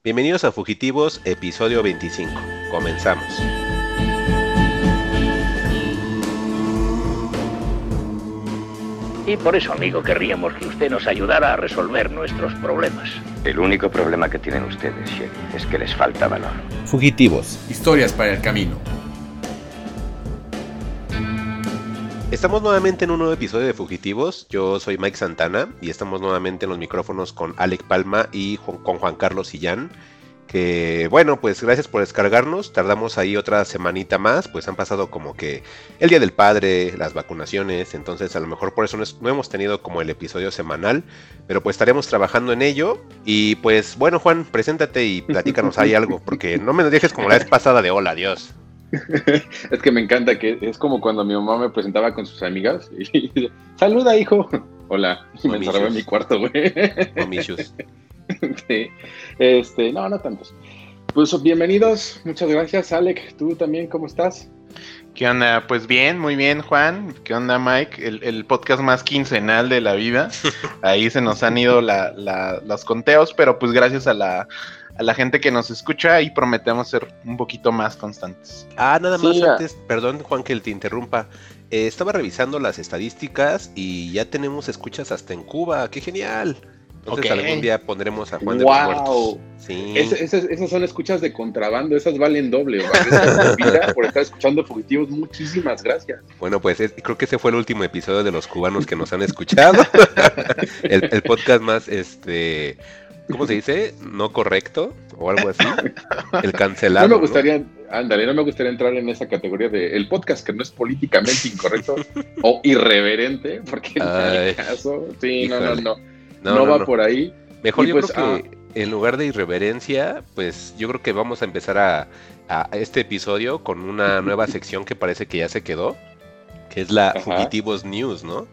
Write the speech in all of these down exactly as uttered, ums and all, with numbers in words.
Bienvenidos a Fugitivos, episodio veinticinco. Comenzamos. Y por eso, amigo, querríamos que usted nos ayudara a resolver nuestros problemas. El único problema que tienen ustedes, Sheriff, es que les falta valor. Fugitivos. Historias para el camino. Estamos nuevamente en un nuevo episodio de Fugitivos. Yo soy Mike Santana y estamos nuevamente en los micrófonos con Alec Palma y con Juan Carlos Sillán. Que bueno, pues gracias por descargarnos. Tardamos ahí otra semanita más, pues han pasado como que el Día del Padre, las vacunaciones, entonces a lo mejor por eso no, es, no hemos tenido como el episodio semanal, pero pues estaremos trabajando en ello. Y pues bueno, Juan, preséntate y platícanos ahí algo, porque no me dejes como la vez pasada de hola, adiós. Es que me encanta, que es como cuando mi mamá me presentaba con sus amigas y dice, saluda, hijo. Hola, y me encerraba en mi cuarto, güey. Momicios. Sí. Este, no, no tantos. Pues bienvenidos, muchas gracias, Alec. ¿Tú también cómo estás? ¿Qué onda? Pues bien, muy bien, Juan. ¿Qué onda, Mike? El, el podcast más quincenal de la vida. Ahí se nos han ido la, la, los conteos, pero pues gracias a la, a la gente que nos escucha y prometemos ser un poquito más constantes. Ah, nada más Sí, antes, perdón, Juan, que te interrumpa. Eh, estaba revisando las estadísticas y ya tenemos escuchas hasta en Cuba. ¡Qué genial! Entonces Okay. algún día pondremos a Juan de ¡Wow! los Muertos. Sí. Es, esas, esas son escuchas de contrabando, esas valen doble. ¿Vale? Vida por estar escuchando Fugitivos, muchísimas gracias. Bueno, pues es- creo que ese fue el último episodio de los cubanos que nos han escuchado. el, el podcast más, este, ¿cómo se dice? No correcto o algo así. El cancelado. No me ¿no? gustaría, ándale, no me gustaría entrar en esa categoría de el podcast que no es políticamente incorrecto o irreverente, porque en Ay, el caso, sí, no, no, híjole. no. No, No, no, va no. por ahí. Mejor Y yo pues, creo que en lugar de irreverencia, pues yo creo que vamos a empezar a, a este episodio con una nueva sección que parece que ya se quedó, que es la Ajá. Fugitivos News, ¿no?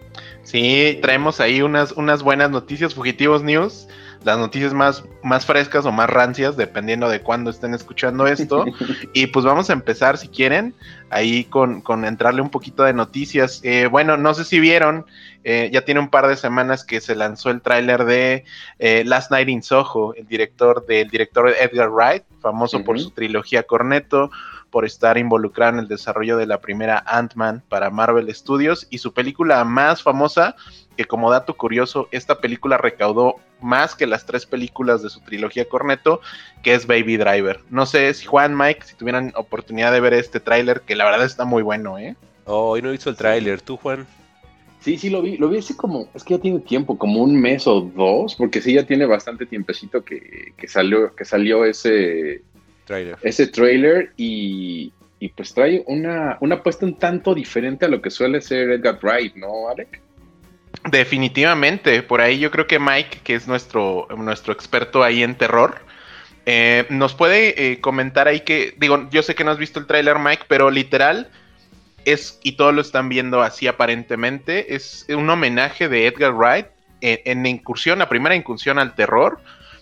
Sí, traemos ahí unas, unas buenas noticias, Fugitivos News. Las noticias más, más frescas o más rancias, dependiendo de cuándo estén escuchando esto. Y pues vamos a empezar, si quieren, ahí con, con entrarle un poquito de noticias. Eh, bueno, no sé si vieron, eh, ya tiene un par de semanas que se lanzó el tráiler de eh, Last Night in Soho, el director del director Edgar Wright, famoso uh-huh. por su trilogía Cornetto, por estar involucrado en el desarrollo de la primera Ant-Man para Marvel Studios, y su película más famosa, que como dato curioso, esta película recaudó más que las tres películas de su trilogía Cornetto, que es Baby Driver. No sé si Juan, Mike, si tuvieran oportunidad de ver este tráiler, que la verdad está muy bueno, ¿eh? Oh, hoy no he visto el tráiler, ¿tú, Juan? Sí, sí, lo vi, lo vi así como, es que ya tiene tiempo, como un mes o dos, porque sí, ya tiene bastante tiempecito que, que salió, que salió ese Trailer. ese trailer y, y pues trae una, una apuesta un tanto diferente a lo que suele ser Edgar Wright, ¿no, Alec? Definitivamente, por ahí yo creo que Mike, que es nuestro, nuestro experto ahí en terror, eh, nos puede eh, comentar ahí que, digo, yo sé que no has visto el tráiler, Mike, pero literal es, y todos lo están viendo así aparentemente, es un homenaje de Edgar Wright en, en incursión, la primera incursión al terror,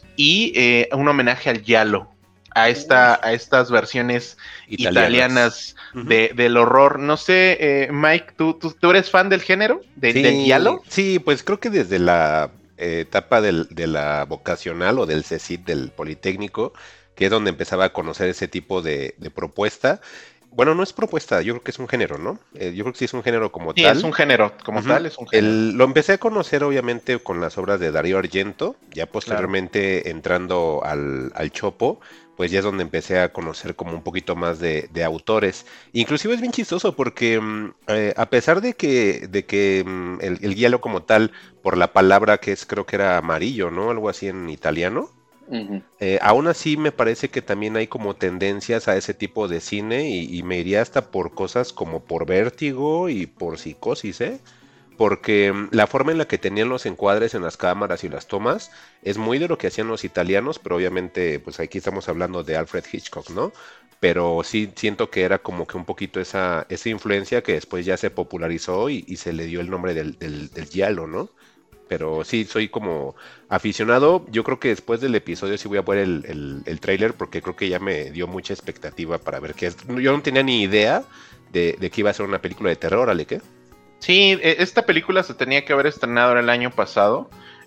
y eh, un homenaje al giallo, a esta, a estas versiones italianas, italianas uh-huh. de, del horror. No sé, eh, Mike, ¿tú, tú, ¿tú eres fan del género? De, sí, ¿Del giallo? Sí, pues creo que desde la eh, etapa del, de la vocacional o del CECIT, del Politécnico, que es donde empezaba a conocer ese tipo de, de propuesta. Bueno, no es propuesta, yo creo que es un género, ¿no? Eh, yo creo que sí es un género como sí, tal. Sí, es un género, como uh-huh. tal, es un género. El, lo empecé a conocer, obviamente, con las obras de Darío Argento, ya posteriormente claro. entrando al, al Chopo, pues ya es donde empecé a conocer como un poquito más de, de autores. Inclusive es bien chistoso porque eh, a pesar de que, de que el, el giallo como tal, por la palabra que es, creo que era amarillo, ¿no? Algo así en italiano. Uh-huh. Eh, aún así me parece que también hay como tendencias a ese tipo de cine y, y me iría hasta por cosas como por Vértigo y por Psicosis, ¿eh? Porque la forma en la que tenían los encuadres en las cámaras y las tomas es muy de lo que hacían los italianos, pero obviamente pues aquí estamos hablando de Alfred Hitchcock, ¿no? Pero sí siento que era como que un poquito esa, esa influencia que después ya se popularizó y, y se le dio el nombre del, del, del giallo, ¿no? Pero sí, soy como aficionado. Yo creo que después del episodio sí voy a ver el, el, el tráiler porque creo que ya me dio mucha expectativa para ver qué es. Yo no tenía ni idea de, de que iba a ser una película de terror, ¿ale qué? Sí, esta película se tenía que haber estrenado el año pasado.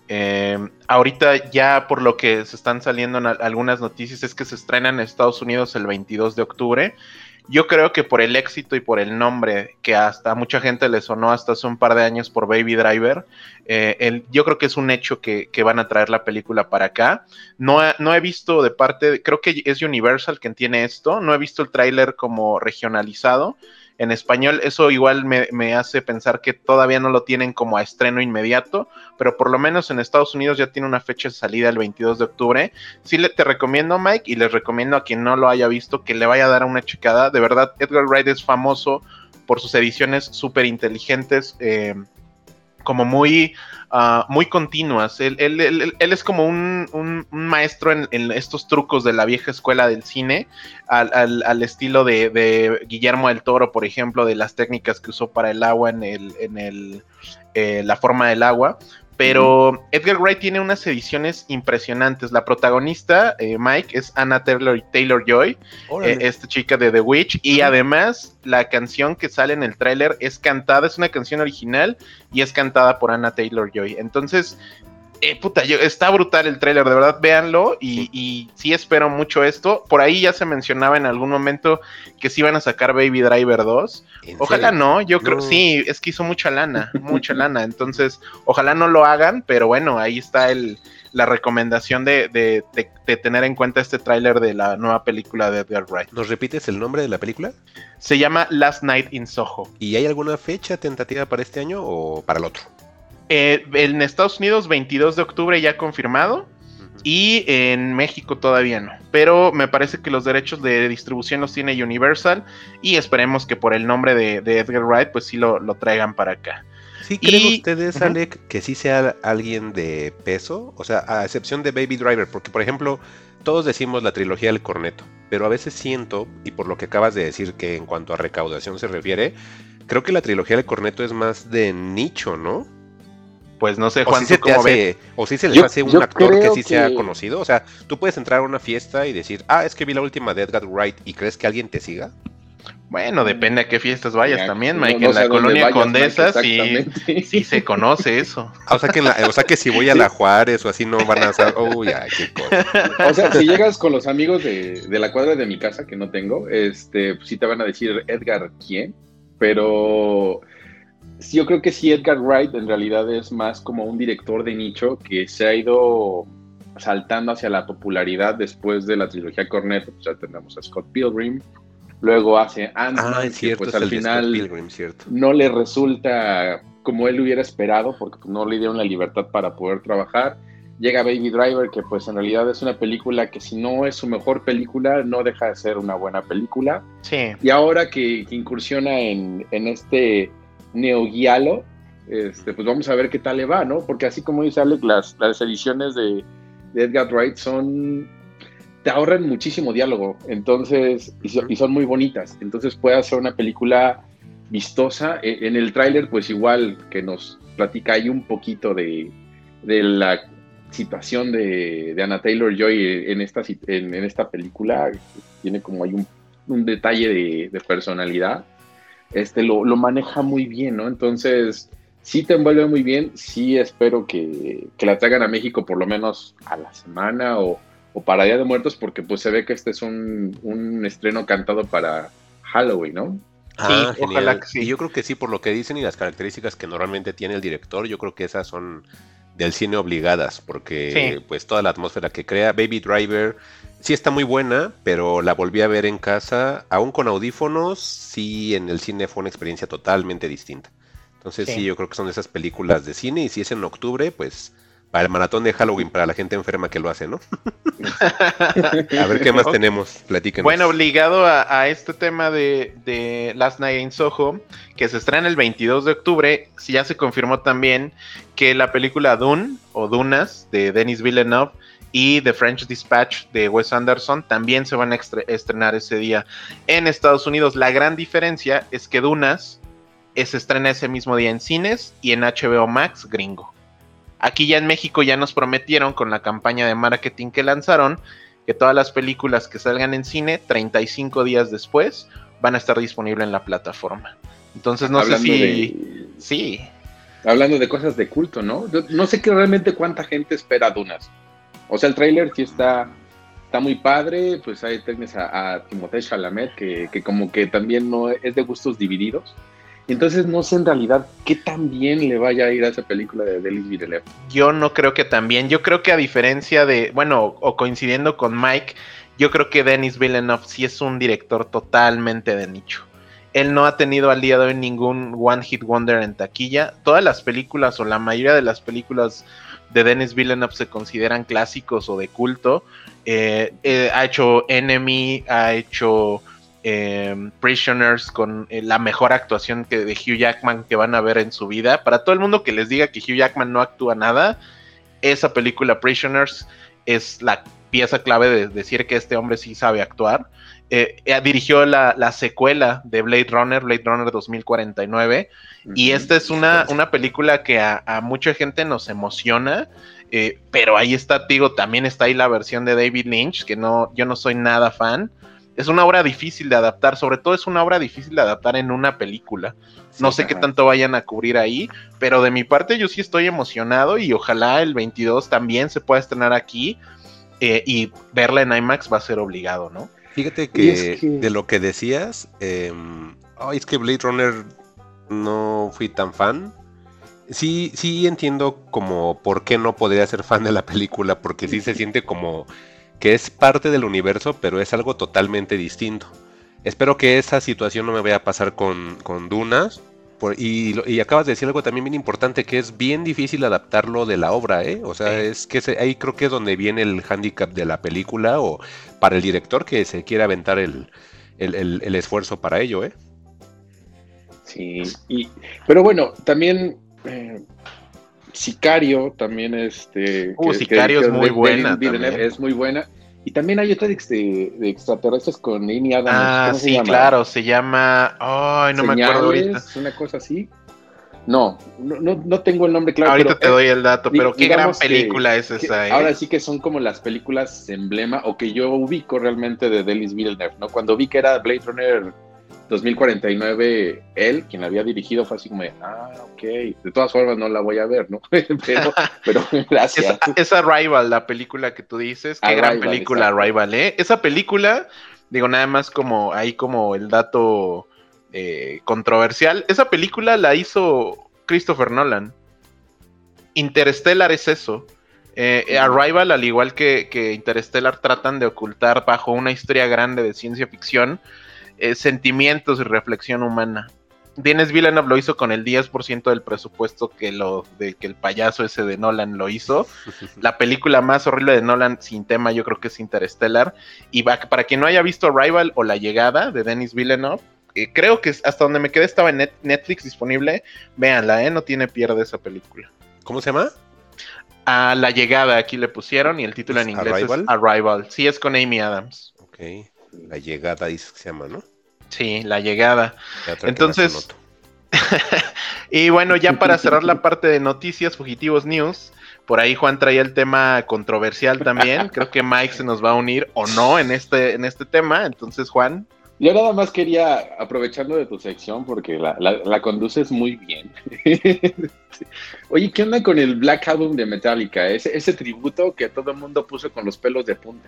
Eh, ahorita ya por lo que se están saliendo en a- algunas noticias es que se estrena en Estados Unidos el veintidós de octubre. Yo creo que por el éxito y por el nombre que hasta a mucha gente le sonó hasta hace un par de años por Baby Driver, eh, el, yo creo que es un hecho que, que van a traer la película para acá. No, he- no he visto de parte, de- creo que es Universal quien tiene esto, no he visto el tráiler como regionalizado en español. Eso igual me, me hace pensar que todavía no lo tienen como a estreno inmediato, pero por lo menos en Estados Unidos ya tiene una fecha de salida el veintidós de octubre. Sí le, te recomiendo, Mike, y les recomiendo a quien no lo haya visto que le vaya a dar una checada. De verdad, Edgar Wright es famoso por sus ediciones súper inteligentes, eh, como muy, uh, muy continuas. Él, él, él, él es como un, un, un maestro en, en estos trucos de la vieja escuela del cine, al, al, al estilo de, de Guillermo del Toro, por ejemplo, de las técnicas que usó para el agua en, el, en el, eh, la forma del agua. Pero uh-huh. Edgar Wright tiene unas ediciones impresionantes. La protagonista, eh, Mike, es Anna Taylor, Taylor-Joy, eh, esta chica de The Witch. Y uh-huh. además, la canción que sale en el tráiler es cantada, es una canción original y es cantada por Anna Taylor-Joy. Entonces, eh, puta, yo, está brutal el tráiler, de verdad, véanlo. Y, y sí espero mucho esto. Por ahí ya se mencionaba en algún momento que sí iban a sacar Baby Driver dos. Ojalá serio? no, yo no. creo, sí, es que hizo mucha lana, mucha lana. Entonces, ojalá no lo hagan, pero bueno, ahí está el, la recomendación de, de, de, de tener en cuenta este tráiler de la nueva película de Edgar Wright. ¿Nos repites el nombre de la película? Se llama Last Night in Soho. ¿Y hay alguna fecha tentativa para este año o para el otro? Eh, en Estados Unidos, veintidós de octubre ya confirmado, uh-huh. y en México todavía no. Pero me parece que los derechos de distribución los tiene Universal y esperemos que por el nombre de, de Edgar Wright, pues sí lo, lo traigan para acá. ¿Sí creen y, ustedes, uh-huh. Alec, que sí sea alguien de peso? O sea, a excepción de Baby Driver, porque por ejemplo, todos decimos la trilogía del corneto, pero a veces siento, y por lo que acabas de decir que en cuanto a recaudación se refiere, creo que la trilogía del corneto es más de nicho, ¿no? Pues no sé, Juan, Juan, si ¿tú cómo ves? O si se les yo, hace un actor que sí que... sea conocido. O sea, tú puedes entrar a una fiesta y decir, ah, es que vi la última de Edgar Wright, ¿y crees que alguien te siga? Bueno, depende a qué fiestas vayas ya, también, Mike. No, no en la colonia vayas, Condesa sí, sí se conoce eso. Ah, o, sea que la, o sea que si voy a la Juárez o así no van a hacer... Uy, ay, qué cosa. O sea, si llegas con los amigos de, de la cuadra de mi casa, que no tengo, este, pues sí te van a decir, Edgar, ¿quién? Pero... yo creo que sí, Edgar Wright en realidad es más como un director de nicho que se ha ido saltando hacia la popularidad después de la trilogía Cornetto. Pues ya tenemos a Scott Pilgrim, luego hace Ant-Man, ah, cierto, que pues al final Pilgrim, cierto. no le resulta como él hubiera esperado porque no le dieron la libertad para poder trabajar. Llega Baby Driver, que pues en realidad es una película que si no es su mejor película, no deja de ser una buena película. Sí. Y ahora que, que incursiona en, en este... neoguialo, este, pues vamos a ver qué tal le va, ¿no? Porque así como dice Alec, las, las ediciones de, de Edgar Wright son, te ahorran muchísimo diálogo, entonces, y, so, y son muy bonitas, entonces puede hacer una película vistosa. En, en el tráiler, pues igual que nos platica ahí un poquito de, de la situación de, de Anna Taylor-Joy en esta, en, en esta película, tiene como hay un, un detalle de, de personalidad. Este, lo, lo maneja muy bien, ¿no? Entonces, sí te envuelve muy bien, sí espero que, que la traigan a México por lo menos a la semana o, o para Día de Muertos, porque pues se ve que este es un, un estreno cantado para Halloween, ¿no? Ah, sí, ojalá que sí. Y yo creo que sí, por lo que dicen y las características que normalmente tiene el director, yo creo que esas son del cine obligadas, porque sí. pues toda la atmósfera que crea. Baby Driver sí está muy buena, pero la volví a ver en casa, aún con audífonos, sí en el cine fue una experiencia totalmente distinta. Entonces sí, sí yo creo que son esas películas de cine, y si es en octubre, pues para el maratón de Halloween, para la gente enferma que lo hace, ¿no? A ver qué más okay. tenemos, platícanos. Bueno, ligado a, a este tema de, de Last Night in Soho, que se estrena el veintidós de octubre, ya se confirmó también que la película Dune, o Dunas, de Denis Villeneuve, y The French Dispatch de Wes Anderson también se van a estrenar ese día en Estados Unidos. La gran diferencia es que Dunas se estrena ese mismo día en cines y en H B O Max gringo. Aquí ya en México ya nos prometieron con la campaña de marketing que lanzaron que todas las películas que salgan en cine treinta y cinco días después van a estar disponibles en la plataforma. Entonces no Hablando sé si... De... Sí... hablando de cosas de culto, ¿no? Yo no sé que realmente cuánta gente espera Dunas. O sea, el tráiler sí está, está muy padre, pues ahí tienes a, a Timothée Chalamet, que, que como que también no es de gustos divididos. Entonces no sé en realidad qué tan bien le vaya a ir a esa película de Denis Villeneuve. Yo no creo que tan bien. Yo creo que a diferencia de, bueno, o coincidiendo con Mike, yo creo que Denis Villeneuve sí es un director totalmente de nicho. Él no ha tenido al día de hoy ningún One Hit Wonder en taquilla. Todas las películas o la mayoría de las películas de Denis Villeneuve se consideran clásicos o de culto. Eh, eh, ha hecho Enemy, ha hecho eh, Prisoners con eh, la mejor actuación que, de Hugh Jackman que van a ver en su vida. Para todo el mundo que les diga que Hugh Jackman no actúa nada, esa película Prisoners es la pieza clave de decir que este hombre sí sabe actuar. Eh, eh, dirigió la, la secuela de Blade Runner, Blade Runner dos mil cuarenta y nueve, uh-huh. Y esta es una, una película que a, a mucha gente nos emociona, eh, pero ahí está, digo, también está ahí la versión de David Lynch, que no, yo no soy nada fan. Es una obra difícil de adaptar, sobre todo es una obra difícil de adaptar en una película. No sí, sé ajá. qué tanto vayan a cubrir ahí, pero de mi parte yo sí estoy emocionado y ojalá el veintidós también se pueda estrenar aquí, eh, y verla en IMAX va a ser obligado, ¿no? Fíjate que, es que de lo que decías, eh, oh, es que Blade Runner no fui tan fan. Sí, sí entiendo como por qué no podría ser fan de la película, porque sí se siente como que es parte del universo, pero es algo totalmente distinto. Espero que esa situación no me vaya a pasar con, con Dunas. Por, y, y acabas de decir algo también bien importante, que es bien difícil adaptarlo de la obra, ¿eh? O sea, es que se, ahí creo que es donde viene el hándicap de la película, o para el director que se quiere aventar el, el, el, el esfuerzo para ello, ¿eh? Sí, y, pero bueno, también eh, Sicario también este... Uh, que, Sicario que, es muy de, buena de, Es muy buena. Y también hay otra de, de extraterrestres con Amy Adams. Ah, ¿Cómo sí, se llama? Claro, se llama... Ay, no Señales, me acuerdo ahorita. Una cosa así. No, no, no tengo el nombre claro. Ahorita pero, te doy el dato, pero qué gran que, película es esa, que ¿eh? Ahora sí que son como las películas emblema, o que yo ubico realmente de Denis Villeneuve, ¿no? Cuando vi que era Blade Runner dos mil cuarenta y nueve, él, quien la había dirigido, fue así como, ah, ok, de todas formas no la voy a ver, ¿no? pero, pero gracias. Esa, esa Arrival, la película que tú dices, qué Arrival, gran película, exacto. Arrival, ¿eh? Esa película, digo, nada más como, ahí como el dato eh, controversial, esa película la hizo Christopher Nolan. Interstellar es eso. Eh, uh-huh. Arrival, al igual que, que Interstellar, tratan de ocultar bajo una historia grande de ciencia ficción Eh, sentimientos y reflexión humana. Denis Villeneuve lo hizo con el diez por ciento del presupuesto que, lo, de, que el payaso ese de Nolan lo hizo. La película más horrible de Nolan sin tema yo creo que es Interstellar. Y va, para quien no haya visto Arrival o La Llegada de Denis Villeneuve, eh, creo que hasta donde me quedé estaba en net, Netflix disponible. Véanla, eh, no tiene pierde esa película. ¿Cómo se llama? A La Llegada, aquí le pusieron, y el título en inglés Arrival? es Arrival. Sí, es con Amy Adams. Ok. La Llegada dice que se llama, ¿no? Sí, La Llegada. Entonces, y bueno, ya para cerrar la parte de noticias, Fugitivos News, por ahí Juan traía el tema controversial también. Creo que Mike se nos va a unir o no en este, en este tema. Entonces, Juan. Yo nada más quería, aprovechando de tu sección, porque la, la, la conduces muy bien. Oye, ¿qué onda con el Black Album de Metallica? Ese, ese tributo que todo el mundo puso con los pelos de punta.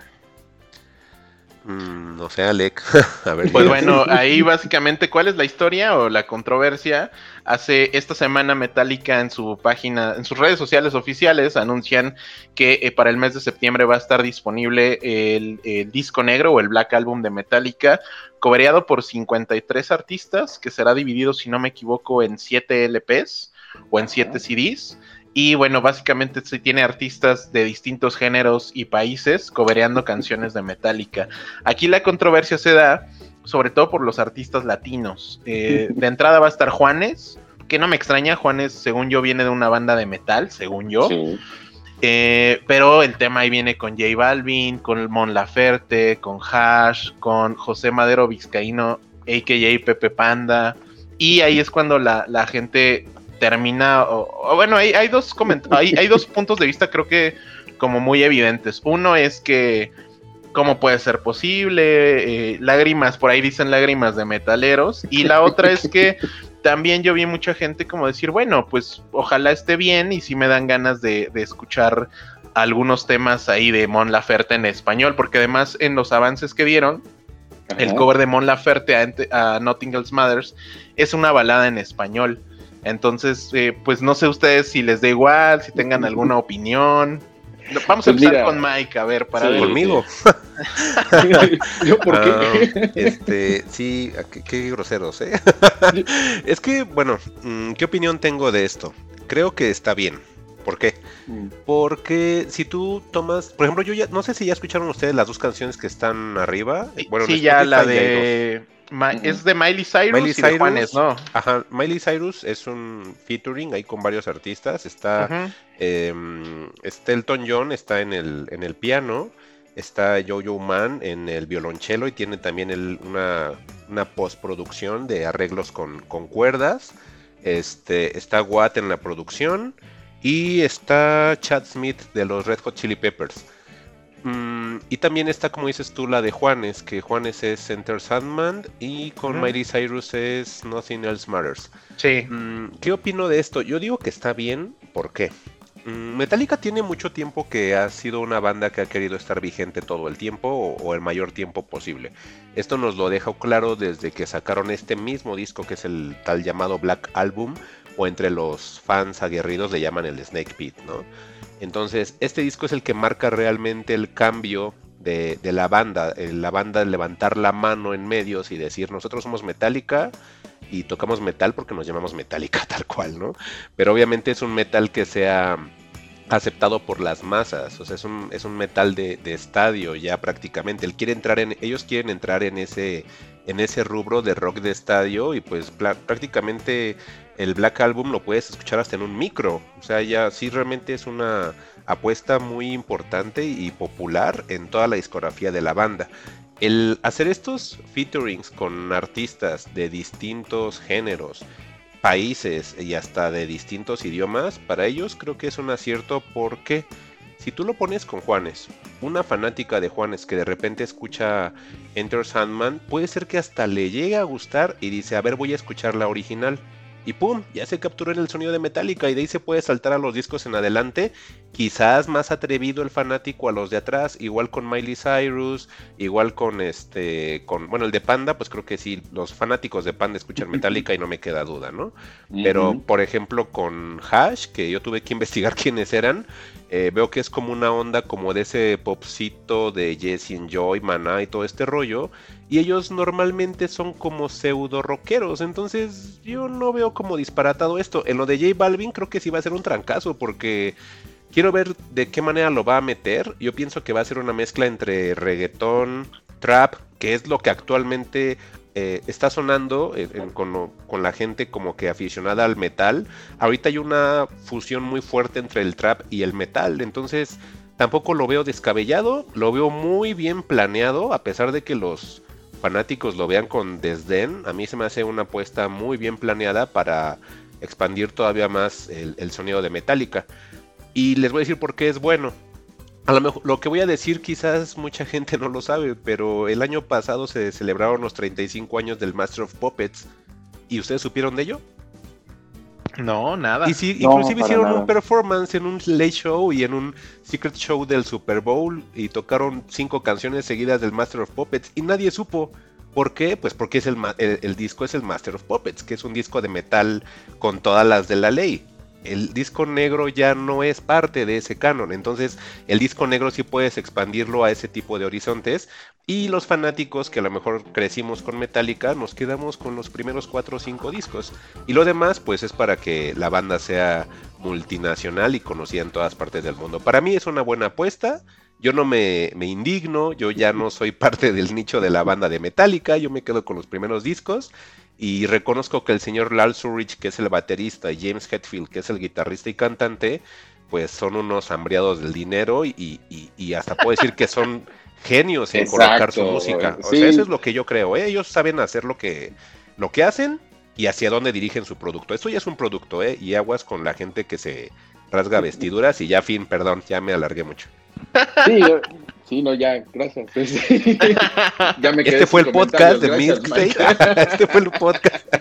Mm, no sé, Alec. A ver, pues bueno, ahí básicamente, ¿cuál es la historia o la controversia? Hace esta semana Metallica en su página, en sus redes sociales oficiales, anuncian que eh, para el mes de septiembre va a estar disponible el, el disco negro o el Black Album de Metallica, cobereado por cincuenta y tres artistas, que será dividido, si no me equivoco, en siete L Pes o en siete C Ds. Y bueno, básicamente sí tiene artistas de distintos géneros y países cobereando canciones de Metallica. Aquí la controversia se da sobre todo por los artistas latinos. Eh, de entrada va a estar Juanes, que no me extraña, Juanes según yo viene de una banda de metal, según yo. Sí. Eh, pero el tema ahí viene con J Balvin, con Mon Laferte, con Hash, con José Madero Vizcaíno, a k a. Pepe Panda. Y ahí es cuando la, la gente... termina, o, o bueno, hay, hay dos coment- hay, hay dos puntos de vista creo que como muy evidentes. Uno es que cómo puede ser posible, eh, lágrimas, por ahí dicen lágrimas de metaleros, y la otra es que también yo vi mucha gente como decir, bueno, pues ojalá esté bien y sí me dan ganas de, de escuchar algunos temas ahí de Mon Laferte en español, porque además en los avances que dieron, ajá, el cover de Mon Laferte a, a Nothing Else Matters es una balada en español. Entonces, eh, pues no sé ustedes si les da igual, si tengan alguna opinión. Vamos a empezar pues mira, con Mike, a ver, para sí, ver. Conmigo. ¿Yo por qué? Uh, este, sí, qué, qué groseros, ¿eh? Es que, bueno, ¿qué opinión tengo de esto? Creo que está bien. ¿Por qué? Mm. Porque si tú tomas, por ejemplo, yo ya, no sé si ya escucharon ustedes las dos canciones que están arriba. Bueno, sí, ya la de... Ma- uh-huh. Es de Miley Cyrus Miley y Cyrus, de Juanes, ¿no? Ajá, Miley Cyrus es un featuring ahí con varios artistas. Está uh-huh. eh, está Elton John, está en el, en el piano. Está Yo-Yo Man en el violonchelo y tiene también el, una, una postproducción de arreglos con, con cuerdas. Este, está Watt en la producción y está Chad Smith de los Red Hot Chili Peppers. Mm, y también está, como dices tú, la de Juanes, que Juanes es Enter Sandman y con uh-huh. Miley Cyrus es Nothing Else Matters. Sí. Mm, ¿Qué opino de esto? Yo digo que está bien, ¿por qué? Mm, Metallica tiene mucho tiempo que ha sido una banda que ha querido estar vigente todo el tiempo o, o el mayor tiempo posible. Esto nos lo deja claro desde que sacaron este mismo disco, que es el tal llamado Black Album, o entre los fans aguerridos le llaman el Snake Pit, ¿no? Entonces, este disco es el que marca realmente el cambio de, de la banda. La banda levantar la mano en medios y decir, nosotros somos Metallica y tocamos metal porque nos llamamos Metallica tal cual, ¿no? Pero obviamente es un metal que sea aceptado por las masas. O sea, es un, es un metal de, de estadio ya prácticamente. Él quiere entrar en, ellos quieren entrar en ese, en ese rubro de rock de estadio y pues pl- prácticamente... El Black Album lo puedes escuchar hasta en un micro. O sea, ya sí realmente es una apuesta muy importante y popular en toda la discografía de la banda. El hacer estos featurings con artistas de distintos géneros, países y hasta de distintos idiomas, para ellos creo que es un acierto porque si tú lo pones con Juanes, una fanática de Juanes que de repente escucha Enter Sandman, puede ser que hasta le llegue a gustar y dice, a ver, voy a escuchar la original. Y pum, ya se capturó en el sonido de Metallica y de ahí se puede saltar a los discos en adelante. Quizás más atrevido el fanático a los de atrás, igual con Miley Cyrus, igual con este, con bueno, el de Panda, pues creo que sí, los fanáticos de Panda escuchan Metallica y no me queda duda, ¿no? Uh-huh. Pero, por ejemplo, con Hash, que yo tuve que investigar quiénes eran, eh, veo que es como una onda como de ese popcito de Jesse and Joy, Maná y todo este rollo. Y ellos normalmente son como pseudo rockeros, entonces yo no veo como disparatado esto. En lo de J Balvin creo que sí va a ser un trancazo porque quiero ver de qué manera lo va a meter. Yo pienso que va a ser una mezcla entre reggaetón, trap, que es lo que actualmente eh, está sonando eh, en, con, lo, con la gente como que aficionada al metal. Ahorita hay una fusión muy fuerte entre el trap y el metal, entonces tampoco lo veo descabellado, lo veo muy bien planeado, a pesar de que los fanáticos lo vean con desdén. A mí se me hace una apuesta muy bien planeada para expandir todavía más el, el sonido de Metallica. Y les voy a decir por qué es bueno. A lo mejor, lo que voy a decir quizás mucha gente no lo sabe, pero el año pasado se celebraron los treinta y cinco años del Master of Puppets. ¿Y ustedes supieron de ello? No, nada. Y sí, no, inclusive hicieron nada. un performance en un Late Show y en un Secret Show del Super Bowl y tocaron cinco canciones seguidas del Master of Puppets y nadie supo. ¿Por qué? Pues porque es el, el, el disco es el Master of Puppets, que es un disco de metal con todas las de la ley. El disco negro ya no es parte de ese canon, entonces el disco negro sí puedes expandirlo a ese tipo de horizontes y los fanáticos que a lo mejor crecimos con Metallica nos quedamos con los primeros cuatro o cinco discos y lo demás pues es para que la banda sea multinacional y conocida en todas partes del mundo. Para mí es una buena apuesta. Yo no me, me indigno, yo ya no soy parte del nicho de la banda de Metallica, yo me quedo con los primeros discos y reconozco que el señor Lars Ulrich, que es el baterista, y James Hetfield, que es el guitarrista y cantante, pues son unos hambriados del dinero y, y, y hasta puedo decir que son genios en Exacto, colocar su música. O sí. sea, eso es lo que yo creo, ¿eh? Ellos saben hacer lo que, lo que hacen y hacia dónde dirigen su producto. Esto ya es un producto, ¿eh? Y aguas con la gente que se rasga vestiduras y ya fin, perdón, ya me alargué mucho. Sí, sí, no, ya, gracias. Ya me quedé este fue sin el podcast de comentarios, gracias, Mixtape. Este fue el podcast.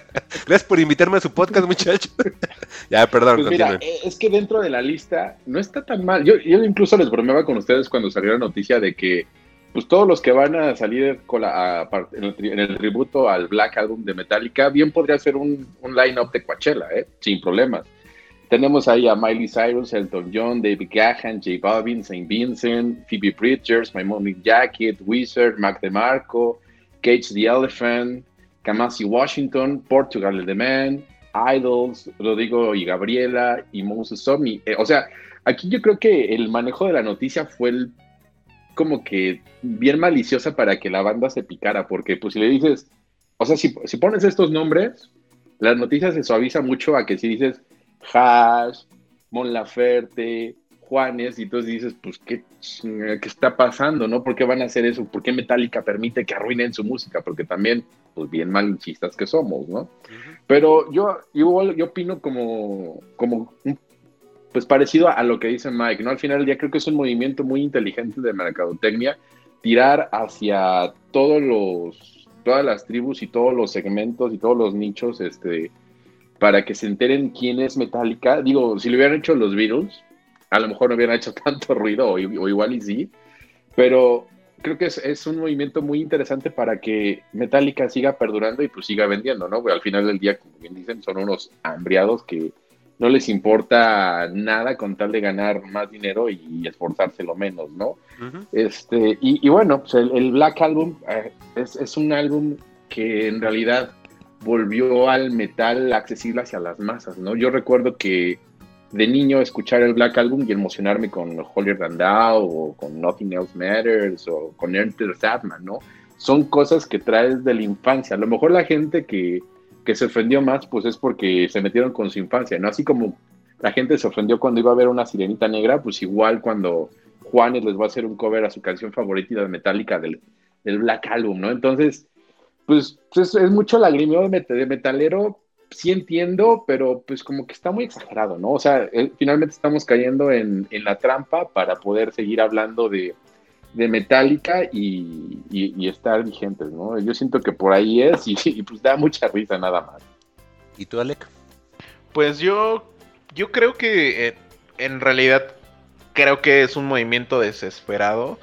Gracias por invitarme a su podcast, muchachos. Ya, perdón. Pues mira, es que dentro de la lista no está tan mal. Yo, yo incluso les bromeaba con ustedes cuando salió la noticia de que pues todos los que van a salir con la, a, en, el, en el tributo al Black Album de Metallica, bien podría ser un, un line-up de Coachella, ¿eh? Sin problemas. Tenemos ahí a Miley Cyrus, Elton John, David Gahan, J Balvin, Saint Vincent, Phoebe Bridgers, My Morning Jacket, Wizard, Mac DeMarco, Cage the Elephant, Kamasi Washington, Portugal The Man, Idols, Rodrigo y Gabriela y Moses Omni. Eh, o sea, aquí yo creo que el manejo de la noticia fue el, como que bien maliciosa para que la banda se picara, porque pues si le dices, o sea, si, si pones estos nombres, la noticia se suaviza mucho a que si dices Hash, Mon Laferte, Juanes, y entonces dices, pues, ¿qué, ¿qué está pasando, no? ¿Por qué van a hacer eso? ¿Por qué Metallica permite que arruinen su música? Porque también, pues, bien malinchistas que somos, ¿no? Uh-huh. Pero yo, yo, yo opino como, como, pues, parecido a lo que dice Mike, ¿no? Al final del día creo que es un movimiento muy inteligente de mercadotecnia, tirar hacia todos los, todas las tribus y todos los segmentos y todos los nichos, este, para que se enteren quién es Metallica. Digo, si lo hubieran hecho los Beatles, a lo mejor no hubieran hecho tanto ruido, o, o igual y sí, pero creo que es, es un movimiento muy interesante para que Metallica siga perdurando y pues siga vendiendo, ¿no? Porque al final del día, como bien dicen, son unos hambriados que no les importa nada con tal de ganar más dinero y esforzarse lo menos, ¿no? Uh-huh. Este, y, y bueno, pues el, el Black Album eh, es, es un álbum que en realidad volvió al metal accesible hacia las masas, ¿no? Yo recuerdo que de niño escuchar el Black Album y emocionarme con Holier Than Thou o con Nothing Else Matters o con Enter Sandman, ¿no? Son cosas que traes de la infancia. A lo mejor la gente que, que se ofendió más, pues es porque se metieron con su infancia, ¿no? Así como la gente se ofendió cuando iba a ver una Sirenita Negra, pues igual cuando Juanes les va a hacer un cover a su canción favorita de Metallica del, del Black Album, ¿no? Entonces, pues es, es mucho lagrimeo de, de metalero, sí entiendo, pero pues como que está muy exagerado, ¿no? O sea, eh, finalmente estamos cayendo en, en la trampa para poder seguir hablando de, de Metallica y, y, y estar vigentes, ¿no? Yo siento que por ahí es y, y pues da mucha risa nada más. ¿Y tú, Alec? Pues yo, yo creo que eh, en realidad creo que es un movimiento desesperado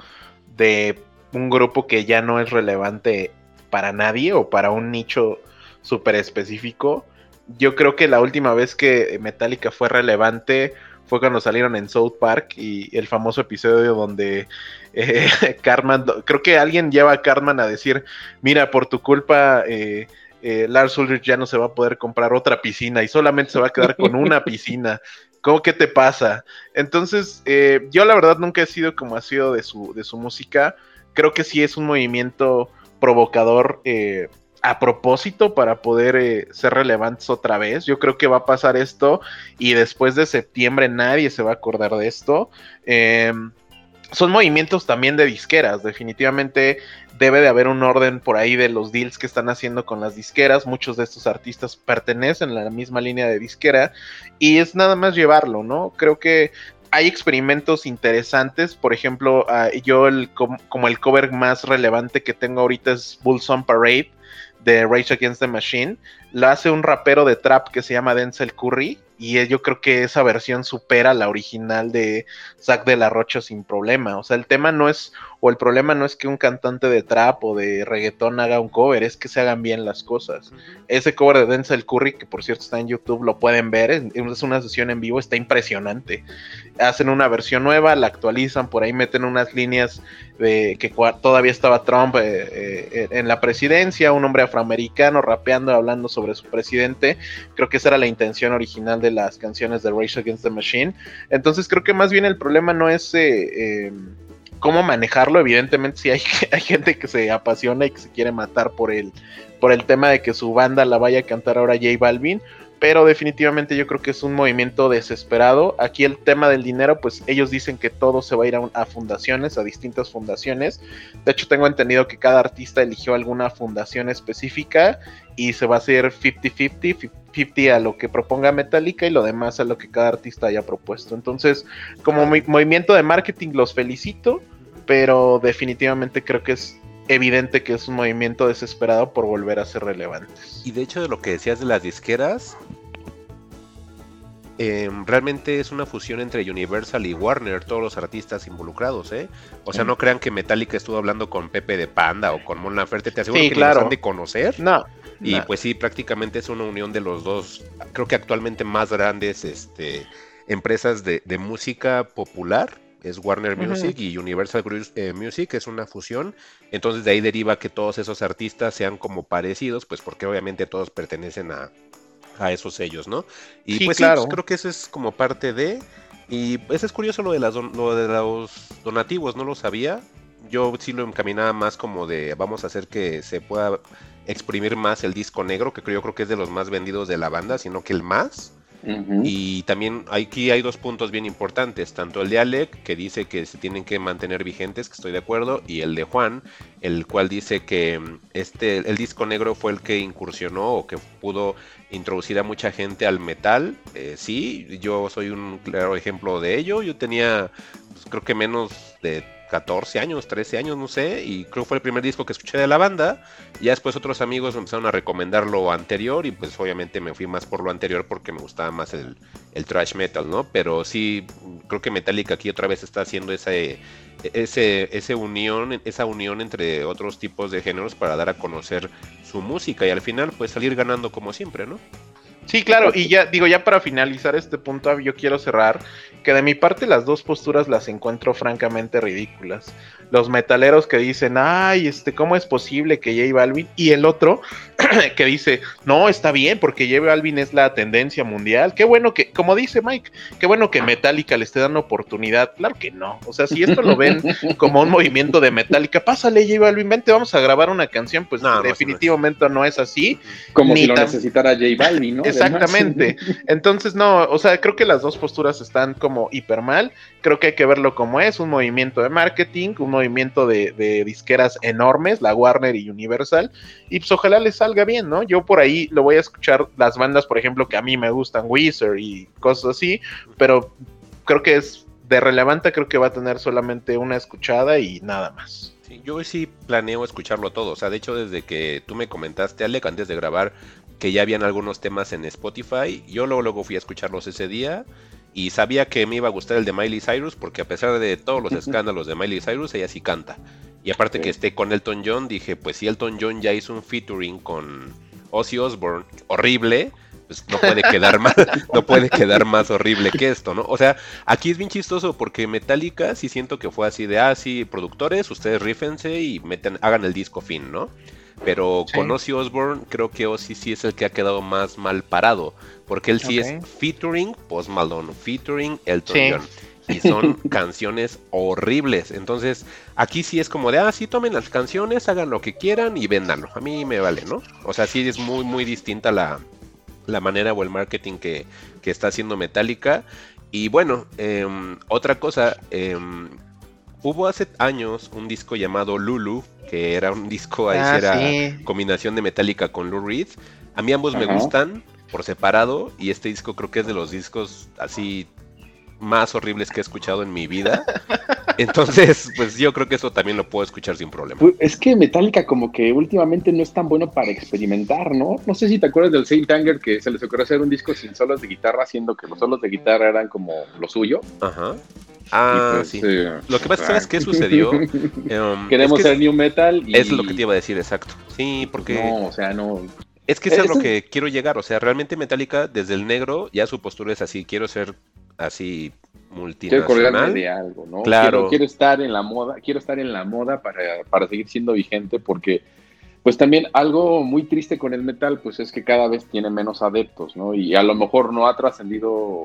de un grupo que ya no es relevante para nadie o para un nicho súper específico. Yo creo que la última vez que Metallica fue relevante fue cuando salieron en South Park y el famoso episodio donde eh, Cartman, creo que alguien lleva a Cartman a decir, mira, por tu culpa eh, eh, Lars Ulrich ya no se va a poder comprar otra piscina y solamente se va a quedar con una piscina. ¿Cómo que te pasa? Entonces, eh, yo la verdad nunca he sido como ha sido de su, de su música. Creo que sí es un movimiento provocador eh, a propósito para poder eh, ser relevantes otra vez. Yo creo que va a pasar esto y después de septiembre nadie se va a acordar de esto. Eh, son movimientos también de disqueras. Definitivamente debe de haber un orden por ahí de los deals que están haciendo con las disqueras. Muchos de estos artistas pertenecen a la misma línea de disquera y es nada más llevarlo, ¿no? Creo que hay experimentos interesantes. Por ejemplo, uh, yo el, com, como el cover más relevante que tengo ahorita es Bulls on Parade de Rage Against the Machine. Lo hace un rapero de trap que se llama Denzel Curry y yo creo que esa versión supera la original de Zack de la Rocha sin problema. O sea, el tema no es, o el problema no es que un cantante de trap o de reggaetón haga un cover, es que se hagan bien las cosas. Uh-huh. Ese cover de Denzel Curry, que por cierto está en YouTube, lo pueden ver, es una sesión en vivo, está impresionante. Hacen una versión nueva, la actualizan, por ahí meten unas líneas de que todavía estaba Trump eh, eh, en la presidencia, un hombre afroamericano rapeando, hablando sobre su presidente. Creo que esa era la intención original de las canciones de Rage Against the Machine. Entonces creo que más bien el problema no es eh, eh, cómo manejarlo. Evidentemente sí hay, hay gente que se apasiona y que se quiere matar por el, por el tema de que su banda la vaya a cantar ahora J Balvin, pero definitivamente yo creo que es un movimiento desesperado. Aquí el tema del dinero, pues ellos dicen que todo se va a ir a, a fundaciones, a distintas fundaciones. De hecho tengo entendido que cada artista eligió alguna fundación específica y se va a hacer cincuenta cincuenta, cincuenta a lo que proponga Metallica y lo demás a lo que cada artista haya propuesto. Entonces, como mi- movimiento de marketing los felicito, pero definitivamente creo que es evidente que es un movimiento desesperado por volver a ser relevantes. Y de hecho, de lo que decías de las disqueras, eh, realmente es una fusión entre Universal y Warner, todos los artistas involucrados, ¿eh? O sea, no crean que Metallica estuvo hablando con Pepe de Panda o con Mon Laferte, te aseguro Sí, que claro. los han de conocer. No. Y no. pues sí, prácticamente es una unión de los dos, creo que actualmente más grandes este, empresas de, de música popular. Es Warner Music uh-huh. y Universal eh, Music, es una fusión. Entonces de ahí deriva que todos esos artistas sean como parecidos, pues porque obviamente todos pertenecen a, a esos sellos, ¿no? Y sí, pues claro. sí, pues creo que eso es como parte de... Y pues es curioso lo de, las don, lo de los donativos, no lo sabía. Yo sí lo encaminaba más como de vamos a hacer que se pueda exprimir más el disco negro, que creo, yo creo que es de los más vendidos de la banda, sino que el más... Uh-huh. Y también aquí hay dos puntos bien importantes, tanto el de Alec, que dice que se tienen que mantener vigentes, que estoy de acuerdo, y el de Juan, el cual dice que este el disco negro fue el que incursionó o que pudo introducir a mucha gente al metal. Eh, sí, yo soy un claro ejemplo de ello. Yo tenía, pues, creo que menos de catorce años, trece años, no sé, y creo que fue el primer disco que escuché de la banda. Ya después otros amigos me empezaron a recomendar lo anterior y pues obviamente me fui más por lo anterior porque me gustaba más el, el thrash metal, ¿no? Pero sí, creo que Metallica aquí otra vez está haciendo ese, ese, ese unión, esa unión entre otros tipos de géneros para dar a conocer su música y al final pues salir ganando como siempre, ¿no? Sí, claro, y ya digo, ya para finalizar este punto, yo quiero cerrar que de mi parte las dos posturas las encuentro francamente ridículas. Los metaleros que dicen, ay, este, ¿cómo es posible que J Balvin? Y el otro que dice, no, está bien, porque J Balvin es la tendencia mundial. Qué bueno que, como dice Mike, qué bueno que Metallica le esté dando oportunidad. Claro que no, o sea, si esto lo ven como un movimiento de Metallica, pásale J Balvin, vente, vamos a grabar una canción, pues no, definitivamente no es así. Como Ni si lo tan... necesitara J Balvin, ¿no? Exactamente. Entonces, no, o sea, creo que las dos posturas están como hiper mal. Creo que hay que verlo como es, un movimiento de marketing, un movimiento de, de disqueras enormes, la Warner y Universal, y pues ojalá les salga bien, ¿no? Yo por ahí lo voy a escuchar las bandas, por ejemplo, que a mí me gustan, Weezer y cosas así, pero creo que es de relevante, creo que va a tener solamente una escuchada y nada más. Sí, yo sí planeo escucharlo todo, o sea, de hecho desde que tú me comentaste, Alec, antes de grabar, que ya habían algunos temas en Spotify, yo luego, luego fui a escucharlos ese día, y sabía que me iba a gustar el de Miley Cyrus, porque a pesar de todos los escándalos de Miley Cyrus, ella sí canta. Y aparte sí. que esté con Elton John, dije, pues si Elton John ya hizo un featuring con Ozzy Osbourne, horrible, pues no puede quedar más, no puede quedar más horrible que esto, ¿no? O sea, aquí es bien chistoso, porque Metallica sí siento que fue así de, ah, sí, productores, ustedes rífense y meten, hagan el disco fin, ¿no? Pero sí. con Ozzy Osbourne creo que Ozzy sí es el que ha quedado más mal parado, porque él sí okay. es featuring Post Malone, featuring Elton sí. John, y son canciones horribles. Entonces aquí sí es como de, ah, sí, tomen las canciones, hagan lo que quieran y véndanlo, a mí me vale, ¿no? O sea, sí es muy muy distinta la, la manera o el marketing que, que está haciendo Metallica. Y bueno, eh, otra cosa, eh, hubo hace años un disco llamado Lulu, que era un disco, ahí ah, era sí. combinación de Metallica con Lou Reed. A mí ambos Ajá. me gustan por separado, y este disco creo que es de los discos así más horribles que he escuchado en mi vida. Entonces, pues yo creo que eso también lo puedo escuchar sin problema. Pues es que Metallica como que últimamente no es tan bueno para experimentar, ¿no? No sé si te acuerdas del Saint Anger, que se les ocurrió hacer un disco sin solos de guitarra, siendo que los solos de guitarra eran como lo suyo. Ajá. Ah, pues, sí. Eh, lo que pasa es que sucedió. Um, Queremos es que ser new metal. Y... Es lo que te iba a decir, exacto. Sí, porque. No, o sea, no. Es que eso es, es lo que quiero llegar. O sea, realmente Metallica, desde el negro, ya su postura es así. Quiero ser así multinacional. Quiero colgarme de algo, ¿no? Claro. Quiero, quiero estar en la moda. Quiero estar en la moda para, para seguir siendo vigente, porque. Pues también algo muy triste con el metal, pues es que cada vez tiene menos adeptos, ¿no? Y a lo mejor no ha trascendido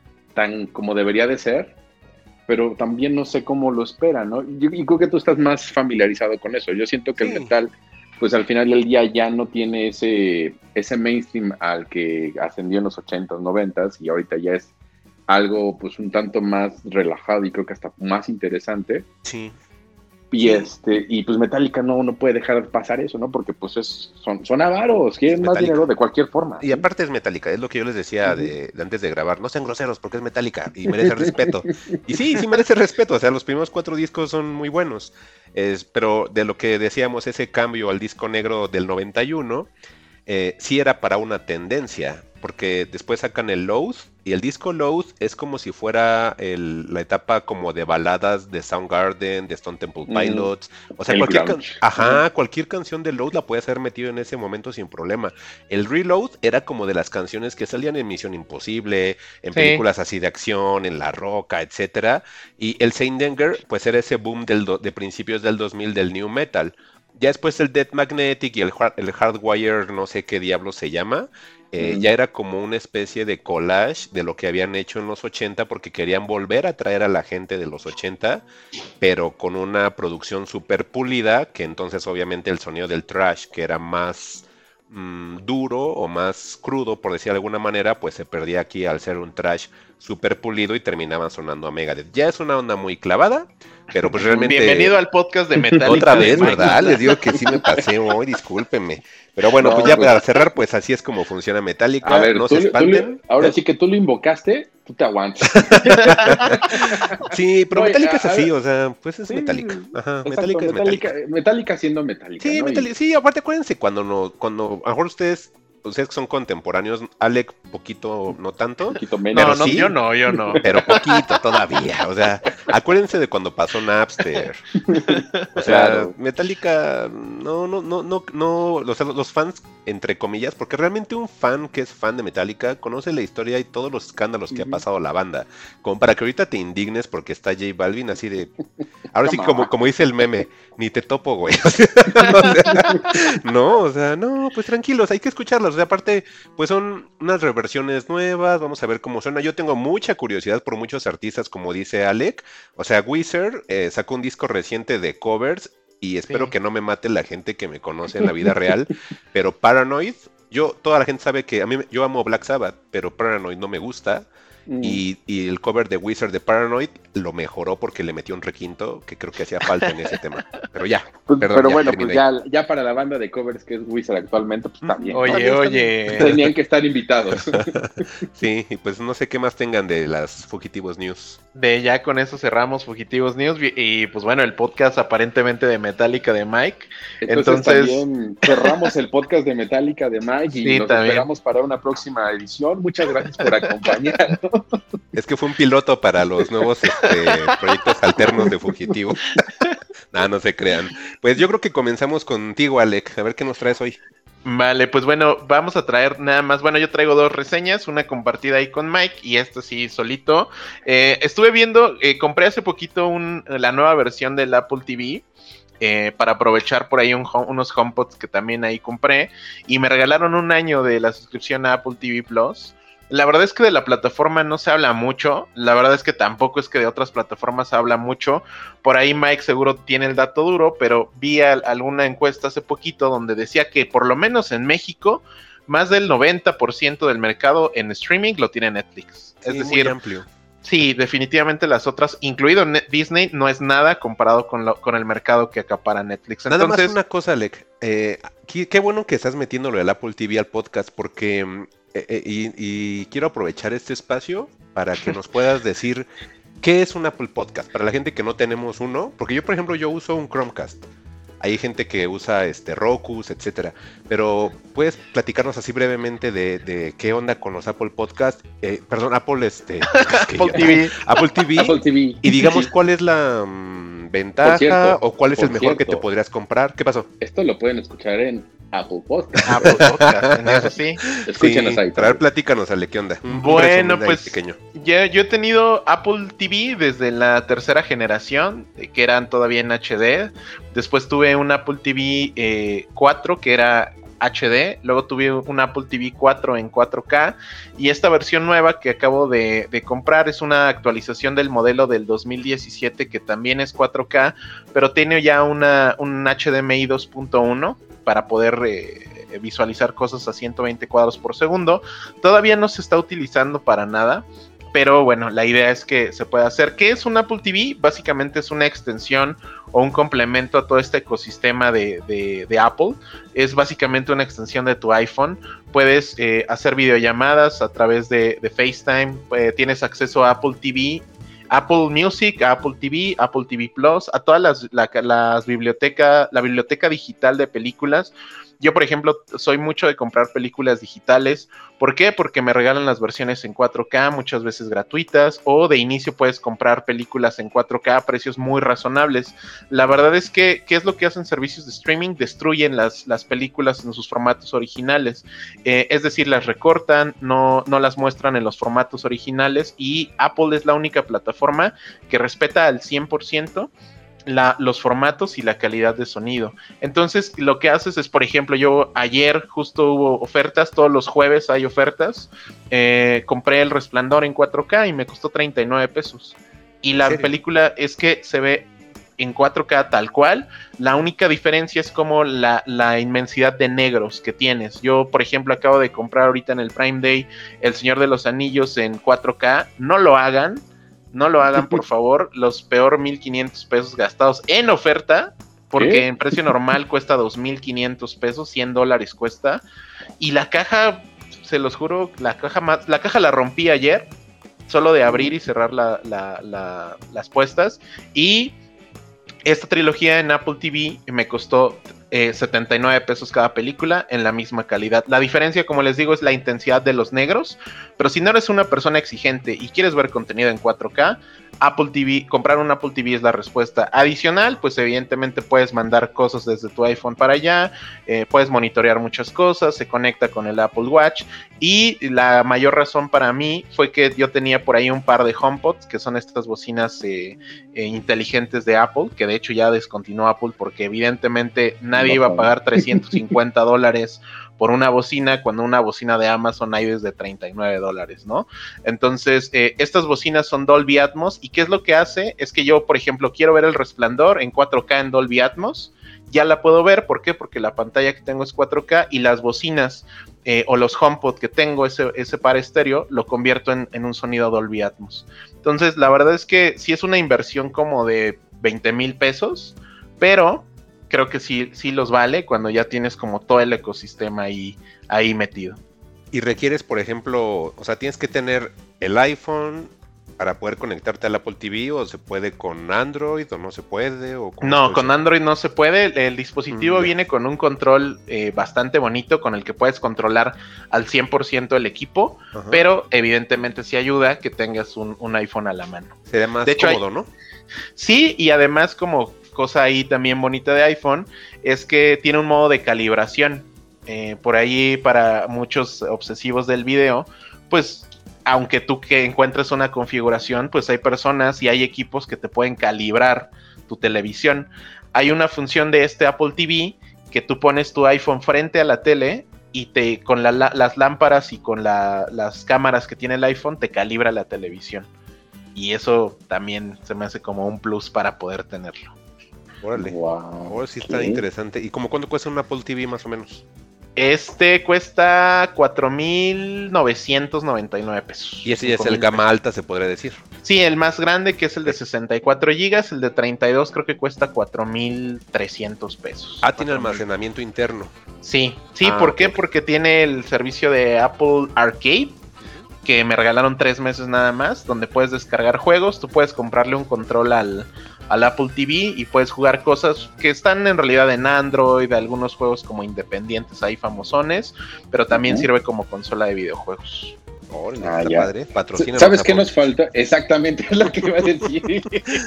tan como debería de ser, pero también no sé cómo lo espera, ¿no? Yo, y creo que tú estás más familiarizado con eso. Yo siento que sí. el metal, pues al final del día ya no tiene ese, ese mainstream al que ascendió en los ochentas, noventas, y ahorita ya es algo pues un tanto más relajado y creo que hasta más interesante. Sí. Y Sí. este, y pues Metallica no, no puede dejar pasar eso, ¿no? Porque pues es, son, son avaros, quieren más Metallica. dinero de cualquier forma. Y aparte es Metallica, es lo que yo les decía de, de antes de grabar, no sean groseros porque es Metallica y merece respeto. Y sí, sí merece respeto, o sea, los primeros cuatro discos son muy buenos. Es, pero de lo que decíamos, ese cambio al disco negro del noventa y uno, eh, sí era para una tendencia, porque después sacan el Load, y el disco Load es como si fuera el- la etapa como de baladas de Soundgarden, de Stone Temple Mm. Pilots, o sea, El cualquier, can- grunge. ajá, cualquier canción de Load la puedes haber metido en ese momento sin problema. El Reload era como de las canciones que salían en Misión Imposible, en Sí. películas así de acción, en La Roca, etcétera, y el Seindenger pues era ese boom del do- de principios del dos mil del New Metal. Ya después el Death Magnetic y el, hard- el Hardwire, no sé qué diablo se llama, eh, Ujú. ya era como una especie de collage de lo que habían hecho en los ochenta porque querían volver a traer a la gente de los ochenta, pero con una producción súper pulida, que entonces obviamente el sonido del thrash, que era más mm, duro o más crudo, por decir de alguna manera, pues se perdía aquí al ser un thrash súper pulido y terminaban sonando a Megadeth. Ya es una onda muy clavada, pero pues realmente... Bienvenido al podcast de Metallica. Otra de vez, Mike. ¿verdad? Les digo que sí me pasé hoy, discúlpenme. Pero bueno, No, pues ya pues- para cerrar, pues así es como funciona Metallica. A ver, no tú, se le- tú le- espanten. ahora ¿Eh? sí que tú lo invocaste, tú te aguantas. Sí, pero No, Metallica a- es a así, ver. o sea, pues es Sí, Metallica. Ajá, Exacto, Metallica es Metallica, Metallica. Metallica siendo Metallica, Sí, ¿no? Y- Metallica, sí, aparte acuérdense cuando no, cuando a lo mejor ustedes, ustedes que son contemporáneos, Alec poquito, no tanto, un poquito No, menos. no, sí. yo no, yo no. pero poquito todavía, o sea, acuérdense de cuando pasó Napster. O sea, Claro. Metallica, no, no, no, no, no, los, los fans, entre comillas, porque realmente un fan que es fan de Metallica conoce la historia y todos los escándalos que Ujú. ha pasado la banda, como para que ahorita te indignes porque está J Balvin así de, ahora sí Come como, on. como dice el meme, ni te topo, güey. O sea, o sea, no, o sea, no, pues tranquilos, hay que escucharlos. O sea, aparte, pues son unas reversiones nuevas, vamos a ver cómo suena. Yo tengo mucha curiosidad por muchos artistas, como dice Alec. O sea, Weezer eh, sacó un disco reciente de covers y espero Sí. que no me mate la gente que me conoce en la vida real, pero Paranoid, yo, toda la gente sabe que a mí, yo amo Black Sabbath, pero Paranoid no me gusta. Mm. Y, y el cover de Wizard de Paranoid lo mejoró porque le metió un requinto que creo que hacía falta en ese tema. Pero ya, Pues, perdón, pero ya bueno, terminé. pues ya, ya para la banda de covers que es Wizard actualmente, pues también. ¿no? Oye, Está bien, oye. Tenían que estar invitados. Sí, y pues no sé qué más tengan de las Fugitivos News. De ya con eso cerramos Fugitivos News y, y, pues bueno, el podcast aparentemente de Metallica de Mike. Entonces, Entonces- también cerramos el podcast de Metallica de Mike y Sí, nos también. esperamos para una próxima edición. Muchas gracias por acompañarnos. Es que fue un piloto para los nuevos este, proyectos alternos de Fugitivo. Nada, no se crean. Pues yo creo que comenzamos contigo, Alec. A ver qué nos traes hoy. Vale, pues bueno, vamos a traer nada más, bueno, yo traigo dos reseñas, una compartida ahí con Mike y esta sí solito. Eh, estuve viendo, eh, compré hace poquito un, la nueva versión del Apple T V. Eh, para aprovechar por ahí un home- unos HomePods que también ahí compré y me regalaron un año de la suscripción a Apple T V Plus. La verdad es que de la plataforma no se habla mucho, la verdad es que tampoco es que de otras plataformas se habla mucho, por ahí Mike seguro tiene el dato duro, pero vi al- alguna encuesta hace poquito donde decía que por lo menos en México más del noventa por ciento del mercado en streaming lo tiene Netflix, es Sí, decir, muy amplio. sí, definitivamente las otras, incluido Net- Disney, no es nada comparado con, lo, con el mercado que acapara Netflix. Nada Entonces, más una cosa, Alec. Eh, qué, qué bueno que estás metiendo lo del Apple T V al podcast porque mm, eh, eh, y, y quiero aprovechar este espacio para que nos puedas decir qué es un Apple Podcast para la gente que no tenemos uno, porque yo por ejemplo yo uso un Chromecast. Hay gente que usa este Rokus, etcétera. Pero puedes platicarnos así brevemente de, de qué onda con los Apple Podcast, eh, perdón, Apple este es que Apple yo- T V. Apple T V. Apple T V. Y digamos Sí. cuál es la mm, ventaja Por cierto, o cuál es el por mejor que te cierto. podrías comprar. ¿Qué pasó? Esto lo pueden escuchar en Apple Podcast. Ah, pues, podcast, en eso sí. Escúchenos Sí, ahí. pero a ver, platícanos, Ale, ¿qué onda? Un Bueno, resumen ahí pues, pequeño. Ya, yo he tenido Apple T V desde la tercera generación, eh, que eran todavía en H D. Después tuve un Apple T V eh, cuatro, que era H D. Luego tuve un Apple T V cuatro en cuatro K. Y esta versión nueva que acabo de, de comprar es una actualización del modelo del dos mil diecisiete, que también es cuatro K, pero tiene ya una, un H D M I dos punto uno para poder eh, visualizar cosas a ciento veinte cuadros por segundo. Todavía no se está utilizando para nada, pero bueno, la idea es que se pueda hacer. ¿Qué es un Apple T V? Básicamente es una extensión o un complemento a todo este ecosistema de, de, de Apple. Es básicamente una extensión de tu iPhone. Puedes eh, hacer videollamadas a través de, de FaceTime, eh, tienes acceso a Apple T V, Apple Music, a Apple T V, Apple T V Plus, a todas las, la, las bibliotecas, la biblioteca digital de películas. Yo, por ejemplo, soy mucho de comprar películas digitales. ¿Por qué? Porque me regalan las versiones en cuatro K, muchas veces gratuitas, o de inicio puedes comprar películas en cuatro K a precios muy razonables. La verdad es que, ¿qué es lo que hacen servicios de streaming? Destruyen las, las películas en sus formatos originales. Eh, es decir, las recortan, no, no las muestran en los formatos originales, y Apple es la única plataforma que respeta al cien por ciento La, los formatos y la calidad de sonido. Entonces lo que haces es, por ejemplo, yo ayer justo hubo ofertas, todos los jueves hay ofertas, eh, compré El Resplandor en cuatro K y me costó treinta y nueve pesos, y la película es que se ve en cuatro K tal cual. La única diferencia es como la, la inmensidad de negros que tienes. Yo, por ejemplo, acabo de comprar ahorita en el Prime Day El Señor de los Anillos en cuatro K. No lo hagan, no lo hagan, por favor. Los peor mil quinientos pesos gastados en oferta, porque ¿qué? En precio normal cuesta dos mil quinientos pesos, cien dólares cuesta. Y la caja, se los juro, la caja más, la caja la rompí ayer, solo de abrir y cerrar la, la, la, las puestas. Y esta trilogía en Apple T V me costó eh, setenta y nueve pesos cada película, en la misma calidad. La diferencia, como les digo, es la intensidad de los negros, pero si no eres una persona exigente y quieres ver contenido en cuatro K, Apple T V, comprar un Apple T V es la respuesta. Adicional, pues evidentemente puedes mandar cosas desde tu iPhone para allá, eh, puedes monitorear muchas cosas, se conecta con el Apple Watch, y la mayor razón para mí fue que yo tenía por ahí un par de HomePods, que son estas bocinas eh, eh, inteligentes de Apple, que de hecho ya descontinuó Apple porque evidentemente nadie no, iba a pagar trescientos cincuenta dólares por una bocina, cuando una bocina de Amazon hay desde treinta y nueve dólares, ¿no? Entonces, eh, estas bocinas son Dolby Atmos, y ¿qué es lo que hace? Es que yo, por ejemplo, quiero ver El Resplandor en cuatro K en Dolby Atmos, ya la puedo ver. ¿Por qué? Porque la pantalla que tengo es cuatro K, y las bocinas eh, o los HomePod que tengo, ese, ese par estéreo, lo convierto en, en un sonido Dolby Atmos. Entonces, la verdad es que sí es una inversión como de veinte mil pesos, pero creo que sí, sí los vale cuando ya tienes como todo el ecosistema ahí, ahí metido. Y requieres, por ejemplo, o sea, tienes que tener el iPhone para poder conectarte al Apple T V, o se puede con Android, o no se puede, o no, con Android no se puede. El, el dispositivo mm, viene con un control eh, bastante bonito, con el que puedes controlar al cien por ciento el equipo. Ajá. Pero evidentemente sí ayuda que tengas un, un iPhone a la mano. Sería más de hecho, cómodo, hay, ¿no? Sí, y además, como cosa ahí también bonita de iPhone, es que tiene un modo de calibración. Eh, por ahí, para muchos obsesivos del video, pues aunque tú que encuentres una configuración, pues hay personas y hay equipos que te pueden calibrar tu televisión. Hay una función de este Apple T V que tú pones tu iPhone frente a la tele y te con la, la, las lámparas y con la, las cámaras que tiene el iPhone te calibra la televisión. Y eso también se me hace como un plus para poder tenerlo. Órale, wow, oh, sí está ¿qué? Interesante. ¿Y como cuánto cuesta un Apple T V más o menos? Este cuesta cuatro mil novecientos noventa y nueve pesos. Y ese ya es el gama alta, se podría decir. Sí, el más grande, que es el de sesenta y cuatro gigas, el de treinta y dos creo que cuesta cuatro mil trescientos pesos. Ah, tiene almacenamiento interno. Sí, sí, ah, ¿por okay. qué? Porque tiene el servicio de Apple Arcade, que me regalaron tres meses nada más, donde puedes descargar juegos, tú puedes comprarle un control al... al Apple T V y puedes jugar cosas que están en realidad en Android, algunos juegos como independientes ahí famosones, pero también uh-huh. sirve como consola de videojuegos. Oh, ah, está padre. Patrocina. ¿Sabes qué nos falta? Exactamente es lo que iba a decir.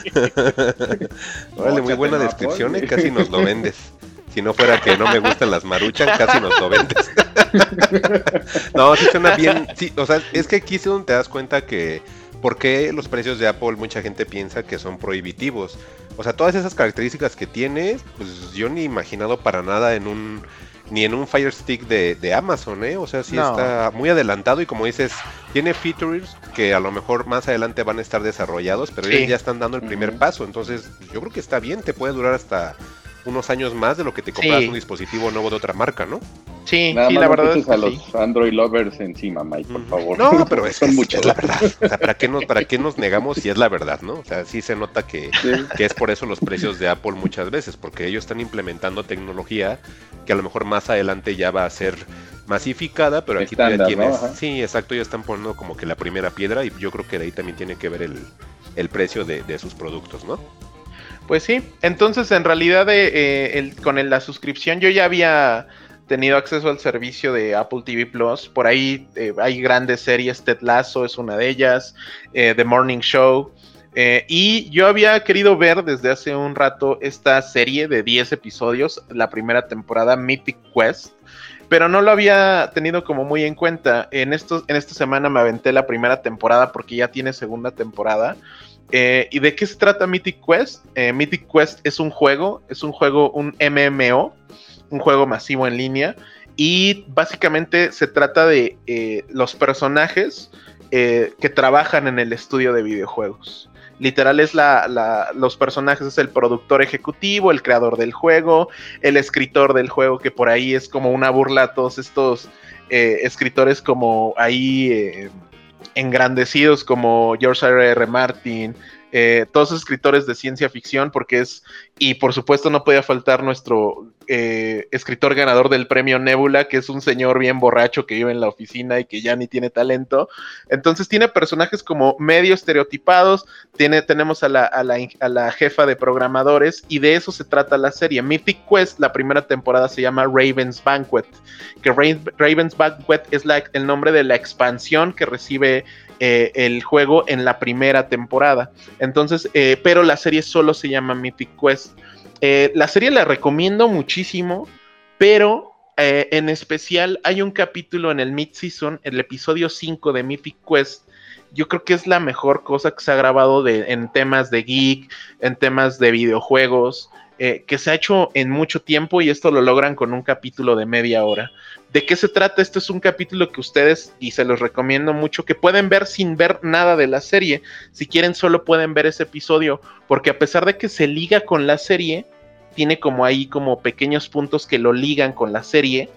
Vale, muy buena descripción, ¿eh? Casi nos lo vendes. Si no fuera que no me gustan las Maruchan, casi nos lo vendes. No, sí suena bien. Sí, o sea, es que aquí es donde te das cuenta que ¿por qué los precios de Apple mucha gente piensa que son prohibitivos? O sea, todas esas características que tiene, pues yo ni he imaginado para nada en un ni en un Fire Stick de, de Amazon, ¿eh? O sea, sí no. Está muy adelantado y como dices, tiene features que a lo mejor más adelante van a estar desarrollados, pero sí. Ellos ya están dando el primer uh-huh. paso, entonces yo creo que está bien, te puede durar hasta unos años más de lo que te compras sí. un dispositivo nuevo de otra marca, ¿no? Sí, Nada sí, más la no verdad te es eches que a sí. los Android lovers encima, Mike, por favor. No, pero es, Son es, muchos. es la verdad. O sea, ¿para qué, nos, ¿para qué nos negamos si es la verdad, no? O sea, sí se nota que, Sí. que es por eso los precios de Apple muchas veces, porque ellos están implementando tecnología que a lo mejor más adelante ya va a ser masificada, pero aquí Estándar, todavía tienes... ¿no? Ajá. Sí, exacto, ya están poniendo como que la primera piedra y yo creo que de ahí también tiene que ver el, el precio de, de sus productos, ¿no? Pues sí, entonces en realidad eh, el, con el, la suscripción yo ya había tenido acceso al servicio de Apple T V Plus. Por ahí eh, hay grandes series, Ted Lasso es una de ellas, eh, The Morning Show. Eh, y yo había querido ver desde hace un rato esta serie de diez episodios, la primera temporada, Mythic Quest, pero no lo había tenido como muy en cuenta. En, estos, en esta semana me aventé la primera temporada porque ya tiene segunda temporada. Eh, ¿Y de qué se trata Mythic Quest? Eh, Mythic Quest es un juego, es un juego, un M M O, un juego masivo en línea, y básicamente se trata de eh, los personajes eh, que trabajan en el estudio de videojuegos. Literal es la, la, los personajes, es el productor ejecutivo, el creador del juego, el escritor del juego, que por ahí es como una burla a todos estos eh, escritores como ahí... Eh, engrandecidos como George R R. Martin, eh, todos esos escritores de ciencia ficción, porque es, y por supuesto no podía faltar nuestro eh, escritor ganador del premio Nebula, que es un señor bien borracho que vive en la oficina y que ya ni tiene talento. Entonces tiene personajes como medio estereotipados, tiene, tenemos a la, a, la, a la jefa de programadores, y de eso se trata la serie. Mythic Quest, la primera temporada se llama Raven's Banquet, que Ra- Raven's Banquet es la, el nombre de la expansión que recibe eh, el juego en la primera temporada. Entonces, eh, pero la serie solo se llama Mythic Quest. Eh, la serie la recomiendo muchísimo, pero eh, en especial hay un capítulo en el mid-season, el episodio cinco de Mythic Quest. Yo creo que es la mejor cosa que se ha grabado de, en temas de geek, en temas de videojuegos, eh, que se ha hecho en mucho tiempo, y esto lo logran con un capítulo de media hora. ¿De qué se trata? Este es un capítulo que ustedes, y se los recomiendo mucho, que pueden ver sin ver nada de la serie. Si quieren, solo pueden ver ese episodio, porque a pesar de que se liga con la serie, tiene como ahí como pequeños puntos que lo ligan con la serie,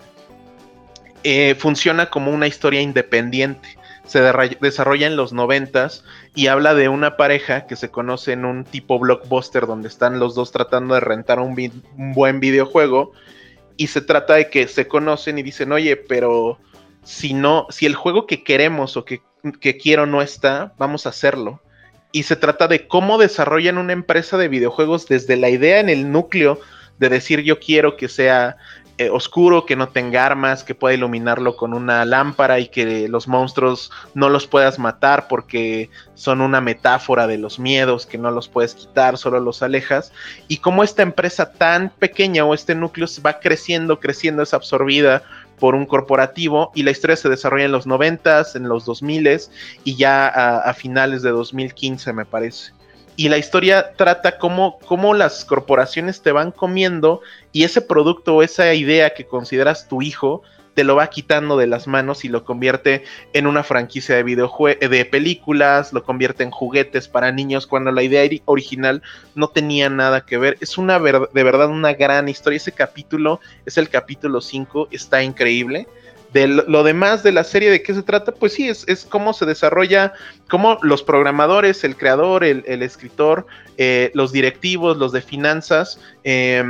eh, funciona como una historia independiente. Se de- desarrolla en los noventas y habla de una pareja que se conoce en un tipo blockbuster donde están los dos tratando de rentar un, vi- un buen videojuego, y se trata de que se conocen y dicen, oye, pero si no, si el juego que queremos o que, que quiero no está, vamos a hacerlo. Y se trata de cómo desarrollan una empresa de videojuegos desde la idea en el núcleo de decir yo quiero que sea eh, oscuro, que no tenga armas, que pueda iluminarlo con una lámpara y que los monstruos no los puedas matar porque son una metáfora de los miedos, que no los puedes quitar, solo los alejas. Y cómo esta empresa tan pequeña o este núcleo va creciendo, creciendo, es absorbida por un corporativo, y la historia se desarrolla en los noventas, en los dos miles y ya a, a finales de dos mil quince, me parece. Y la historia trata cómo, cómo las corporaciones te van comiendo, y ese producto o esa idea que consideras tu hijo te lo va quitando de las manos y lo convierte en una franquicia de videojue- de películas, lo convierte en juguetes para niños, cuando la idea original no tenía nada que ver. Es una ver- de verdad una gran historia. Ese capítulo es el capítulo cinco, está increíble. De lo, lo demás de la serie, ¿de qué se trata? Pues sí, es, es cómo se desarrolla, cómo los programadores, el creador, el, el escritor, eh, los directivos, los de finanzas, eh,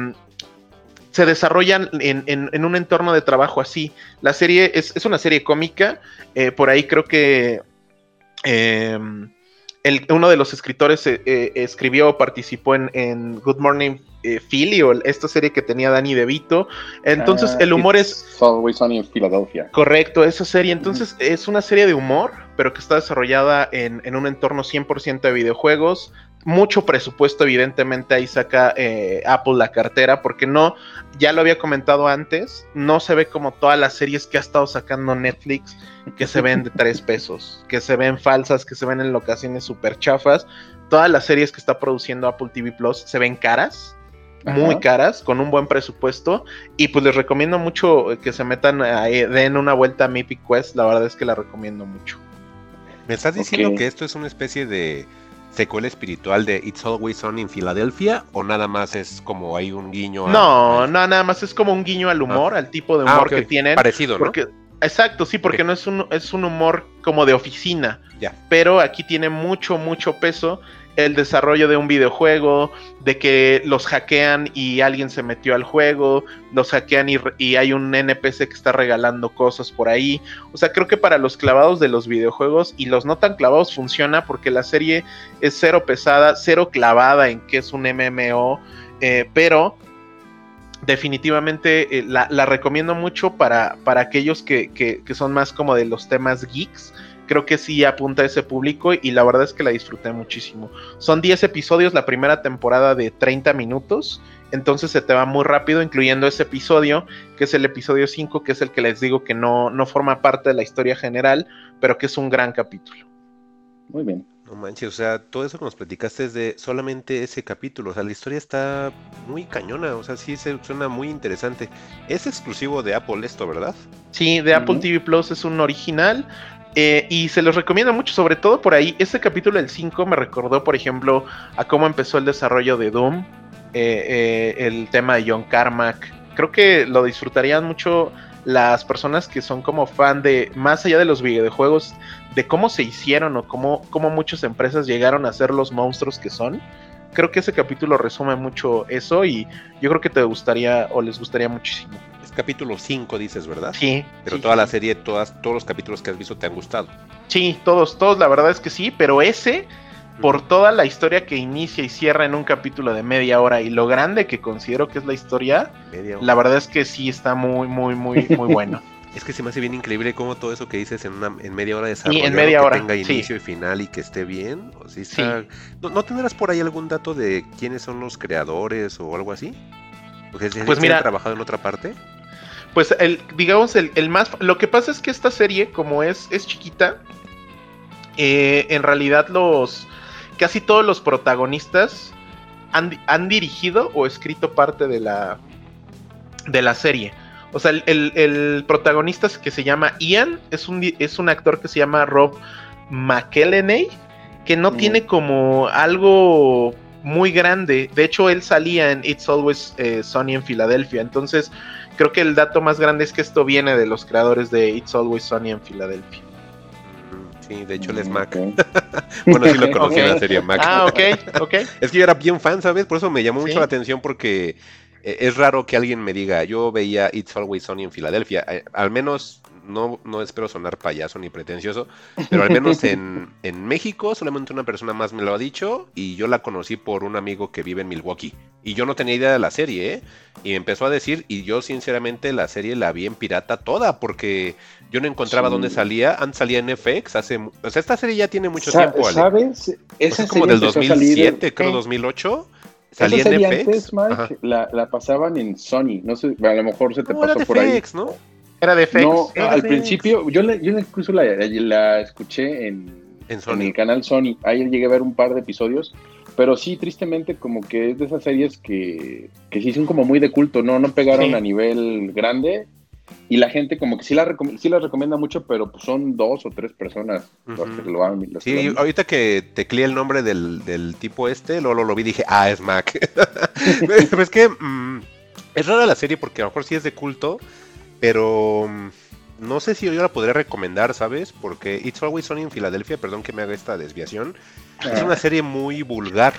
se desarrollan en, en, en un entorno de trabajo así. La serie es, es una serie cómica, eh, por ahí creo que eh, el, uno de los escritores eh, eh, escribió, participó en, en Good Morning eh, Philly, o esta serie que tenía Danny DeVito. Entonces Ah, el humor It's es... Always Sunny in Philadelphia. Correcto, esa serie. Entonces uh-huh. es una serie de humor, pero que está desarrollada en, en un entorno cien por ciento de videojuegos. Mucho presupuesto, evidentemente ahí saca eh, Apple la cartera, porque no, ya lo había comentado antes, no se ve como todas las series que ha estado sacando Netflix, que se ven de tres pesos, que se ven falsas, que se ven en locaciones súper chafas. Todas las series que está produciendo Apple T V Plus se ven caras, Ajá. muy caras, con un buen presupuesto, y pues les recomiendo mucho que se metan, a, den una vuelta a Mythic Quest, la verdad es que la recomiendo mucho. ¿Me estás diciendo okay. que esto es una especie de secuela espiritual de It's Always Sunny en Filadelfia, o nada más es como hay un guiño? A, no, a... no, nada más es como un guiño al humor, ah. al tipo de humor ah, okay. que tienen. Parecido, ¿no? Porque, exacto, sí, porque okay. no es un, es un humor como de oficina, ya. Pero aquí tiene mucho, mucho peso el desarrollo de un videojuego, de que los hackean y alguien se metió al juego, los hackean y, y hay un N P C que está regalando cosas por ahí. O sea, creo que para los clavados de los videojuegos y los no tan clavados funciona porque la serie es cero pesada, cero clavada en que es un M M O, eh, pero definitivamente eh, la, la recomiendo mucho para, para aquellos que, que, que son más como de los temas geeks. Creo que sí apunta a ese público y la verdad es que la disfruté muchísimo. Son diez episodios, la primera temporada de treinta minutos, entonces se te va muy rápido, incluyendo ese episodio, que es el episodio cinco, que es el que les digo que no, no forma parte de la historia general, pero que es un gran capítulo. Muy bien. No manches, o sea, todo eso que nos platicaste es de solamente ese capítulo, o sea, la historia está muy cañona, o sea, sí se suena muy interesante. Es exclusivo de Apple esto, ¿verdad? Sí, de Apple uh-huh. T V Plus, es un original. Eh, y se los recomiendo mucho, sobre todo por ahí. Este capítulo del cinco me recordó, por ejemplo, a cómo empezó el desarrollo de Doom, eh, eh, el tema de John Carmack. Creo que lo disfrutarían mucho las personas que son como fan de, más allá de los videojuegos, de cómo se hicieron o cómo, cómo muchas empresas llegaron a ser los monstruos que son. Creo que ese capítulo resume mucho eso y yo creo que te gustaría o les gustaría muchísimo. Capítulo cinco dices, ¿verdad? Sí. Pero sí, toda sí. la serie, todas, todos los capítulos que has visto te han gustado. Sí, todos, todos, la verdad es que sí, pero ese, por toda la historia que inicia y cierra en un capítulo de media hora y lo grande que considero que es la historia, la verdad es que sí está muy, muy, muy, muy bueno. Es que se me hace bien increíble cómo todo eso que dices en, una, en media hora de desarrollo, y en media que hora, tenga inicio sí. y final y que esté bien. O si está... sí. ¿No, ¿No tendrás por ahí algún dato de quiénes son los creadores o algo así? Porque si pues mira, han trabajado en otra parte. Pues el, digamos, el, el más... Lo que pasa es que esta serie, como es, es chiquita, eh, en realidad los... Casi todos los protagonistas han, han dirigido o escrito parte de la, de la serie. O sea, el, el, el protagonista que se llama Ian es un, es un actor que se llama Rob McElhenney, que no mm. tiene como algo muy grande. De hecho, él salía en It's Always eh, Sunny en Filadelfia. Entonces... Creo que el dato más grande es que esto viene de los creadores de It's Always Sunny en Filadelfia. Sí, de hecho él es Mac. Bueno, sí lo conocí en okay. la serie Mac. Ah, ok, ok. Es que yo era bien fan, ¿sabes? Por eso me llamó mucho ¿Sí? la atención porque eh, es raro que alguien me diga, yo veía It's Always Sunny en Filadelfia. Eh, al menos, no, no espero sonar payaso ni pretencioso, pero al menos en, en México solamente una persona más me lo ha dicho y yo la conocí por un amigo que vive en Milwaukee. Y yo no tenía idea de la serie, ¿eh? Y me empezó a decir, y yo sinceramente la serie la vi en pirata toda, porque yo no encontraba sí. dónde salía. Antes salía en F X, hace... O sea, esta serie ya tiene mucho Sa- tiempo, Ale. ¿Sabes? Esa o sea, como del dos mil siete, salir... creo ¿Eh? dos mil ocho. Salía en F X. Antes, Mike, la, la pasaban en Sony. No sé, a lo mejor se te no, pasó era de por F X, ahí. ¿no? Era de F X. No, era al de principio, yo, la, yo incluso la, la escuché en, en, Sony. en el canal Sony. Ahí llegué a ver un par de episodios. Pero sí, tristemente, como que es de esas series que, que sí son como muy de culto, ¿no? No pegaron sí. a nivel grande. Y la gente como que sí la, recom- sí la recomienda mucho, pero pues son dos o tres personas uh-huh. las que lo han visto. Sí, lo ahorita que tecleé el nombre del, del tipo este, luego lo, lo vi y dije, ah, es Mac. Pero es que mmm, es rara la serie porque a lo mejor sí es de culto, pero mmm, no sé si yo la podría recomendar, ¿sabes? Porque It's Always Sunny en Filadelfia, perdón que me haga esta desviación, ah. es una serie muy vulgar.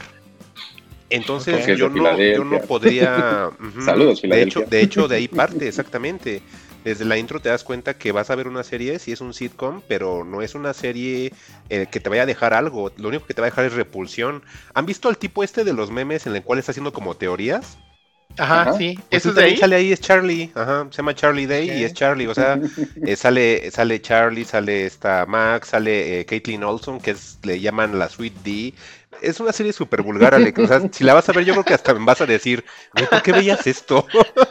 Entonces okay. yo, no, yo no podría... Uh-huh. Saludos, Filadelfia. De hecho, de hecho, de ahí parte, exactamente. Desde la intro te das cuenta que vas a ver una serie, sí es un sitcom, pero no es una serie eh, que te vaya a dejar algo. Lo único que te va a dejar es repulsión. ¿Han visto el tipo este de los memes en el cual está haciendo como teorías? Ajá, Ajá. sí. Pues ¿Eso también ahí? Sale ahí, es Charlie. Ajá, se llama Charlie Day okay. y es Charlie. O sea, eh, sale, sale Charlie, sale esta Max, sale eh, Caitlin Olson, que es, le llaman la Sweet D. Es una serie súper vulgar, Ale. O sea, si la vas a ver, yo creo que hasta me vas a decir, ¿por qué veías esto?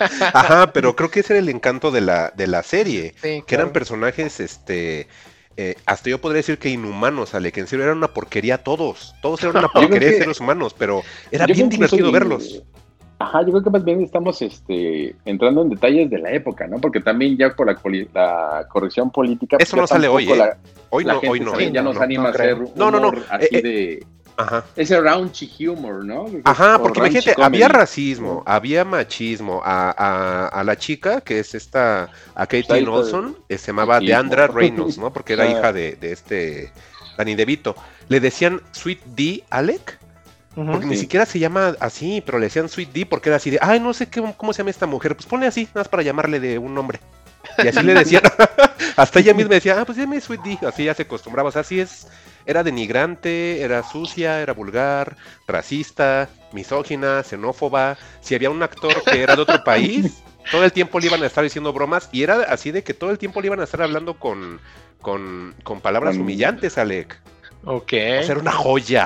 Ajá, pero creo que ese era el encanto de la, de la serie. Sí, claro. Que eran personajes, este... Eh, hasta yo podría decir que inhumanos, Ale, que en serio eran una porquería todos. Todos eran una porquería de seres humanos, pero era bien divertido soy... verlos. Ajá, yo creo que más bien estamos este, entrando en detalles de la época, ¿no? Porque también ya por la, la corrección política... Eso no sale hoy, ¿eh? La, hoy la no, hoy no. Sabe, eh, ya no, nos no, anima no, a hacer no, no, no. así Eh, de... Ajá. Ese raunchy humor, ¿no? Ajá, O porque raunchy imagínate, comedy. había racismo, había machismo. A, a, a la chica, que es esta, a Katie Ahí está Olson, el se llamaba machismo. Deandra Reynolds, ¿no? Porque era Ah. hija de, de este Danny DeVito. Le decían Sweet D Alec, porque Ujú. ni Sí. siquiera se llama así, pero le decían Sweet D porque era así de, ay, no sé qué, cómo se llama esta mujer, pues ponle así, nada más para llamarle de un nombre. Y así le decían, hasta ella misma decía, ah, pues llame Sweet D, así ya se acostumbraba, o sea, así es, era denigrante, era sucia, era vulgar, racista, misógina, xenófoba. Si había un actor que era de otro país, todo el tiempo le iban a estar diciendo bromas, y era así de que todo el tiempo le iban a estar hablando con, con, con palabras Con- humillantes, Alec. Ok. O sea, era una joya.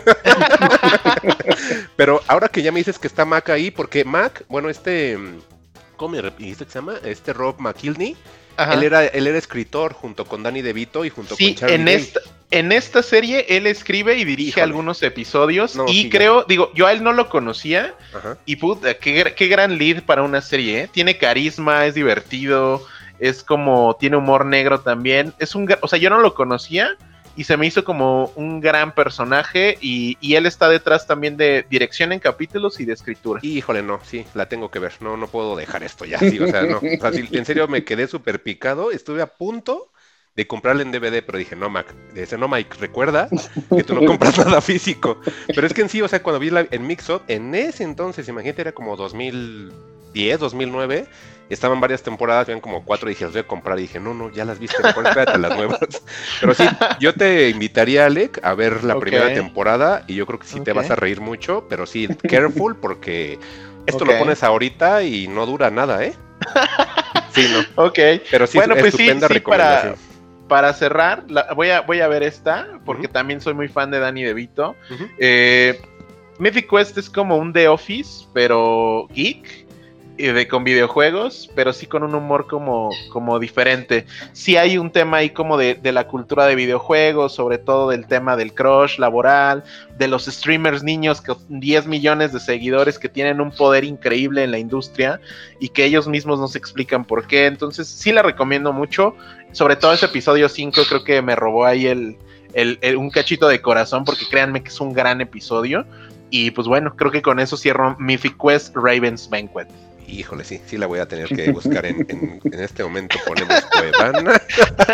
Pero ahora que ya me dices que está Mac ahí, porque Mac, bueno, este, ¿cómo me dijiste que se llama? Este Rob McKilney, Ajá. él era, él era escritor junto con Danny DeVito y junto Sí, con Charlie en Day. esta, en esta serie él escribe y dirige Híjole. algunos episodios No, y sí, ya. creo, digo, yo a él no lo conocía Ajá. y puta, qué, gr- qué gran lead para una serie, ¿eh? Tiene carisma, es divertido, es como, tiene humor negro también, es un, gra- o sea, yo no lo conocía y se me hizo como un gran personaje y, y él está detrás también de dirección en capítulos y de escritura. Híjole, no, sí, la tengo que ver. No, no puedo dejar esto ya, sí, o sea, no. O sea, sí, en serio me quedé súper picado. Estuve a punto de comprarle en D V D, pero dije, no, Mac, dice, no, Mike, recuerda que tú no compras nada físico. Pero es que en sí, o sea, cuando vi la, el Mix-Up, en ese entonces, imagínate, era como dos mil diez, dos mil nueve, estaban varias temporadas, habían como cuatro, y dije, las voy a comprar, y dije, no, no, ya las viste, mejor espérate las nuevas. Pero sí, yo te invitaría, Alec, a ver la Ok. primera temporada, y yo creo que sí te Ok. vas a reír mucho, pero sí, careful, porque esto Ok. lo pones ahorita y no dura nada, ¿eh? Sí, no. Ok, Pero sí, bueno, pues sí, estupenda sí, recomendación. para, para cerrar, la- voy, a, voy a ver esta, porque Ujú. también soy muy fan de Danny DeVito. Ujú. Eh, Mythic Quest es como un The Office, pero geek, y de, con videojuegos, pero sí con un humor como, como diferente. Sí hay un tema ahí como de, de la cultura de videojuegos, sobre todo del tema del crush laboral, de los streamers niños con diez millones de seguidores que tienen un poder increíble en la industria y que ellos mismos no se explican por qué. Entonces sí la recomiendo mucho, sobre todo ese episodio cinco creo que me robó ahí el, el, el, un cachito de corazón, porque créanme que es un gran episodio. Y pues bueno, creo que con eso cierro Mythic Quest Raven's Banquet. Híjole, sí, sí la voy a tener que buscar en, en, en este momento. Ponemos Cuevana.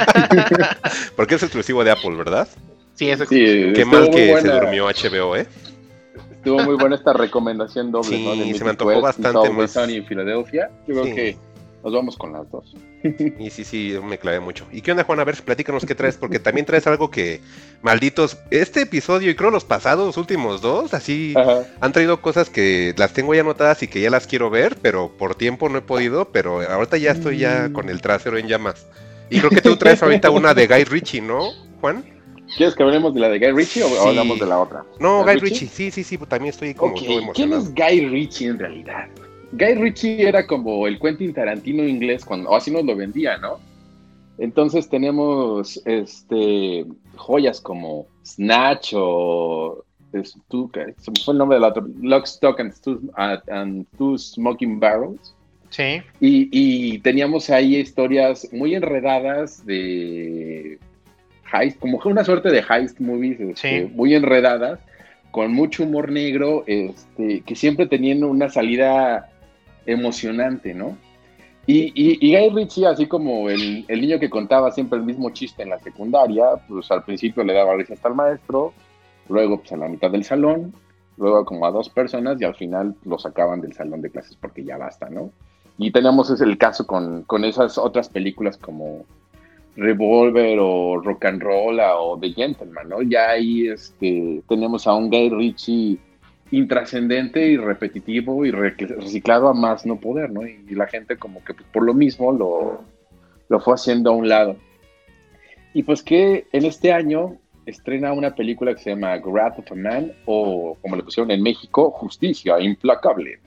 Porque es exclusivo de Apple, ¿verdad? Sí, es Sí, Qué estuvo mal muy que se buena- durmió H B O, ¿eh? Estuvo muy buena esta recomendación doble, Sí, ¿no? De se me Mythic antojó Quest y bastante Subway más. Sony en Filadelfia. Yo creo Sí. que nos vamos con las dos. Y sí, sí, me clavé mucho. ¿Y qué onda, Juan? A ver, platícanos qué traes, porque también traes algo que, malditos, este episodio y creo los pasados, los últimos dos, así, Ajá. han traído cosas que las tengo ya anotadas y que ya las quiero ver, pero por tiempo no he podido, pero ahorita ya estoy ya con el trasero en llamas. Y creo que tú traes ahorita una de Guy Ritchie, ¿no, Juan? ¿Quieres que hablemos de la de Guy Ritchie o Sí. hablamos de la otra? No, ¿Guy Guy Ritchie, sí, sí, sí, pues también estoy como Ok, tú ¿quién emocionado. es Guy Ritchie en realidad? Guy Ritchie era como el Quentin Tarantino inglés, cuando, o así nos lo vendía, ¿no? Entonces tenemos este, joyas como Snatch o Stu- se me fue el nombre del otro, Lock, Stock and Two, and Two Smoking Barrels. Sí. Y, y teníamos ahí historias muy enredadas de heist, como una suerte de heist movies, este, Sí. muy enredadas, con mucho humor negro, este, que siempre tenían una salida emocionante, ¿no? Y, y, y Guy Ritchie, así como el, el niño que contaba siempre el mismo chiste en la secundaria, pues al principio le daba risa hasta al maestro, luego pues a la mitad del salón, luego como a dos personas y al final lo sacaban del salón de clases porque ya basta, ¿no? Y tenemos ese el caso con, con esas otras películas como Revolver o Rock and Roll o The Gentleman, ¿no? Ya ahí este, tenemos a un Guy Ritchie intrascendente y repetitivo y reciclado a más no poder, ¿no? Y la gente como que por lo mismo lo, lo fue haciendo a un lado. Y pues que en este año estrena una película que se llama Wrath of a Man, o como le pusieron en México, Justicia Implacable.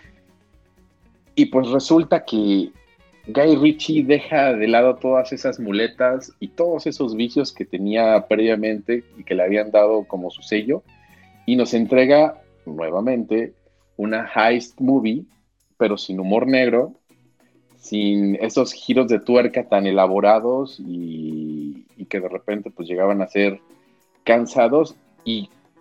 Y pues resulta que Guy Ritchie deja de lado todas esas muletas y todos esos vicios que tenía previamente y que le habían dado como su sello, y nos entrega nuevamente una heist movie, pero sin humor negro, sin esos giros de tuerca tan elaborados y, y que de repente pues llegaban a ser cansados, y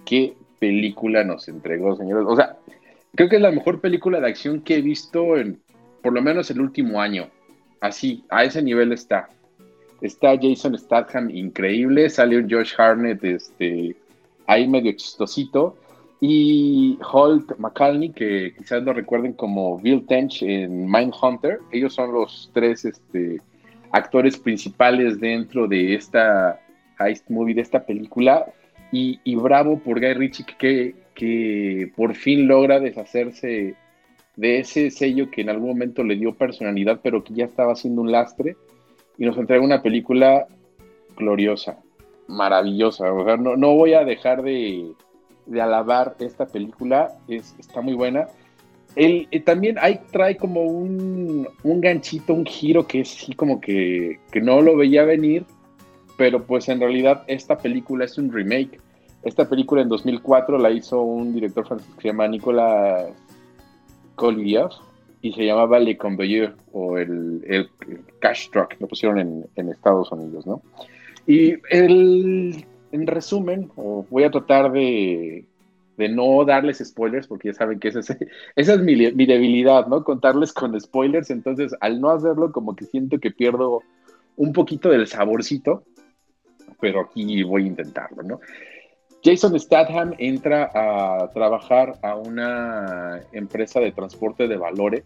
qué película nos entregó, señores. O sea, creo que es la mejor película de acción que he visto en por lo menos el último año. Así, a ese nivel está. Está Jason Statham increíble, sale un Josh Hartnett este, ahí medio chistosito, y Holt McCallany, que quizás lo recuerden como Bill Tench en Mindhunter. Ellos son los tres este, actores principales dentro de esta heist movie, de esta película, y, y bravo por Guy Ritchie, que, que por fin logra deshacerse de ese sello que en algún momento le dio personalidad, pero que ya estaba siendo un lastre, y nos entrega una película gloriosa, maravillosa. O sea, no, no voy a dejar de, de alabar esta película, es, está muy buena. Él, eh, también ahí trae como un, un ganchito, un giro que es así como que, que no lo veía venir, pero pues en realidad esta película es un remake. Esta película en dos mil cuatro la hizo un director francés que se llama Nicolas Collier, y se llamaba Le Convoyeur, o el, el, el Cash Truck, lo pusieron en, en Estados Unidos, ¿no? Y el, en resumen, o voy a tratar de, de no darles spoilers, porque ya saben que esa es, esa es mi, mi debilidad, ¿no? Contarles con spoilers. Entonces, al no hacerlo, como que siento que pierdo un poquito del saborcito, pero aquí voy a intentarlo, ¿no? Jason Statham entra a trabajar a una empresa de transporte de valores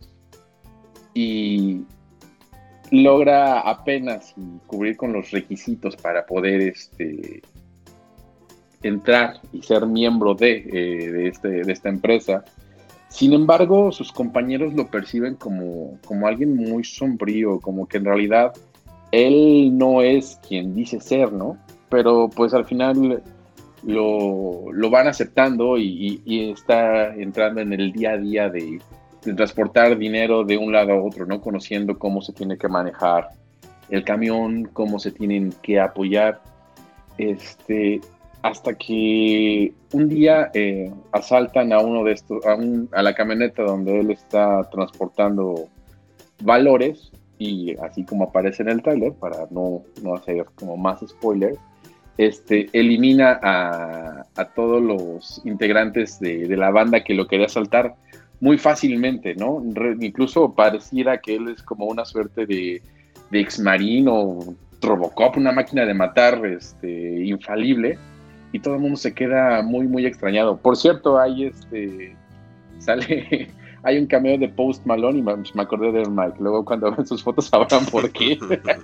y logra apenas cubrir con los requisitos para poder este, entrar y ser miembro de, eh, de, este, de esta empresa. Sin embargo, sus compañeros lo perciben como, como alguien muy sombrío, como que en realidad él no es quien dice ser, ¿no? Pero pues al final Lo, lo van aceptando y, y, y está entrando en el día a día de, de transportar dinero de un lado a otro, ¿no? Conociendo cómo se tiene que manejar el camión, cómo se tienen que apoyar, este, hasta que un día eh, asaltan a uno de estos, a, un, a la camioneta donde él está transportando valores, y así como aparece en el tráiler, para no, no hacer como más spoilers, Este, elimina a, a todos los integrantes de, de la banda que lo quería asaltar muy fácilmente, ¿no? Re, incluso pareciera que él es como una suerte de, de ex-marín o Robocop, una máquina de matar este, infalible, y todo el mundo se queda muy, muy extrañado. Por cierto, hay este, sale, hay un cameo de Post Malone y me, me acordé de Mike. Luego cuando ven sus fotos sabrán por qué.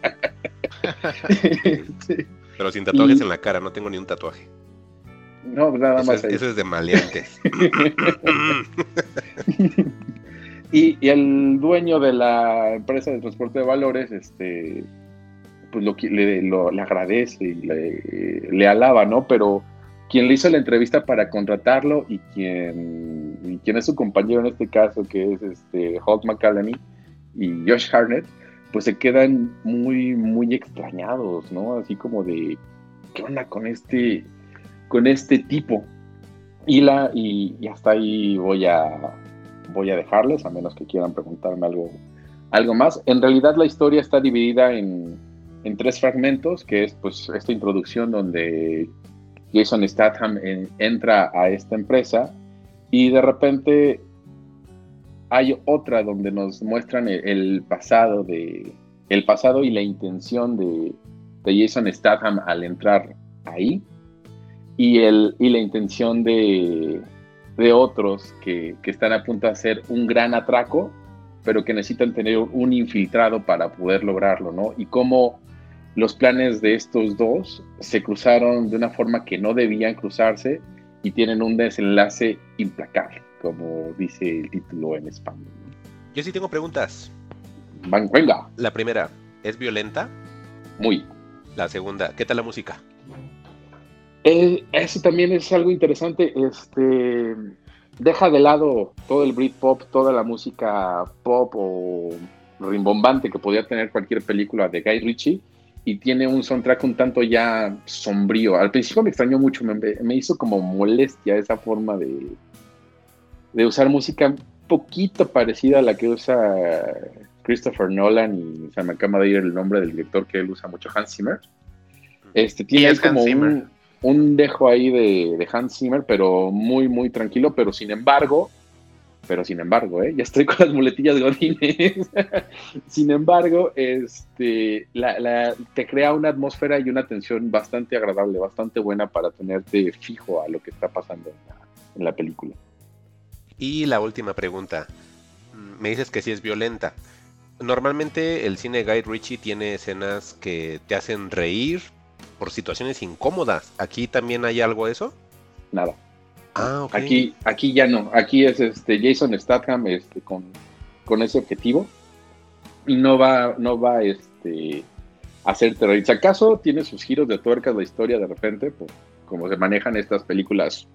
Sí. Pero sin tatuajes y... en la cara, no tengo ni un tatuaje. No, pues nada eso más. Es, eso es de maleantes. y, y el dueño de la empresa de transporte de valores, este, pues lo, le, lo, le agradece y le, le alaba, ¿no? Pero quien le hizo la entrevista para contratarlo y quien, y quien es su compañero en este caso, que es este Holt McCallany y Josh Hartnett, pues se quedan muy, muy extrañados, ¿no? Así como de, ¿qué onda con este, con este tipo? Y, la, y, y hasta ahí voy a, voy a dejarles, a menos que quieran preguntarme algo, algo más. En realidad la historia está dividida en, en tres fragmentos, que es pues esta introducción donde Jason Statham en, entra a esta empresa, y de repente hay otra donde nos muestran el, el pasado de el pasado y la intención de, de Jason Statham al entrar ahí, y el y la intención de, de otros que, que están a punto de hacer un gran atraco, pero que necesitan tener un infiltrado para poder lograrlo, ¿no? Y cómo los planes de estos dos se cruzaron de una forma que no debían cruzarse y tienen un desenlace implacable, como dice el título en español. Yo sí tengo preguntas. Van, venga. La primera, ¿es violenta? Muy. La segunda, ¿qué tal la música? Eh, eso también es algo interesante. Este, deja de lado todo el Britpop, toda la música pop o rimbombante que podía tener cualquier película de Guy Ritchie, y tiene un soundtrack un tanto ya sombrío. Al principio me extrañó mucho, me, me hizo como molestia esa forma de, de usar música un poquito parecida a la que usa Christopher Nolan, y se me acaba de ir el nombre del director que él usa mucho, Hans Zimmer. Este, tiene es como Hans Zimmer. un... un dejo ahí de, de Hans Zimmer, pero muy, muy tranquilo, pero sin embargo, pero sin embargo, ¿eh? Ya estoy con las muletillas godines. Sin embargo, este, la, la, te crea una atmósfera y una tensión bastante agradable, bastante buena para tenerte fijo a lo que está pasando en la, en la película. Y la última pregunta. Me dices que sí es violenta. Normalmente el cine de Guy Ritchie tiene escenas que te hacen reír por situaciones incómodas. ¿Aquí también hay algo de eso? Nada. Ah, ok. Aquí, aquí ya no. Aquí es este Jason Statham este, con, con ese objetivo. Y no va, no va este, a hacerte reír. Si acaso tiene sus giros de tuercas la historia de repente, pues, como se manejan estas películas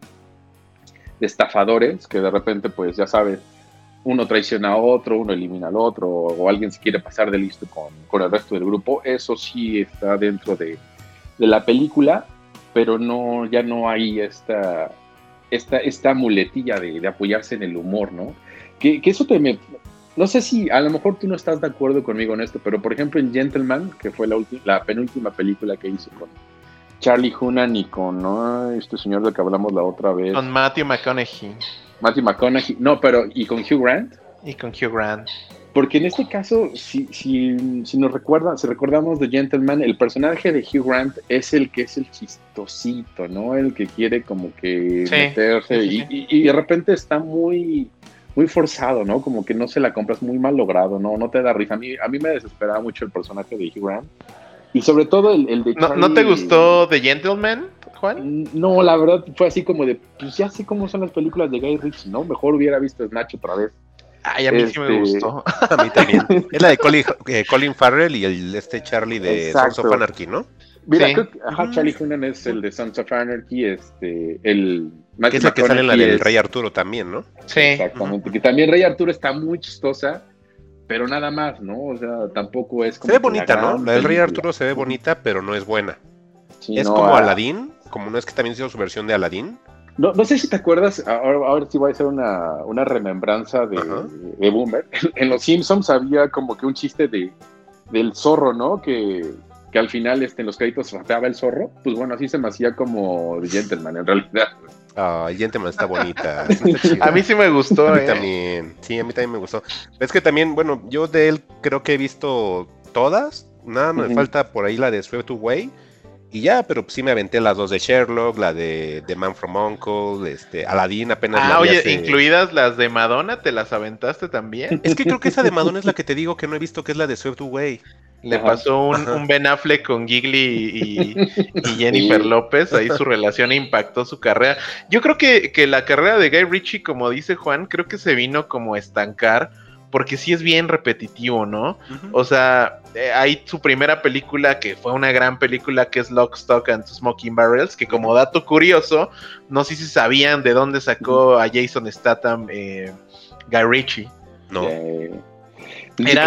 de estafadores, que de repente, pues ya sabes, uno traiciona a otro, uno elimina al otro, o alguien se quiere pasar de listo con, con el resto del grupo. Eso sí está dentro de, de la película, pero no, ya no hay esta... Esta, esta muletilla de, de apoyarse en el humor, ¿no? Que, que eso te me... No sé si, a lo mejor tú no estás de acuerdo conmigo en esto, pero por ejemplo en Gentleman, que fue la, ulti- la penúltima película que hizo con Charlie Hunnam y con ¿no? este señor del que hablamos la otra vez. Con Matthew McConaughey. Matthew McConaughey, no, pero y con Hugh Grant. Y con Hugh Grant. Porque en este caso, si, si, si nos recuerdan, si recordamos de Gentleman, el personaje de Hugh Grant es el que es el chistosito, ¿no? El que quiere como que sí, meterse sí, sí. Y, y, y de repente está muy, muy forzado, ¿no? Como que no se la compras, muy mal logrado, ¿no? No te da risa. A mí, a mí me desesperaba mucho el personaje de Hugh Grant. Y sobre todo el, el de ¿No, Charlie... ¿No te gustó The Gentleman, Juan? No, la verdad fue así como de, pues ya sé cómo son las películas de Guy Ritchie, ¿no? Mejor hubiera visto Snatch otra vez. Ay, a mí este... sí me gustó. A mí también. Es la de Colin, eh, Colin Farrell y el este Charlie de Exacto. Sons of Anarchy, ¿no? Mira, sí. creo que, ajá, Charlie Hunnam es el de Sons of Anarchy, este, el... Que es el que sale en la del es... Rey Arturo también, ¿no? Sí. Exactamente, uh-huh. Que también Rey Arturo está muy chistosa, pero nada más, ¿no? O sea, tampoco es como... Se ve bonita, la ¿no? La del Rey Arturo se ve bonita, pero no es buena. Sí, es no, como a... Aladdin, como no es que también hizo su versión de Aladdin. No, no sé si te acuerdas, ahora, ahora sí voy a hacer una, una remembranza de, de Boomer. En Los Simpsons había como que un chiste de del zorro, ¿no? Que, que al final este, en los créditos rapeaba el zorro. Pues bueno, así se me hacía como The Gentleman en realidad. Ah, oh, Gentleman está bonita. Está a mí sí me gustó. A mí eh. también. Sí, a mí también me gustó. Es que también, bueno, yo de él creo que he visto todas. Nada, me uh-huh. falta por ahí la de Swept Away. Y ya, pero sí me aventé las dos de Sherlock, la de The Man from U N C L E, este, Aladdin apenas. Ah, oye, hace... incluidas las de Madonna, ¿te las aventaste también? Es que creo que esa de Madonna es la que te digo que no he visto, que es la de Swept Away. Le Ajá. pasó un, un Ben Affleck con Gigli y, y Jennifer sí. López, ahí su relación impactó su carrera. Yo creo que, que la carrera de Guy Ritchie, como dice Juan, creo que se vino como a estancar, porque sí es bien repetitivo, ¿no? Uh-huh. O sea, eh, hay su primera película, que fue una gran película, que es Lock, Stock and Two Smoking Barrels, que como dato curioso, no sé si sabían de dónde sacó a Jason Statham eh, Guy Ritchie. No. Eh, Era...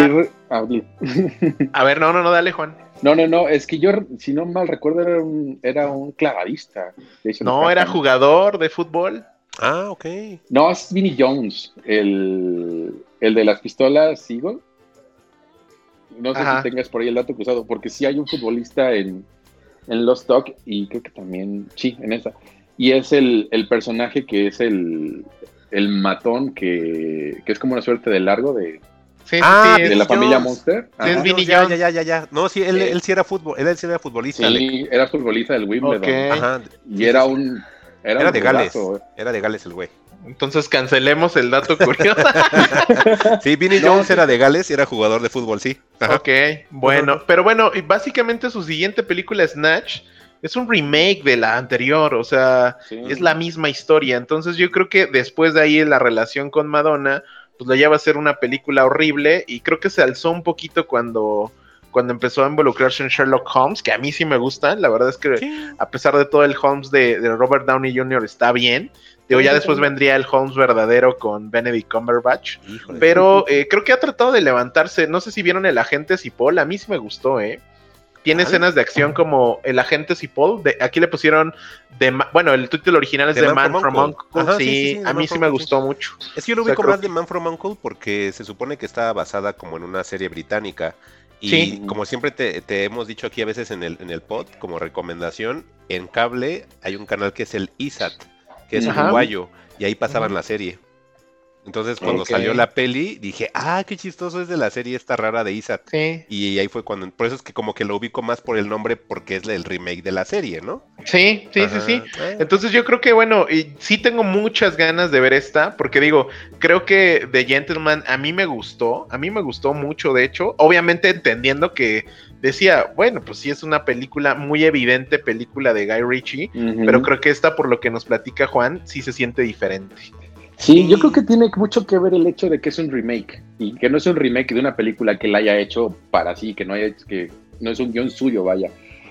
A ver, no, no, no, dale, Juan. No, no, no, es que yo, si no mal recuerdo, era un, era un clavadista. Jason no, Statham. Era jugador de fútbol. Ah, ok. No, es Vinnie Jones, el, el de las pistolas Eagle. No sé Ajá. si tengas por ahí el dato cruzado, porque sí hay un futbolista en, en Lost Dog, y creo que también, sí, en esa. Y es el, el personaje que es el, el matón, que, que es como una suerte de largo de, sí, ah, sí, de sí, la Jones. familia Monster. Sí, es Vinnie ya, Jones. ya, ya, ya. No, sí, él, él sí era fútbol, él sí era futbolista. Sí, Alec. era futbolista del Wimbledon. Okay. Ajá. Y era un... Era, era de Gales, eh. era de Gales el güey. Entonces cancelemos el dato curioso. Sí, Vinnie no, Jones sí. era de Gales y era jugador de fútbol, sí. Ajá. Ok, bueno, pero bueno, básicamente su siguiente película, Snatch, es un remake de la anterior, o sea, sí. es la misma historia. Entonces yo creo que después de ahí la relación con Madonna, pues la lleva a ser una película horrible, y creo que se alzó un poquito cuando... cuando empezó a involucrarse en Sherlock Holmes, que a mí sí me gusta, la verdad es que sí. a pesar de todo el Holmes de, de Robert Downey junior está bien, digo, ya después vendría el Holmes verdadero con Benedict Cumberbatch, Híjole, pero eh, creo que ha tratado de levantarse. No sé si vieron El Agente Cipoll, a mí sí me gustó, eh tiene ¿Vale? escenas de acción como El Agente Cipoll, de, aquí le pusieron, de, bueno, el título original es The, The Man, Man from U N C L E, sí, sí, sí, sí, a mí sí me gustó sí. mucho. Es que yo lo ubico o sea, más de Man from U N C L E porque se supone que está basada como en una serie británica. Y Sí. como siempre te, te hemos dicho aquí a veces en el, en el pod, como recomendación, en cable hay un canal que es el I S A T, que es Ajá. uruguayo, y ahí pasaban Ujú. la serie. Entonces cuando Ok. salió la peli, dije, ah, qué chistoso es de la serie esta rara de I S A T. Sí, Y ahí fue cuando, por eso es que como que lo ubico más por el nombre, porque es el remake de la serie, ¿no? sí, sí, Ajá. sí, sí. Ah. Entonces yo creo que, bueno, y sí tengo muchas ganas de ver esta, porque digo, creo que The Gentleman a mí me gustó, a mí me gustó mucho, de hecho, obviamente entendiendo que decía, bueno, pues sí es una película muy evidente, película de Guy Ritchie, Ujú. pero creo que esta, por lo que nos platica Juan, sí se siente diferente. Sí, yo creo que tiene mucho que ver el hecho de que es un remake y que no es un remake de una película que él haya hecho para sí, que no haya, que no es un guión suyo, vaya.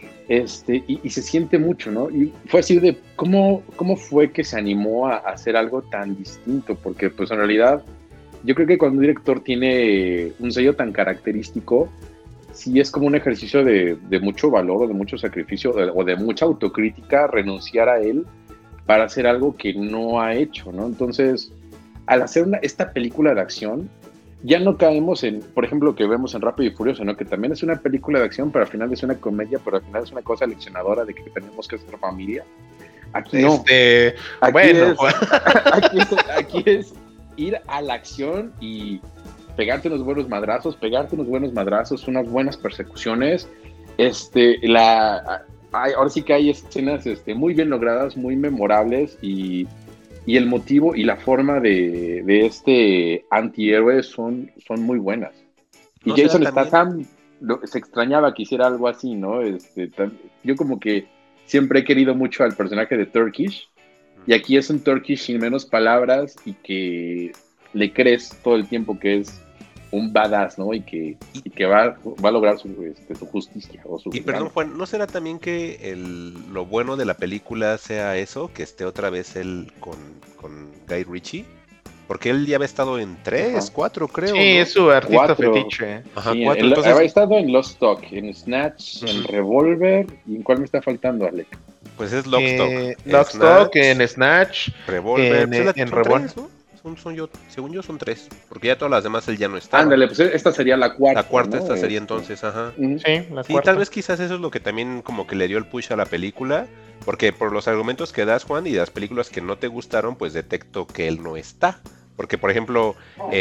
Este, y, y se siente mucho, ¿no? Y fue así de cómo, cómo fue que se animó a, a hacer algo tan distinto, porque pues en realidad yo creo que cuando un director tiene un sello tan característico, sí es como un ejercicio de, de mucho valor o de mucho sacrificio de- o de mucha autocrítica renunciar a él para hacer algo que no ha hecho, ¿no? Entonces, al hacer una, esta película de acción, ya no caemos en, por ejemplo, lo que vemos en Rápido y Furioso, ¿no? Que también es una película de acción, pero al final es una comedia, pero al final es una cosa leccionadora de que tenemos que ser familia. Aquí no. Este, Aquí, bueno, es, Juan. aquí, es, aquí es ir a la acción y pegarte unos buenos madrazos, pegarte unos buenos madrazos, unas buenas persecuciones. Este, la, hay, ahora sí que hay escenas este, muy bien logradas, muy memorables y, y el motivo y la forma de, de este antihéroe son, son muy buenas. Y ¿No será Jason también- Statham lo- se extrañaba que hiciera algo así, ¿no? Este, tan- yo como que siempre he querido mucho al personaje de Turkish y aquí es un Turkish sin menos palabras y que le crees todo el tiempo que es un badass, ¿no? Y que, y que va, va a lograr su, este, su justicia o su Y perdón, venganza. Juan, ¿no será también que el, lo bueno de la película sea eso, que esté otra vez él con, con Guy Ritchie? Porque él ya había estado en tres, Ajá. cuatro, creo. Sí, ¿no? es su artista Cuatro. fetiche. Ajá, Sí, cuatro. en- Entonces, había estado en Lost Talk, en Snatch, en Ujú. Revolver, ¿y en cuál me está faltando, Alec? pues es Lockstock. Eh, Lockstock, Snatch, en Snatch, Revolver. en, pues es la- en son Revol- tres, ¿no? Son, son yo, según yo son tres. Porque ya todas las demás él ya no estaba. Ándale, pues esta sería la cuarta. La cuarta, ¿no? esta sería Este, entonces, ajá. ujú. Sí, la Sí, cuarta. tal vez quizás eso es lo que también como que le dio el push a la película, porque por los argumentos que das, Juan, y las películas que no te gustaron, pues detecto que él no está. Porque, por ejemplo,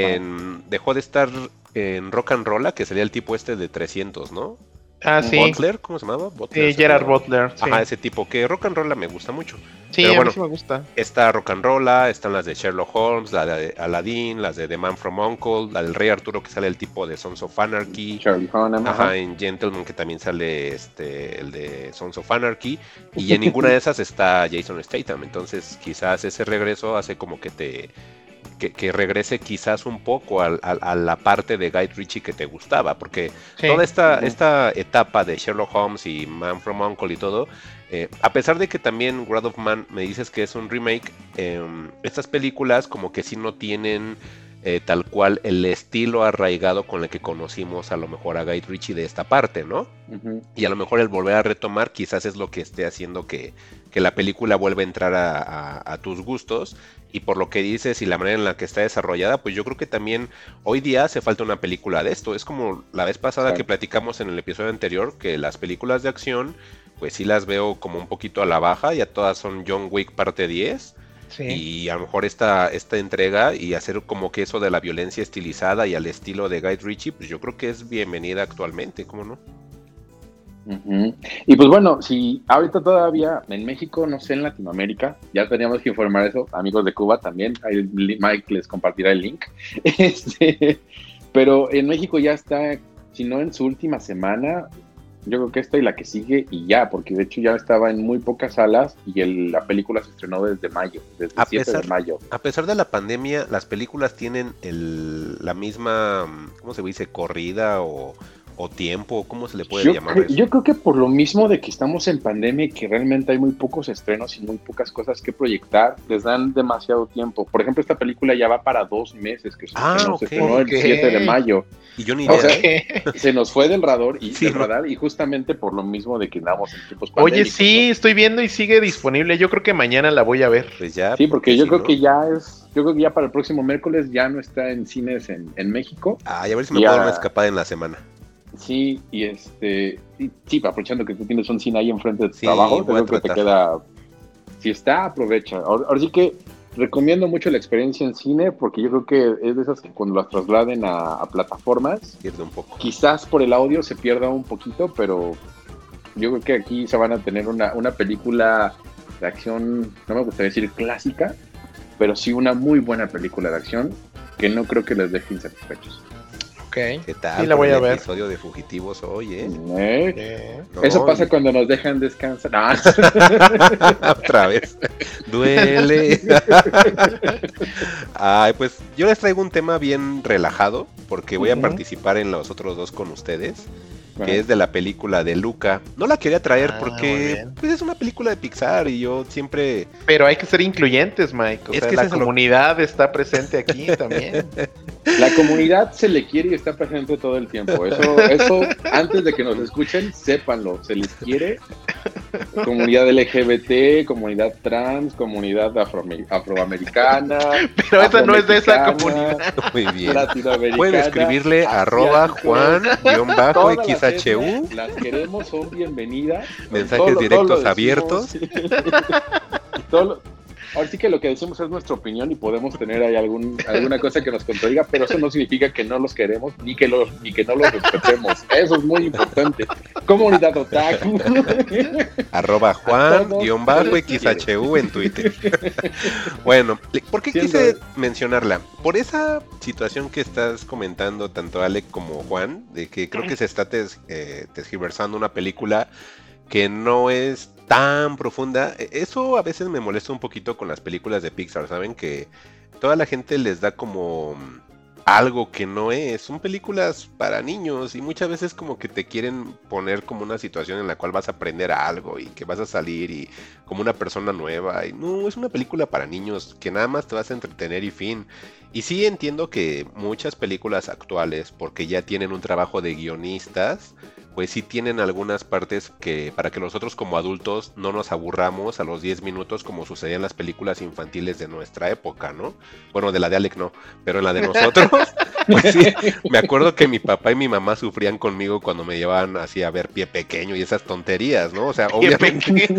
en- dejó de estar en Rock and Rolla, que sería el tipo este de trescientos, ¿no? Ah, sí. Butler, ¿cómo se llamaba? Butler, Sí, se Gerard llamaba. Butler. Sí, Ajá, ese tipo, que Rock and Rolla me gusta mucho. sí pero a bueno. mí sí me gusta. Está Rock and Rolla, están las de Sherlock Holmes, la de Aladdin, las de The Man from U N C L E, la del Rey Arturo que sale el tipo de Sons of Anarchy. Charlie Hunnam. Ajá, en Gentleman que también sale este el de Sons of Anarchy y en ninguna de esas está Jason Statham, entonces quizás ese regreso hace como que te que, que regrese quizás un poco al- al- a, la parte de Guy Ritchie que te gustaba, porque Sí. toda esta, Ujú. esta etapa de Sherlock Holmes y Man from U N C L E y todo, eh, a pesar de que también Wrath of Man me dices que es un remake, eh, estas películas como que sí no tienen eh, tal cual el estilo arraigado con el que conocimos a lo mejor a Guy Ritchie de esta parte, ¿no? Ujú. Y a lo mejor el volver a retomar quizás es lo que esté haciendo que, que la película vuelva a entrar a, a- a tus gustos. Y por lo que dices y la manera en la que está desarrollada, pues yo creo que también hoy día hace falta una película de esto. Es como la vez pasada Claro. que platicamos en el episodio anterior, que las películas de acción, pues sí las veo como un poquito a la baja, ya todas son John Wick parte diez. Sí. Y a lo mejor esta, esta entrega y hacer como que eso de la violencia estilizada y al estilo de Guy Ritchie, pues yo creo que es bienvenida actualmente, ¿cómo no? Ujú. Y pues bueno, si ahorita todavía en México, no sé, en Latinoamérica, ya teníamos que informar eso, amigos de Cuba también, ahí Mike les compartirá el link. Este, pero en México ya está, si no en su última semana, yo creo que esta y la que sigue y ya, porque de hecho ya estaba en muy pocas salas y el- la película se estrenó desde mayo, desde A el siete pesar- de mayo. A pesar de la pandemia, las películas tienen el, la misma, ¿cómo se dice? Corrida o, o tiempo, ¿cómo se le puede Yo, llamar cre- eso? yo creo que por lo mismo de que estamos en pandemia y que realmente hay muy pocos estrenos y muy pocas cosas que proyectar, les dan demasiado tiempo. Por ejemplo, esta película ya va para dos meses que se Ah, estrenó, ok. se estrenó el Ok. siete de mayo. Y yo ni O idea, sea, ¿eh? Se nos fue del radar y, Sí, del ¿no? radar y justamente por lo mismo de que andamos en tiempos Oye, pandémicos, sí, estoy viendo y sigue disponible. Yo creo que mañana la voy a ver. Pues ya. ¿no? Sí, porque yo si creo no- que ya es, yo creo que ya para el próximo miércoles ya no está en cines en, en México. Ay, a ver si me Ya. puedo dar una escapada en la semana. Sí, y este, y, sí, aprovechando que tú tienes un cine ahí enfrente de tu Sí, trabajo, voy a creo que te tratar. queda, si está, aprovecha. Ahora, ahora sí que recomiendo mucho la experiencia en cine, porque yo creo que es de esas que cuando las trasladen a, a plataformas, Pierde un poco. quizás por el audio se pierda un poquito, pero yo creo que aquí se van a tener una, una película de acción, no me gustaría decir clásica, pero sí una muy buena película de acción que no creo que les deje insatisfechos. Ok. ¿Qué tal? Sí, la voy con a el ver. episodio de Fugitivos hoy, ¿eh? ¿Eh? Eh, No, Eso pasa y- cuando nos dejan descansar. Ah. Otra vez. Duele. Ay, pues yo les traigo un tema bien relajado, porque voy a Ujú. participar en los otros dos con ustedes, Bueno, que es de la película de Luca. No la quería traer Ah, muy porque bien. pues, es una película de Pixar y yo siempre... Pero hay que ser incluyentes, Mike. O Es sea, que la ese es lo- comunidad está presente aquí también. la comunidad se le quiere y está presente todo el tiempo. Eso, eso antes de que nos escuchen, sépanlo. Se les quiere. Comunidad L G B T, comunidad trans, comunidad afroame- afroamericana. Pero esa no es de esa afromexicana, comunidad. Muy bien. latinoamericana. Pueden escribirle arroba asiáticos. Juan-XHU. Todas las etnias, las queremos, son bienvenidas. Mensajes Todo lo- todo directos lo decimos. abiertos. Todo lo- Ahora sí que lo que decimos es nuestra opinión y podemos tener ahí algún, alguna cosa que nos contradiga, pero eso no significa que no los queremos ni que, los, ni que no los respetemos. Eso es muy importante. Comunidad otaku. Arroba Juan-XHU en Twitter. Bueno, ¿por qué Siendo- quise mencionarla? Por esa situación que estás comentando tanto Alec como Juan, de que creo que se está tes- eh, tergiversando una película que no es tan profunda. Eso a veces me molesta un poquito con las películas de Pixar, ¿saben? Que toda la gente les da como algo que no es. Son películas para niños y muchas veces como que te quieren poner como una situación en la cual vas a aprender algo y que vas a salir y como una persona nueva. Y no, es una película para niños que nada más te vas a entretener y fin. Y sí entiendo que muchas películas actuales, porque ya tienen un trabajo de guionistas, pues sí tienen algunas partes que para que nosotros como adultos no nos aburramos a los diez minutos como sucedía en las películas infantiles de nuestra época, ¿no? Bueno, de la de Alec no, pero en la de nosotros, pues sí, me acuerdo que mi papá y mi mamá sufrían conmigo cuando me llevaban así a ver Pie Pequeño y esas tonterías, ¿no? O sea, Pie obviamente,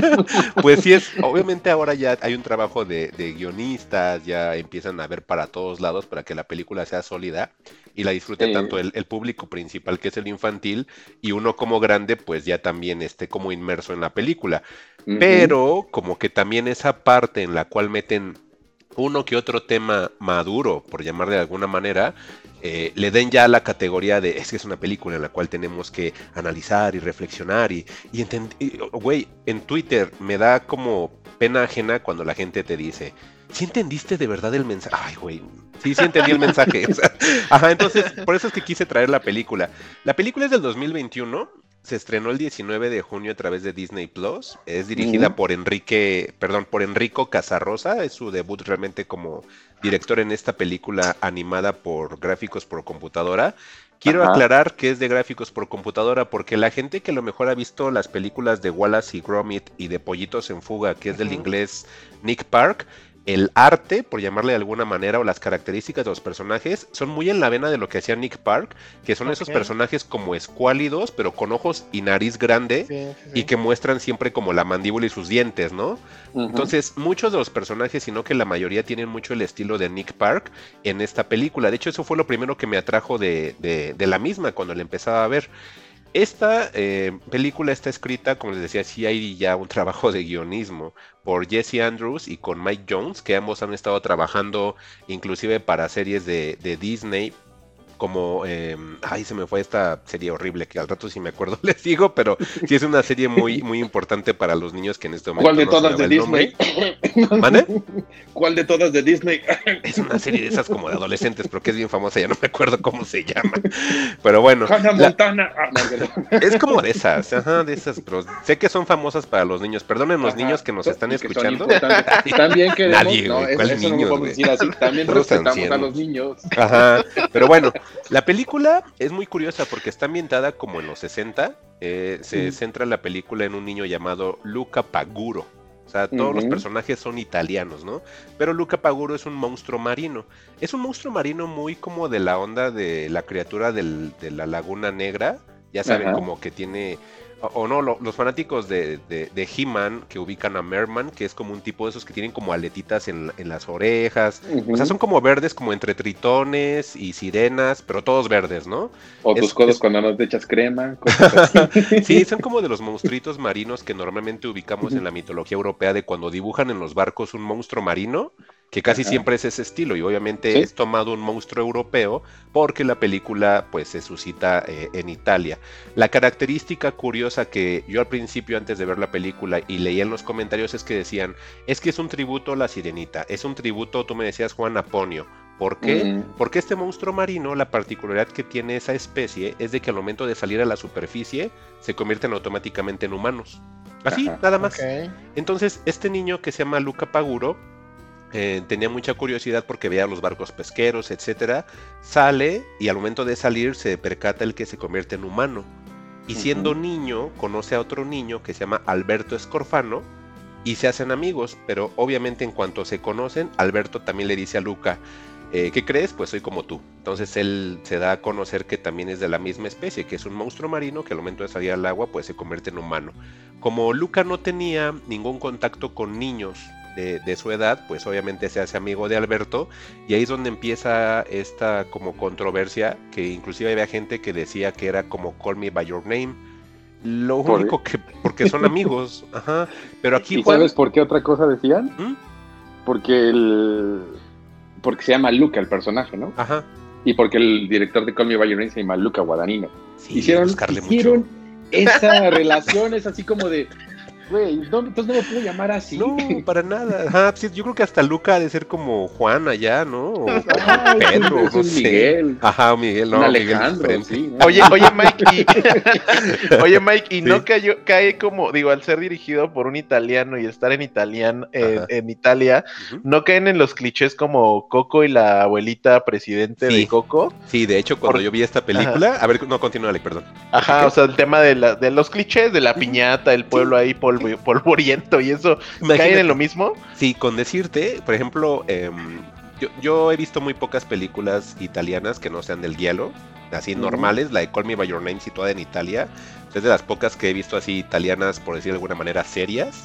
pues sí es, obviamente ahora ya hay un trabajo de, de guionistas, ya empiezan a ver para todos lados para que la película sea sólida y la disfrute Sí. tanto el, el público principal, que es el infantil, y uno como grande pues ya también esté como inmerso en la película. Ujú. Pero como que también esa parte en la cual meten uno que otro tema maduro, por llamarle de alguna manera, eh, le den ya la categoría de es que es una película en la cual tenemos que analizar y reflexionar y, y entender, güey, en Twitter me da como pena ajena cuando la gente te dice, ¿sí entendiste de verdad el mensaje? Ay, güey, sí, sí entendí el mensaje. O sea, ajá, entonces, por eso es que quise traer la película. La película es del dos mil veintiuno, se estrenó el diecinueve de junio a través de Disney Plus. Es dirigida Ujú. por Enrique, perdón, por Enrico Casarosa. Es su debut realmente como director en esta película animada por gráficos por computadora. Quiero Ajá. aclarar que es de gráficos por computadora porque la gente que a lo mejor ha visto las películas de Wallace y Gromit y de Pollitos en Fuga, que es del Ujú. inglés Nick Park, el arte, por llamarle de alguna manera, o las características de los personajes son muy en la vena de lo que hacía Nick Park, que son esos Ok. personajes como escuálidos, pero con ojos y nariz grande, Sí, sí, sí. y que muestran siempre como la mandíbula y sus dientes, ¿no? Ujú. Entonces, muchos de los personajes, sino que la mayoría tienen mucho el estilo de Nick Park en esta película. De hecho, eso fue lo primero que me atrajo de, de, de la misma cuando la empezaba a ver. Esta eh, película está escrita, como les decía, sí hay ya un trabajo de guionismo por Jesse Andrews y con Mike Jones, que ambos han estado trabajando inclusive para series de, de Disney, como, eh, ay, se me fue esta serie horrible que al rato si me acuerdo les digo, pero sí es una serie muy, muy importante para los niños que en este momento ¿Cuál de no se todas me va de el nombre. Disney? ¿Mande? ¿Cuál de todas de Disney? Es una serie de esas como de adolescentes, pero que es bien famosa, ya no me acuerdo cómo se llama. Pero bueno, Hannah la- Montana. Ah, no, perdón. es como de esas, ajá, de esas, pero sé que son famosas para los niños. Perdonen los Ajá. niños que nos están Y que son escuchando. importantes. También queremos, Nadie, no, güey, eso, ¿cuál eso no lo niños, podemos güey? decir así. También Puros respetamos ancianos. a los niños. Ajá, pero bueno, la película es muy curiosa porque está ambientada como en los sesenta. Eh, se Mm. centra la película en un niño llamado Luca Paguro. O sea, todos Ujú. los personajes son italianos, ¿no? Pero Luca Paguro es un monstruo marino. Es un monstruo marino muy como de la onda de la criatura del- de la Laguna Negra. Ya saben, Ajá. como que tiene... O, o no, lo- los fanáticos de, de, de He-Man que ubican a Merman, que es como un tipo de esos que tienen como aletitas en, en las orejas. Ujú. O sea, son como verdes, como entre tritones y sirenas, pero todos verdes, ¿no? O tus es- codos es- cuando no te echas crema, cosas así. Sí, son como de los monstruitos marinos que normalmente ubicamos en la mitología europea de cuando dibujan en los barcos un monstruo marino, que casi Ajá. siempre es ese estilo y obviamente Sí. es tomado un monstruo europeo porque la película pues se suscita eh, en Italia. La característica curiosa que yo al principio antes de ver la película y leía en los comentarios es que decían, es que es un tributo a la Sirenita, es un tributo, tú me decías Juan, a Ponio. ¿Por qué? Ujú. Porque este monstruo marino, la particularidad que tiene esa especie es de que al momento de salir a la superficie se convierten automáticamente en humanos. Así, Ajá. nada más. Ok. Entonces, este niño que se llama Luca Paguro eh, tenía mucha curiosidad porque veía los barcos pesqueros, etcétera. Sale y al momento de salir se percata el que se convierte en humano. Y siendo Ujú. niño, conoce a otro niño que se llama Alberto Escorfano y se hacen amigos, pero obviamente en cuanto se conocen, Alberto también le dice a Luca, eh, ¿qué crees? Pues soy como tú. Entonces él se da a conocer que también es de la misma especie, que es un monstruo marino que al momento de salir al agua pues se convierte en humano. Como Luca no tenía ningún contacto con niños de, de su edad, pues obviamente se hace amigo de Alberto y ahí es donde empieza esta como controversia, que inclusive había gente que decía que era como Call Me By Your Name. Lo ¿Por único que, porque son amigos, ajá, pero aquí ¿Y Juan, sabes por qué otra cosa decían? ¿Mm? Porque el... Porque se llama Luca el personaje, ¿no? Ajá, Y porque el director de Call Me By Your Name se llama Luca Guadagnino. sí, hicieron buscarle hicieron mucho. esa relación, es así como de, güey, no, entonces no me puedo llamar así. No, para nada. Ajá, sí, yo creo que hasta Luca ha de ser como Juan allá, ¿no? O Ah, es un- Pedro, es no un sé. Miguel. Ajá, Miguel, no, un Miguel es Alejandro, diferente. sí. ¿no? Oye, oye, Mike, y, oye, Mike, y Sí. no cayó, cae como, digo, al ser dirigido por un italiano y estar en italiano, en, Ajá. en Italia, Ujú. ¿no caen en los clichés como Coco y la abuelita presidente Sí. de Coco? Sí, de hecho, cuando Por- yo vi esta película, a ver, no, continúa, Ale, perdón. Ajá, ¿Qué? o sea, el tema de, la, de los clichés, de la piñata, el pueblo ahí polvo, polvoriento y eso, ¿caen Imagínate. en lo mismo? Sí, con decirte, por ejemplo, em, yo, yo he visto muy pocas películas italianas que no sean del hielo, así Ujú. normales, la de Call Me By Your Name situada en Italia, es de las pocas que he visto así italianas, por decir de alguna manera, serias.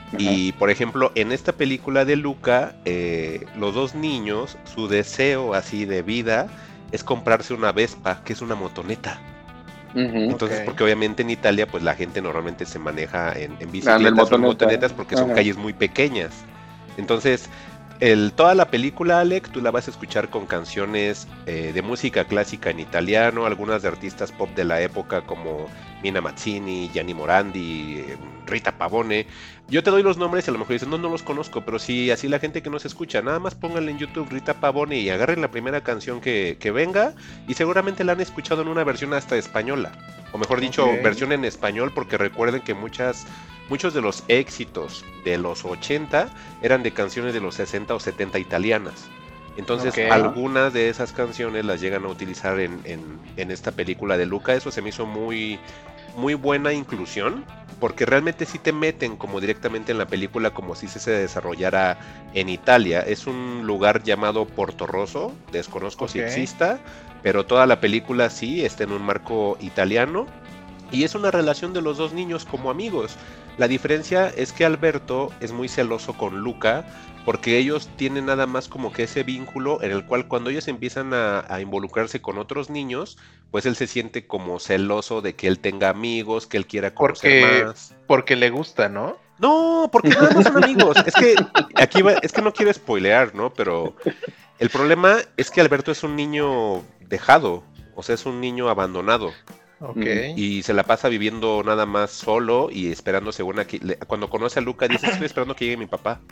Y por ejemplo, en esta película de Luca, eh, los dos niños, su deseo así de vida es comprarse una Vespa, que es una motoneta. Ujú. Entonces, Ok. porque obviamente en Italia, pues la gente normalmente se maneja en, en Ah, en el bicicletas o en motoneta. motonetas porque son Ajá. calles muy pequeñas. Entonces, el, toda la película, Alec, tú la vas a escuchar con canciones eh, de música clásica en italiano, algunas de artistas pop de la época como Mina Mazzini, Gianni Morandi, eh, Rita Pavone. Yo te doy los nombres y a lo mejor dices, no, no los conozco, pero sí, así la gente que no se escucha, nada más pónganle en YouTube Rita Pavone y agarren la primera canción que, que venga y seguramente la han escuchado en una versión hasta española. O mejor dicho, Ok. versión en español, porque recuerden que muchas, muchos de los éxitos de los ochenta eran de canciones de los sesenta o setenta italianas. Entonces, Ok. algunas de esas canciones las llegan a utilizar en, en, en esta película de Luca. Eso se me hizo muy, muy buena inclusión, porque realmente sí te meten como directamente en la película como si se desarrollara en Italia. Es un lugar llamado Portorosso, desconozco si Ok. exista, pero toda la película sí está en un marco italiano y es una relación de los dos niños como amigos. La diferencia es que Alberto es muy celoso con Luca porque ellos tienen nada más como que ese vínculo en el cual cuando ellos empiezan a, a involucrarse con otros niños, pues él se siente como celoso de que él tenga amigos, que él quiera conocer Porque, más. porque le gusta, ¿no? No, porque nada más son amigos. Es que aquí va, es que no quiero spoilear, ¿no? Pero el problema es que Alberto es un niño dejado, o sea, es un niño abandonado Ok. Mm. y se la pasa viviendo nada más solo y esperando según aquí. le- Cuando conoce a Luca dice, estoy esperando que llegue mi papá.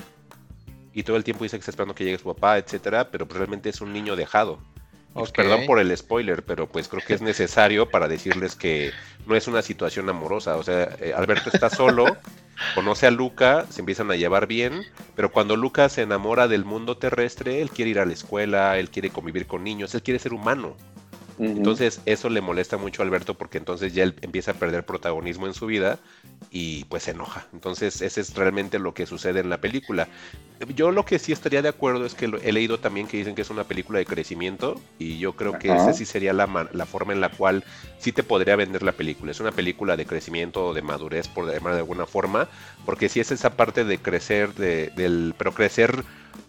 Y todo el tiempo dice que está esperando que llegue su papá, etcétera, pero pues realmente es un niño dejado. Y pues, Ok. perdón por el spoiler, pero pues creo que es necesario para decirles que no es una situación amorosa. O sea, eh, Alberto está solo, conoce a Luca, se empiezan a llevar bien, pero cuando Luca se enamora del mundo terrestre, él quiere ir a la escuela, él quiere convivir con niños, él quiere ser humano. Ujú. Entonces eso le molesta mucho a Alberto porque entonces ya él empieza a perder protagonismo en su vida y pues se enoja. Entonces ese es realmente lo que sucede en la película. Yo lo que sí estaría de acuerdo es que lo- he leído también que dicen que es una película de crecimiento y yo creo que Ajá. esa sí sería la, ma- la forma en la cual sí te podría vender la película. Es una película de crecimiento o de madurez, por llamar de alguna forma, porque sí es esa parte de crecer, de, del, pero crecer,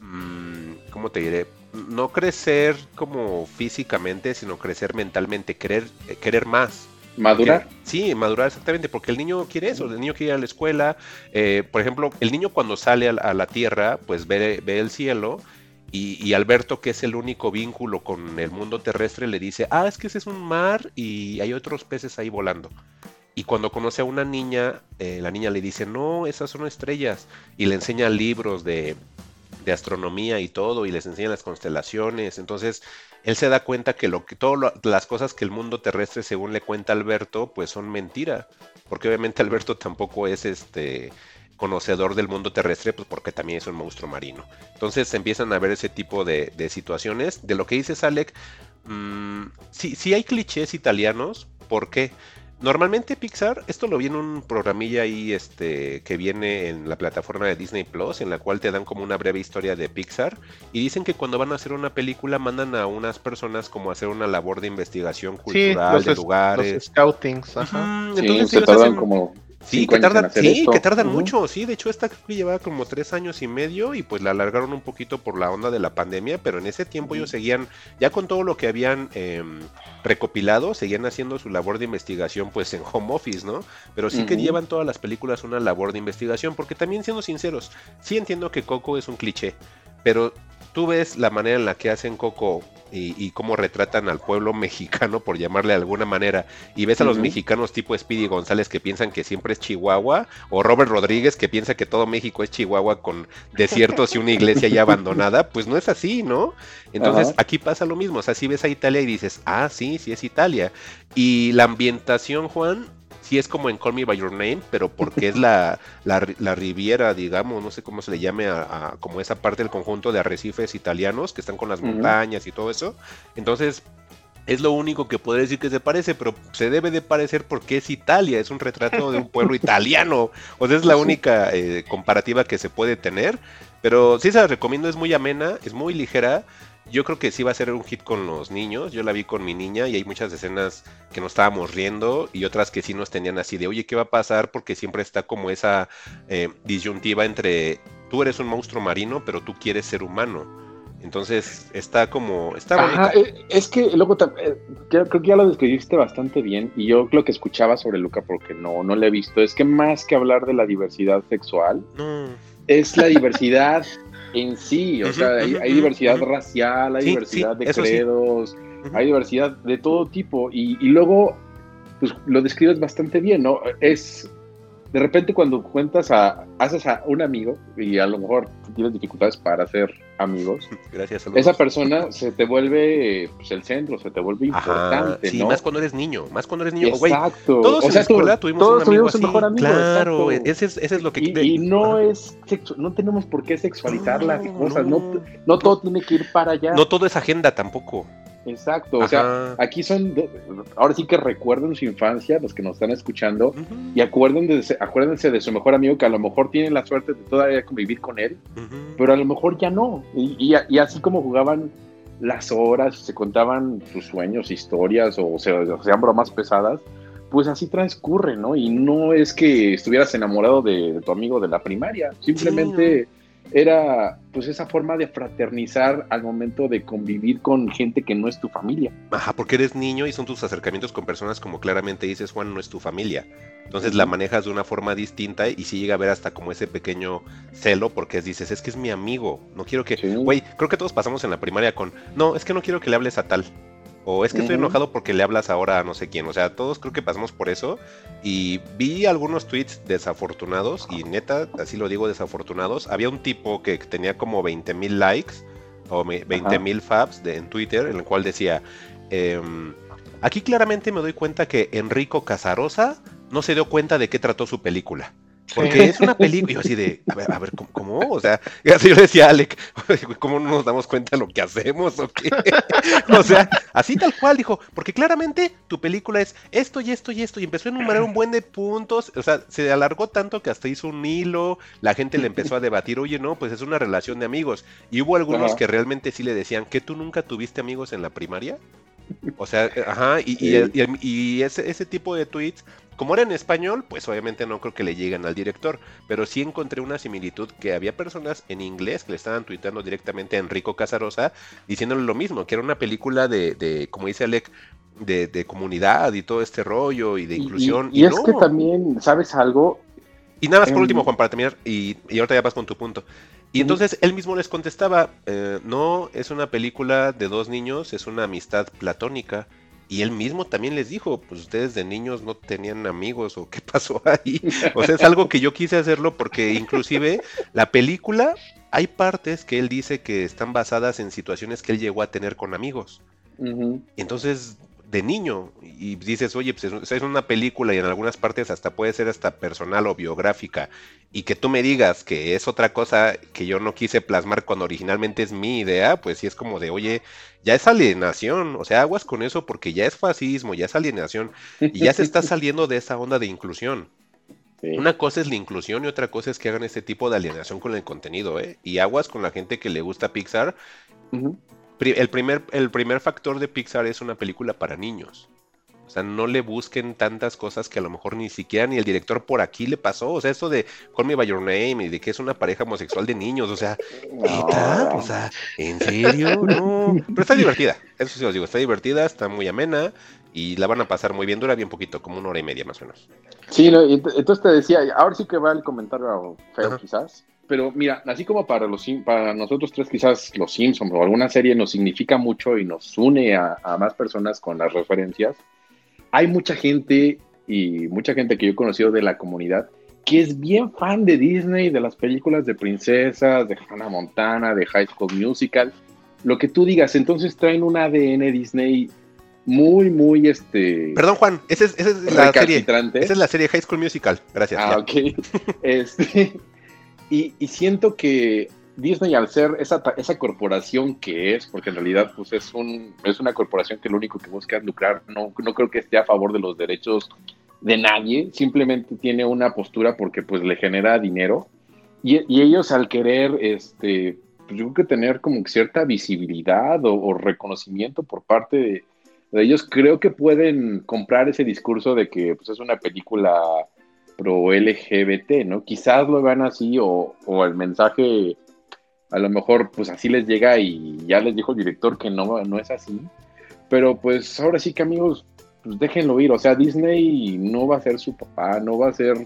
mm, ¿cómo te diré? No crecer como físicamente, sino crecer mentalmente, querer, eh, querer más. Madurar. Porque- sí, madurar exactamente, porque el niño quiere eso, el niño quiere ir a la escuela. Eh, por ejemplo, el niño cuando sale a la, a la tierra, pues ve, ve el cielo y, y Alberto, que es el único vínculo con el mundo terrestre, le dice, ah, es que ese es un mar y hay otros peces ahí volando. Y cuando conoce a una niña, eh, la niña le dice, no, esas son estrellas. Y le enseña libros de, de astronomía y todo, y les enseña las constelaciones. Entonces, él se da cuenta que, lo que todas las cosas que el mundo terrestre, según le cuenta Alberto, pues son mentira. Porque obviamente Alberto tampoco es este conocedor del mundo terrestre, pues porque también es un monstruo marino. Entonces empiezan a ver ese tipo de, de situaciones. De lo que dices, Alec, mm, sí, sí hay clichés italianos. ¿Por qué? Normalmente Pixar, esto lo vi en un programilla ahí este, que viene en la plataforma de Disney Plus, en la cual te dan como una breve historia de Pixar, y dicen que cuando van a hacer una película mandan a unas personas como a hacer una labor de investigación Sí, cultural, los, de es- lugares. los scoutings, ajá. Ujú, Sí, entonces se ellos tardan hacen... como Sí, cinco que años en tardan, hacer sí, esto. que tardan Ujú. mucho, sí, de hecho esta creo que llevaba como tres años y medio y pues la alargaron un poquito por la onda de la pandemia, pero en ese tiempo ellos seguían, ya con todo lo que habían em, recopilado, seguían haciendo su labor de investigación pues en home office, ¿no? Pero sí que Ujú. llevan todas las películas una labor de investigación, porque también siendo sinceros, sí entiendo que Coco es un cliché, pero tú ves la manera en la que hacen Coco y, y cómo retratan al pueblo mexicano, por llamarle de alguna manera, y ves a los Ujú. mexicanos tipo Speedy González que piensan que siempre es Chihuahua, o Robert Rodríguez que piensa que todo México es Chihuahua con desiertos y una iglesia ya abandonada, pues no es así, ¿no? Entonces Ajá. aquí pasa lo mismo, o sea, si ves a Italia y dices, ah, sí, sí es Italia, y la ambientación, Juan, sí es como en Call Me By Your Name, pero porque es la, la, la Riviera, digamos, no sé cómo se le llame, a, a como esa parte del conjunto de arrecifes italianos que están con las Ujú. montañas y todo eso. Entonces, es lo único que podría decir que se parece, pero se debe de parecer porque es Italia, es un retrato de un pueblo italiano. O sea, es la Sí. única eh, comparativa que se puede tener. Pero sí se la recomiendo, es muy amena, es muy ligera. Yo creo que sí va a ser un hit con los niños. Yo la vi con mi niña y hay muchas escenas que nos estábamos riendo y otras que sí nos tenían así de, oye, ¿qué va a pasar? Porque siempre está como esa eh, disyuntiva entre tú eres un monstruo marino, pero tú quieres ser humano. Entonces está como, está Ajá, bonita. eh, es que luego tam- eh, creo, creo que ya lo describiste bastante bien y yo lo que escuchaba sobre Luca, porque no, no lo he visto, es que más que hablar de la diversidad sexual, No. es la diversidad en sí, o Ujú, sea, hay, ujú, hay ujú, diversidad ujú. racial, hay Sí, diversidad sí, de eso sí. credos, Ujú. hay diversidad de todo tipo y, y luego pues lo describes bastante bien, ¿no? Es de repente cuando cuentas a, haces a un amigo y a lo mejor tienes dificultades para hacer amigos, Gracias, saludos. esa persona se te vuelve pues, el centro, se te vuelve Ajá, importante, sí, ¿no? más cuando eres niño, más cuando eres niño. Güey, Exacto. todos O en sea, la escuela tú- tuvimos todos un amigo tuvimos así. un mejor amigo, Claro, exacto. ese es, ese es lo que... Y, de- y no Ajá. es sexu- no tenemos por qué sexualizar las No, cosas, no, no. no todo tiene que ir para allá. No todo es agenda tampoco. Exacto, o sea, Ajá. aquí son, do- ahora sí que recuerden su infancia, los que nos están escuchando, Ujú, y acuérdense, acuérdense de su mejor amigo que a lo mejor tienen la suerte de todavía convivir con él, ujú. pero a lo mejor ya no. Y, y, y así como jugaban las horas, se contaban sus sueños, historias, o se hacían bromas pesadas, pues así transcurre, ¿no? Y no es que estuvieras enamorado de, de tu amigo de la primaria, simplemente era pues esa forma de fraternizar al momento de convivir con gente que no es tu familia. Ajá, porque eres niño y son tus acercamientos con personas como claramente dices, Juan, no es tu familia. Entonces la manejas de una forma distinta y sí llega a ver hasta como ese pequeño celo porque dices, es que es mi amigo, no quiero que... Sí. Güey, creo que todos pasamos en la primaria con, no, es que no quiero que le hables a tal. O es que estoy Ujú. enojado porque le hablas ahora a no sé quién. O sea, todos creo que pasamos por eso. Y vi algunos tweets desafortunados. Y neta, así lo digo, desafortunados. Había un tipo que tenía como veinte mil likes o veinte mil faps de, en Twitter, en el cual decía, ehm, aquí claramente me doy cuenta que Enrico Casarosa no se dio cuenta de qué trató su película. Porque sí. es una película, y yo así de, a ver, a ver, ¿cómo? cómo? O sea, y así yo le decía a Alec, ¿cómo no nos damos cuenta de lo que hacemos o qué? O sea, así tal cual, dijo, porque claramente tu película es esto y esto y esto, y empezó a enumerar un buen de puntos, o sea, se alargó tanto que hasta hizo un hilo, la gente le empezó a debatir, oye, no, pues es una relación de amigos, y hubo algunos ajá. que realmente sí le decían, ¿que tú nunca tuviste amigos en la primaria? O sea, ajá, y, sí. y, y, y ese, ese tipo de tweets, como era en español, pues obviamente no creo que le lleguen al director, pero sí encontré una similitud que había personas en inglés que le estaban tuiteando directamente a Enrico Casarosa diciéndole lo mismo, que era una película de, de como dice Alec, de, de comunidad y todo este rollo y de inclusión. Y, y, y, y es no. que también, ¿sabes algo? Y nada más por um, último, Juan, para terminar, y, y ahorita ya vas con tu punto. Y entonces él mismo les contestaba, eh, no, es una película de dos niños, es una amistad platónica. Y él mismo también les dijo, pues ustedes de niños no tenían amigos o qué pasó ahí. O sea, es algo que yo quise hacerlo porque inclusive la película, hay partes que él dice que están basadas en situaciones que él llegó a tener con amigos. Uh-huh. Entonces, de niño, y dices, oye, pues es, es una película y en algunas partes hasta puede ser hasta personal o biográfica, y que tú me digas que es otra cosa que yo no quise plasmar cuando originalmente es mi idea, pues sí es como de, oye, ya es alienación, o sea, aguas con eso porque ya es fascismo, ya es alienación, y ya se está saliendo de esa onda de inclusión. Sí. Una cosa es la inclusión y otra cosa es que hagan este tipo de alienación con el contenido, ¿eh? Y aguas con la gente que le gusta Pixar. Uh-huh. El primer, el primer factor de Pixar es una película para niños. O sea, no le busquen tantas cosas que a lo mejor ni siquiera ni el director por aquí le pasó. O sea, eso de Call Me By Your Name y de que es una pareja homosexual de niños. O sea, ¿neta? O sea, ¿en serio? No. Pero está divertida. Eso sí os digo, está divertida, está muy amena y la van a pasar muy bien. Dura bien poquito, como una hora y media más o menos. Sí, no, entonces te decía, ahora sí que va el comentario feo. Ajá. Quizás. Pero mira, así como para los para nosotros tres quizás los Simpsons o alguna serie nos significa mucho y nos une a, a más personas con las referencias, hay mucha gente y mucha gente que yo he conocido de la comunidad que es bien fan de Disney, de las películas de princesas, de Hannah Montana, de High School Musical, lo que tú digas. Entonces traen un A D N Disney muy, muy este... Perdón, Juan, esa es, esa es la serie. Esa es la serie High School Musical. Gracias. Ah, ya. Ok. este... Y, y siento que Disney, al ser esa, esa corporación que es, porque en realidad pues es, un, es una corporación que lo único que busca es lucrar, no, no creo que esté a favor de los derechos de nadie, simplemente tiene una postura porque pues le genera dinero, y, y ellos al querer, este, pues, yo creo que tener como cierta visibilidad o, o reconocimiento por parte de, de ellos, creo que pueden comprar ese discurso de que pues, es una película pro L G B T, ¿no? Quizás lo vean así o, o el mensaje a lo mejor pues así les llega y ya les dijo el director que no, no es así, pero pues ahora sí que amigos, pues déjenlo ir, o sea, Disney no va a ser su papá, no va a ser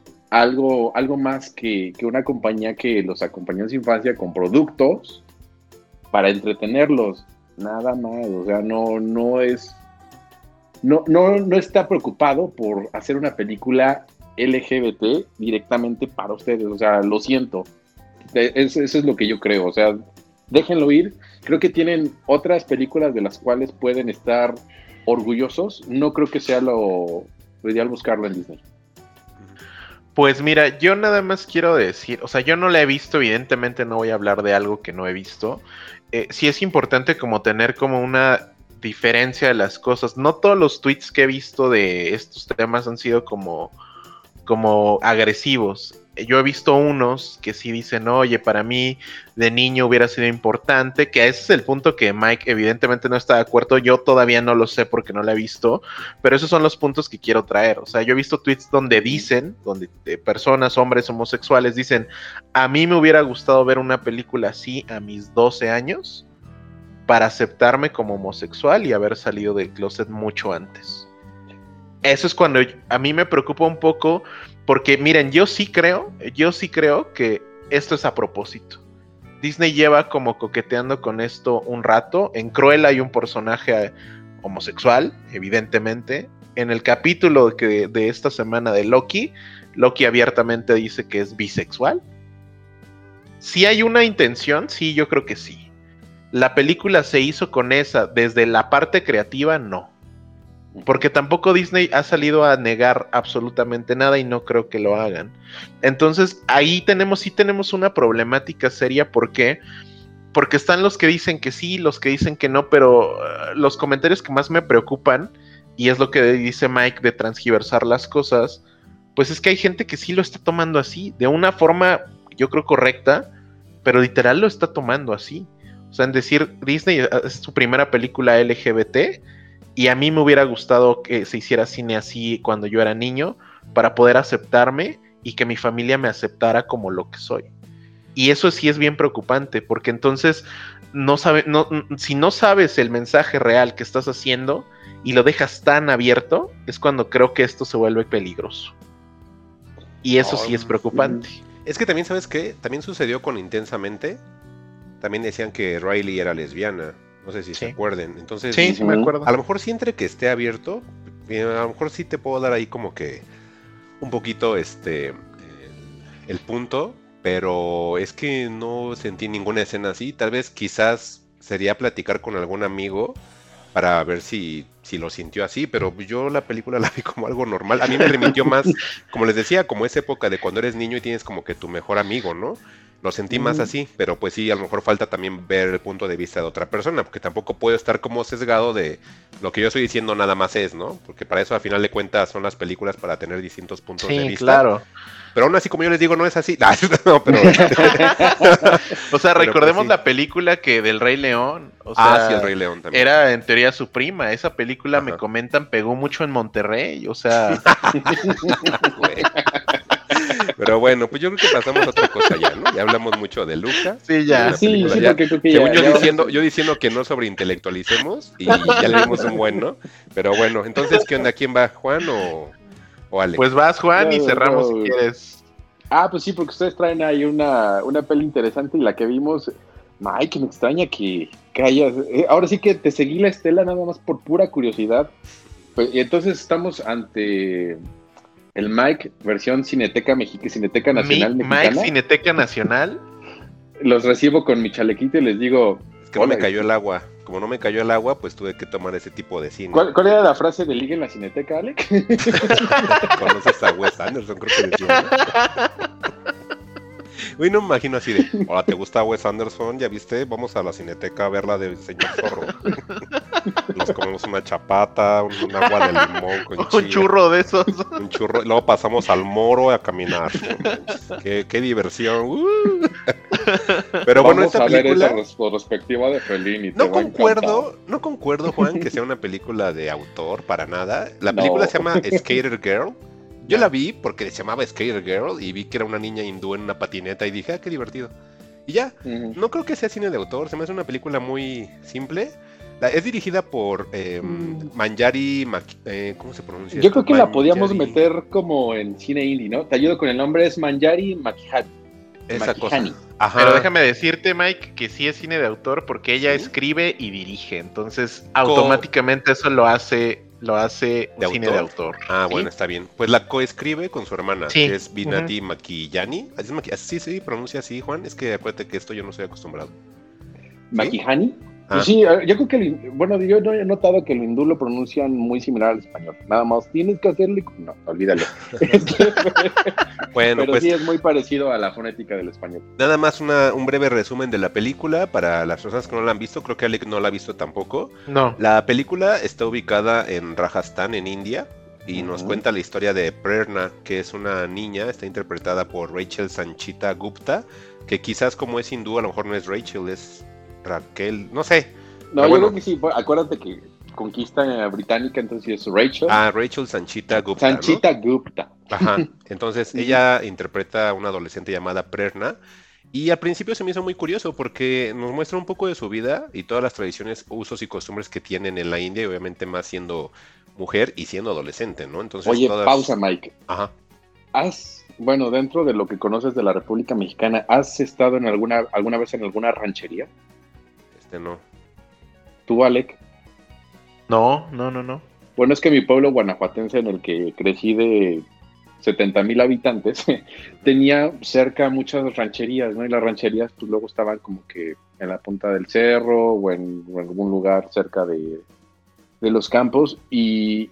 algo, algo más que, que una compañía que los acompañó en su infancia con productos para entretenerlos, nada más, o sea, no, no es, no, no, no está preocupado por hacer una película L G B T directamente para ustedes, o sea, lo siento, eso, eso es lo que yo creo, o sea, déjenlo ir, creo que tienen otras películas de las cuales pueden estar orgullosos, no creo que sea lo, lo ideal buscarlo en Disney. Pues mira, yo nada más quiero decir, o sea, yo no la he visto, evidentemente no voy a hablar de algo que no he visto, eh, sí es importante como tener como una diferencia de las cosas, no todos los tweets que he visto de estos temas han sido como... como agresivos. Yo he visto unos que sí dicen, oye, para mí de niño hubiera sido importante, que ese es el punto que Mike evidentemente no está de acuerdo, yo todavía no lo sé porque no lo he visto, pero esos son los puntos que quiero traer. O sea, yo he visto tweets donde dicen, donde personas, hombres homosexuales dicen, a mí me hubiera gustado ver una película así a mis doce años para aceptarme como homosexual y haber salido del closet mucho antes. Eso es cuando a mí me preocupa un poco, porque miren, yo sí creo, yo sí creo que esto es a propósito. Disney lleva como coqueteando con esto un rato. En Cruella hay un personaje homosexual, evidentemente. En el capítulo que, de esta semana de Loki, Loki abiertamente dice que es bisexual. ¿Sí hay una intención? Sí, yo creo que sí. ¿La película se hizo con esa desde la parte creativa? No. Porque tampoco Disney ha salido a negar absolutamente nada y no creo que lo hagan. Entonces ahí tenemos, sí tenemos una problemática seria. ¿Por qué? Porque están los que dicen que sí, los que dicen que no, pero uh, los comentarios que más me preocupan, y es lo que dice Mike de transgiversar las cosas, pues es que hay gente que sí lo está tomando así, de una forma yo creo correcta, pero literal lo está tomando así. O sea, en decir, Disney es su primera película L G B T, y a mí me hubiera gustado que se hiciera cine así cuando yo era niño, para poder aceptarme y que mi familia me aceptara como lo que soy. Y eso sí es bien preocupante, porque entonces no sabe, no, si no sabes el mensaje real que estás haciendo y lo dejas tan abierto, es cuando creo que esto se vuelve peligroso. Y eso oh, sí es preocupante. Es que también, ¿sabes qué? También sucedió con Intensamente. También decían que Riley era lesbiana. No sé si sí. se acuerden. Entonces, sí, sí me acuerdo. A lo mejor sí, entre que esté abierto, a lo mejor sí te puedo dar ahí como que un poquito este el, el punto, pero es que no sentí ninguna escena así. Tal vez quizás sería platicar con algún amigo para ver si, si lo sintió así, pero yo la película la vi como algo normal. A mí me remitió más, como les decía, como esa época de cuando eres niño y tienes como que tu mejor amigo, ¿no? Lo sentí mm. más así, pero pues sí, a lo mejor falta también ver el punto de vista de otra persona, porque tampoco puedo estar como sesgado de lo que yo estoy diciendo nada más es, ¿no? Porque para eso, a final de cuentas, son las películas para tener distintos puntos sí, de vista. Claro. Pero aún así, como yo les digo, no es así. No, pero... o sea, recordemos pues, sí. la película que del Rey León. O sea, ah, sí, el Rey León también. Era en teoría su prima. Esa película, ajá, me comentan, pegó mucho en Monterrey. O sea... Pero bueno, pues yo creo que pasamos a otra cosa ya, ¿no? Ya hablamos mucho de Luca. Sí, ya. Sí, sí, ya. Porque creo que Según ya, yo, ya diciendo, vamos. yo diciendo que no sobreintelectualicemos y ya le dimos un buen, ¿no? Pero bueno, entonces, ¿qué onda? ¿Quién va? ¿Juan o, o Alex? Pues vas, Juan, y cerramos no, si quieres. Ah, pues sí, porque ustedes traen ahí una, una peli interesante y la que vimos... Ay, que me extraña que, que hayas... Ahora sí que te seguí la estela nada más por pura curiosidad. Pues, y entonces estamos ante... El Mike, versión Cineteca Mexica, Cineteca Nacional Mi, Mexicana. Mike, Cineteca Nacional. Los recibo con mi chalequito y les digo... Es que no me cayó el agua. Como no me cayó el agua, pues tuve que tomar ese tipo de cine. ¿Cuál, cuál era la frase de Liga en la Cineteca, Alex? ¿Conoces a Wes Anderson? Creo que decía, ¿no? Uy, no me imagino así de, hola, ¿te gusta Wes Anderson? ¿Ya viste? Vamos a la Cineteca a ver la del Señor Zorro. Nos comemos una chapata, un, un agua de limón con chile. Un churro de esos. Un churro, luego pasamos al Moro a caminar. Qué, qué diversión. Uh. Pero bueno, Vamos esta a película... ver esa perspectiva de Fellini. No concuerdo, no concuerdo, Juan, que sea una película de autor, para nada. La película no. se llama Skater Girl. Yo la vi porque se llamaba Skater Girl y vi que era una niña hindú en una patineta y dije, ah, qué divertido. Y ya, uh-huh. no creo que sea cine de autor, se me hace una película muy simple. La, es dirigida por eh, mm. Manjari, Mak, eh, ¿cómo se pronuncia? Yo creo que Manjari... la podíamos meter como en cine indie, ¿no? Te ayudo con el nombre, es Manjari Makihani. Esa Makihani. cosa. Ajá. Pero déjame decirte, Mike, que sí es cine de autor porque ella ¿sí? escribe y dirige, entonces Co- automáticamente eso lo hace... Lo hace ¿De cine autor? de autor. Ah, ¿sí? Bueno, está bien. Pues la coescribe con su hermana, sí. que es Vinati uh-huh. Makiyani. ¿Así se pronuncia así, Juan? Es que acuérdate que esto yo no soy acostumbrado. ¿Makihani? ¿Sí? Ah. Pues sí, yo creo que, el, bueno, yo no he notado que el hindú lo pronuncian muy similar al español. Nada más, tienes que hacerle... No, olvídalo. Bueno, pero pues... sí es muy parecido a la fonética del español. Nada más una, un breve resumen de la película para las personas que no la han visto. Creo que Alec no la ha visto tampoco. No. La película está ubicada en Rajasthan, en India. Y uh-huh. nos cuenta la historia de Prerna, que es una niña, está interpretada por Rachel Sanchita Gupta, que quizás como es hindú, a lo mejor no es Rachel, es... Raquel, no sé. No, yo bueno. creo que sí, acuérdate que conquista británica, entonces es Rachel. Ah, Rachel Sanchita Gupta. Sanchita ¿no? Gupta. Ajá, entonces ella interpreta a una adolescente llamada Prerna. Y al principio se me hizo muy curioso porque nos muestra un poco de su vida y todas las tradiciones, usos y costumbres que tienen en la India, y obviamente más siendo mujer y siendo adolescente, ¿no? Entonces, Oye, todas... pausa, Mike. Ajá. ¿Has, bueno, dentro de lo que conoces de la República Mexicana, ¿has estado en alguna, alguna vez en alguna ranchería? Este no. ¿Tú, Alec? No, no, no, no. Bueno, es que mi pueblo guanajuatense, en el que crecí de setenta mil habitantes, tenía cerca muchas rancherías, ¿no? Y las rancherías, pues luego estaban como que en la punta del cerro o en, o en algún lugar cerca de, de los campos, y,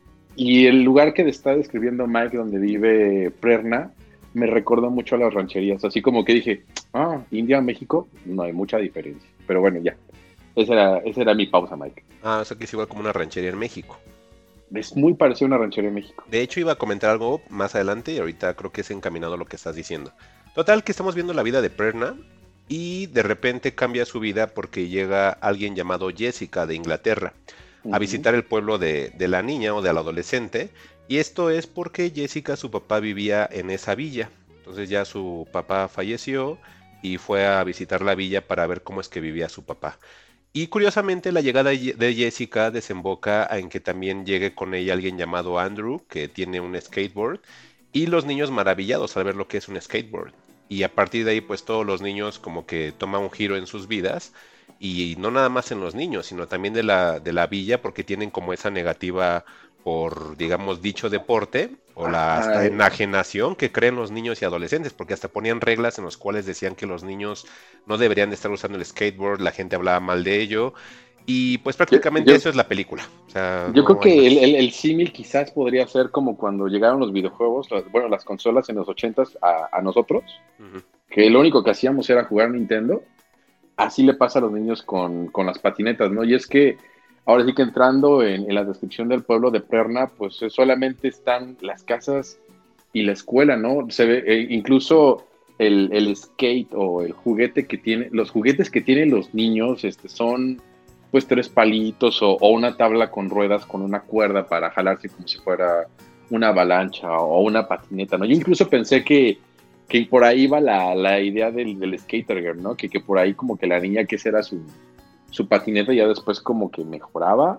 y el lugar que está describiendo Mike, donde vive Prerna, me recordó mucho a las rancherías, así como que dije, ah, India, México, no hay mucha diferencia, pero bueno, ya, esa era, esa era mi pausa, Mike. Ah, o sea que es igual como una ranchería en México. Es muy parecido a una ranchería en México. De hecho, iba a comentar algo más adelante y ahorita creo que es encaminado a lo que estás diciendo. Total, que estamos viendo la vida de Prerna y de repente cambia su vida porque llega alguien llamado Jessica de Inglaterra a visitar el pueblo de, de la niña o de la adolescente, y esto es porque Jessica, su papá, vivía en esa villa. Entonces ya su papá falleció y fue a visitar la villa para ver cómo es que vivía su papá. Y curiosamente la llegada de Jessica desemboca en que también llegue con ella alguien llamado Andrew, que tiene un skateboard, y los niños maravillados al ver lo que es un skateboard. Y a partir de ahí pues todos los niños como que toman un giro en sus vidas, y no nada más en los niños, sino también de la, de la villa, porque tienen como esa negativa por, digamos, dicho deporte, o la hasta Ay. enajenación que creen los niños y adolescentes, porque hasta ponían reglas en las cuales decían que los niños no deberían de estar usando el skateboard, la gente hablaba mal de ello, y pues prácticamente Yo- yo- eso es la película. O sea, Yo no creo hay que más. el, el, el símil quizás podría ser como cuando llegaron los videojuegos, las- bueno, las consolas en los ochentas a, a nosotros, Ujú. que lo único que hacíamos era jugar Nintendo. Así le pasa a los niños con, con las patinetas, ¿no? Y es que ahora sí que entrando en, en la descripción del pueblo de Prerna, pues eh, solamente están las casas y la escuela, ¿no? Se ve, eh, incluso el, el skate o el juguete que tiene, los juguetes que tienen los niños, este, son pues tres palitos o, o una tabla con ruedas con una cuerda para jalarse como si fuera una avalancha o una patineta, ¿no? Yo incluso pensé que, que por ahí iba la, la idea del, del skater girl, ¿no? Que, que por ahí como que la niña que esa era su, su patineta ya después como que mejoraba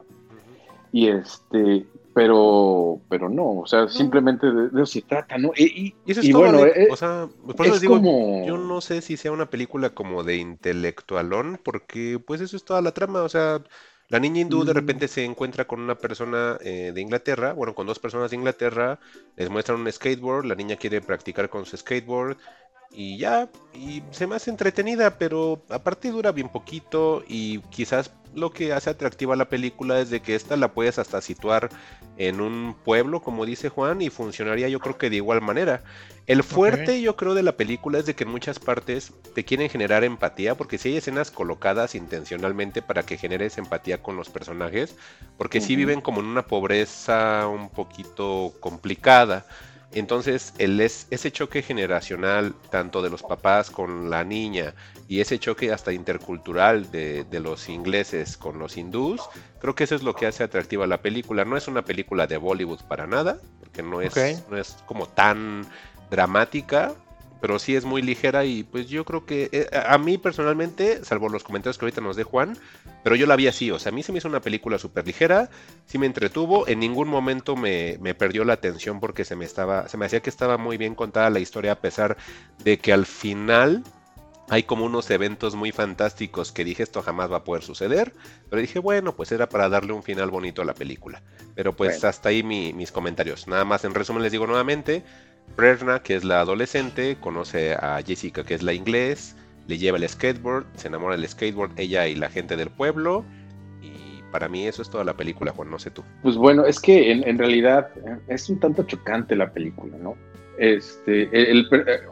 y este, pero, pero no, o sea, simplemente de, de eso se trata, ¿no? Y, y, Y eso es y todo, bueno, Ale. eh, O sea, por eso es les digo, como... yo no sé si sea una película como de intelectualón, porque pues eso es toda la trama. O sea, la niña hindú de mm, repente se encuentra con una persona eh, de Inglaterra, bueno, con dos personas de Inglaterra, les muestran un skateboard, la niña quiere practicar con su skateboard y ya, y se me hace entretenida, pero aparte dura bien poquito, y quizás lo que hace atractiva la película es de que esta la puedes hasta situar en un pueblo, como dice Juan, y funcionaría yo creo que de igual manera. El fuerte yo creo de la película es de que en muchas partes te quieren generar empatía, porque si hay escenas colocadas intencionalmente para que generes empatía con los personajes, porque sí ujú. viven como en una pobreza un poquito complicada. Entonces, el es, ese choque generacional, tanto de los papás con la niña, y ese choque hasta intercultural de, de los ingleses con los hindús, creo que eso es lo que hace atractiva la película. No es una película de Bollywood para nada, porque no es, Ok. no es como tan dramática, pero sí es muy ligera, y pues yo creo que eh, a mí personalmente, salvo los comentarios que ahorita nos dé Juan, pero yo la vi así. O sea, a mí se me hizo una película súper ligera, sí me entretuvo, en ningún momento me, me perdió la atención, porque se me estaba, se me hacía que estaba muy bien contada la historia, a pesar de que al final hay como unos eventos muy fantásticos que dije esto jamás va a poder suceder, pero dije bueno, pues era para darle un final bonito a la película. Pero pues Bueno. hasta ahí mi- mis comentarios. Nada más en resumen les digo nuevamente, Prerna, que es la adolescente, conoce a Jessica, que es la inglés, le lleva el skateboard, se enamora del skateboard ella y la gente del pueblo, y para mí eso es toda la película, Juan, no sé tú. Pues bueno, es que en, en realidad eh, es un tanto chocante la película, ¿no? Este, el, el- eh,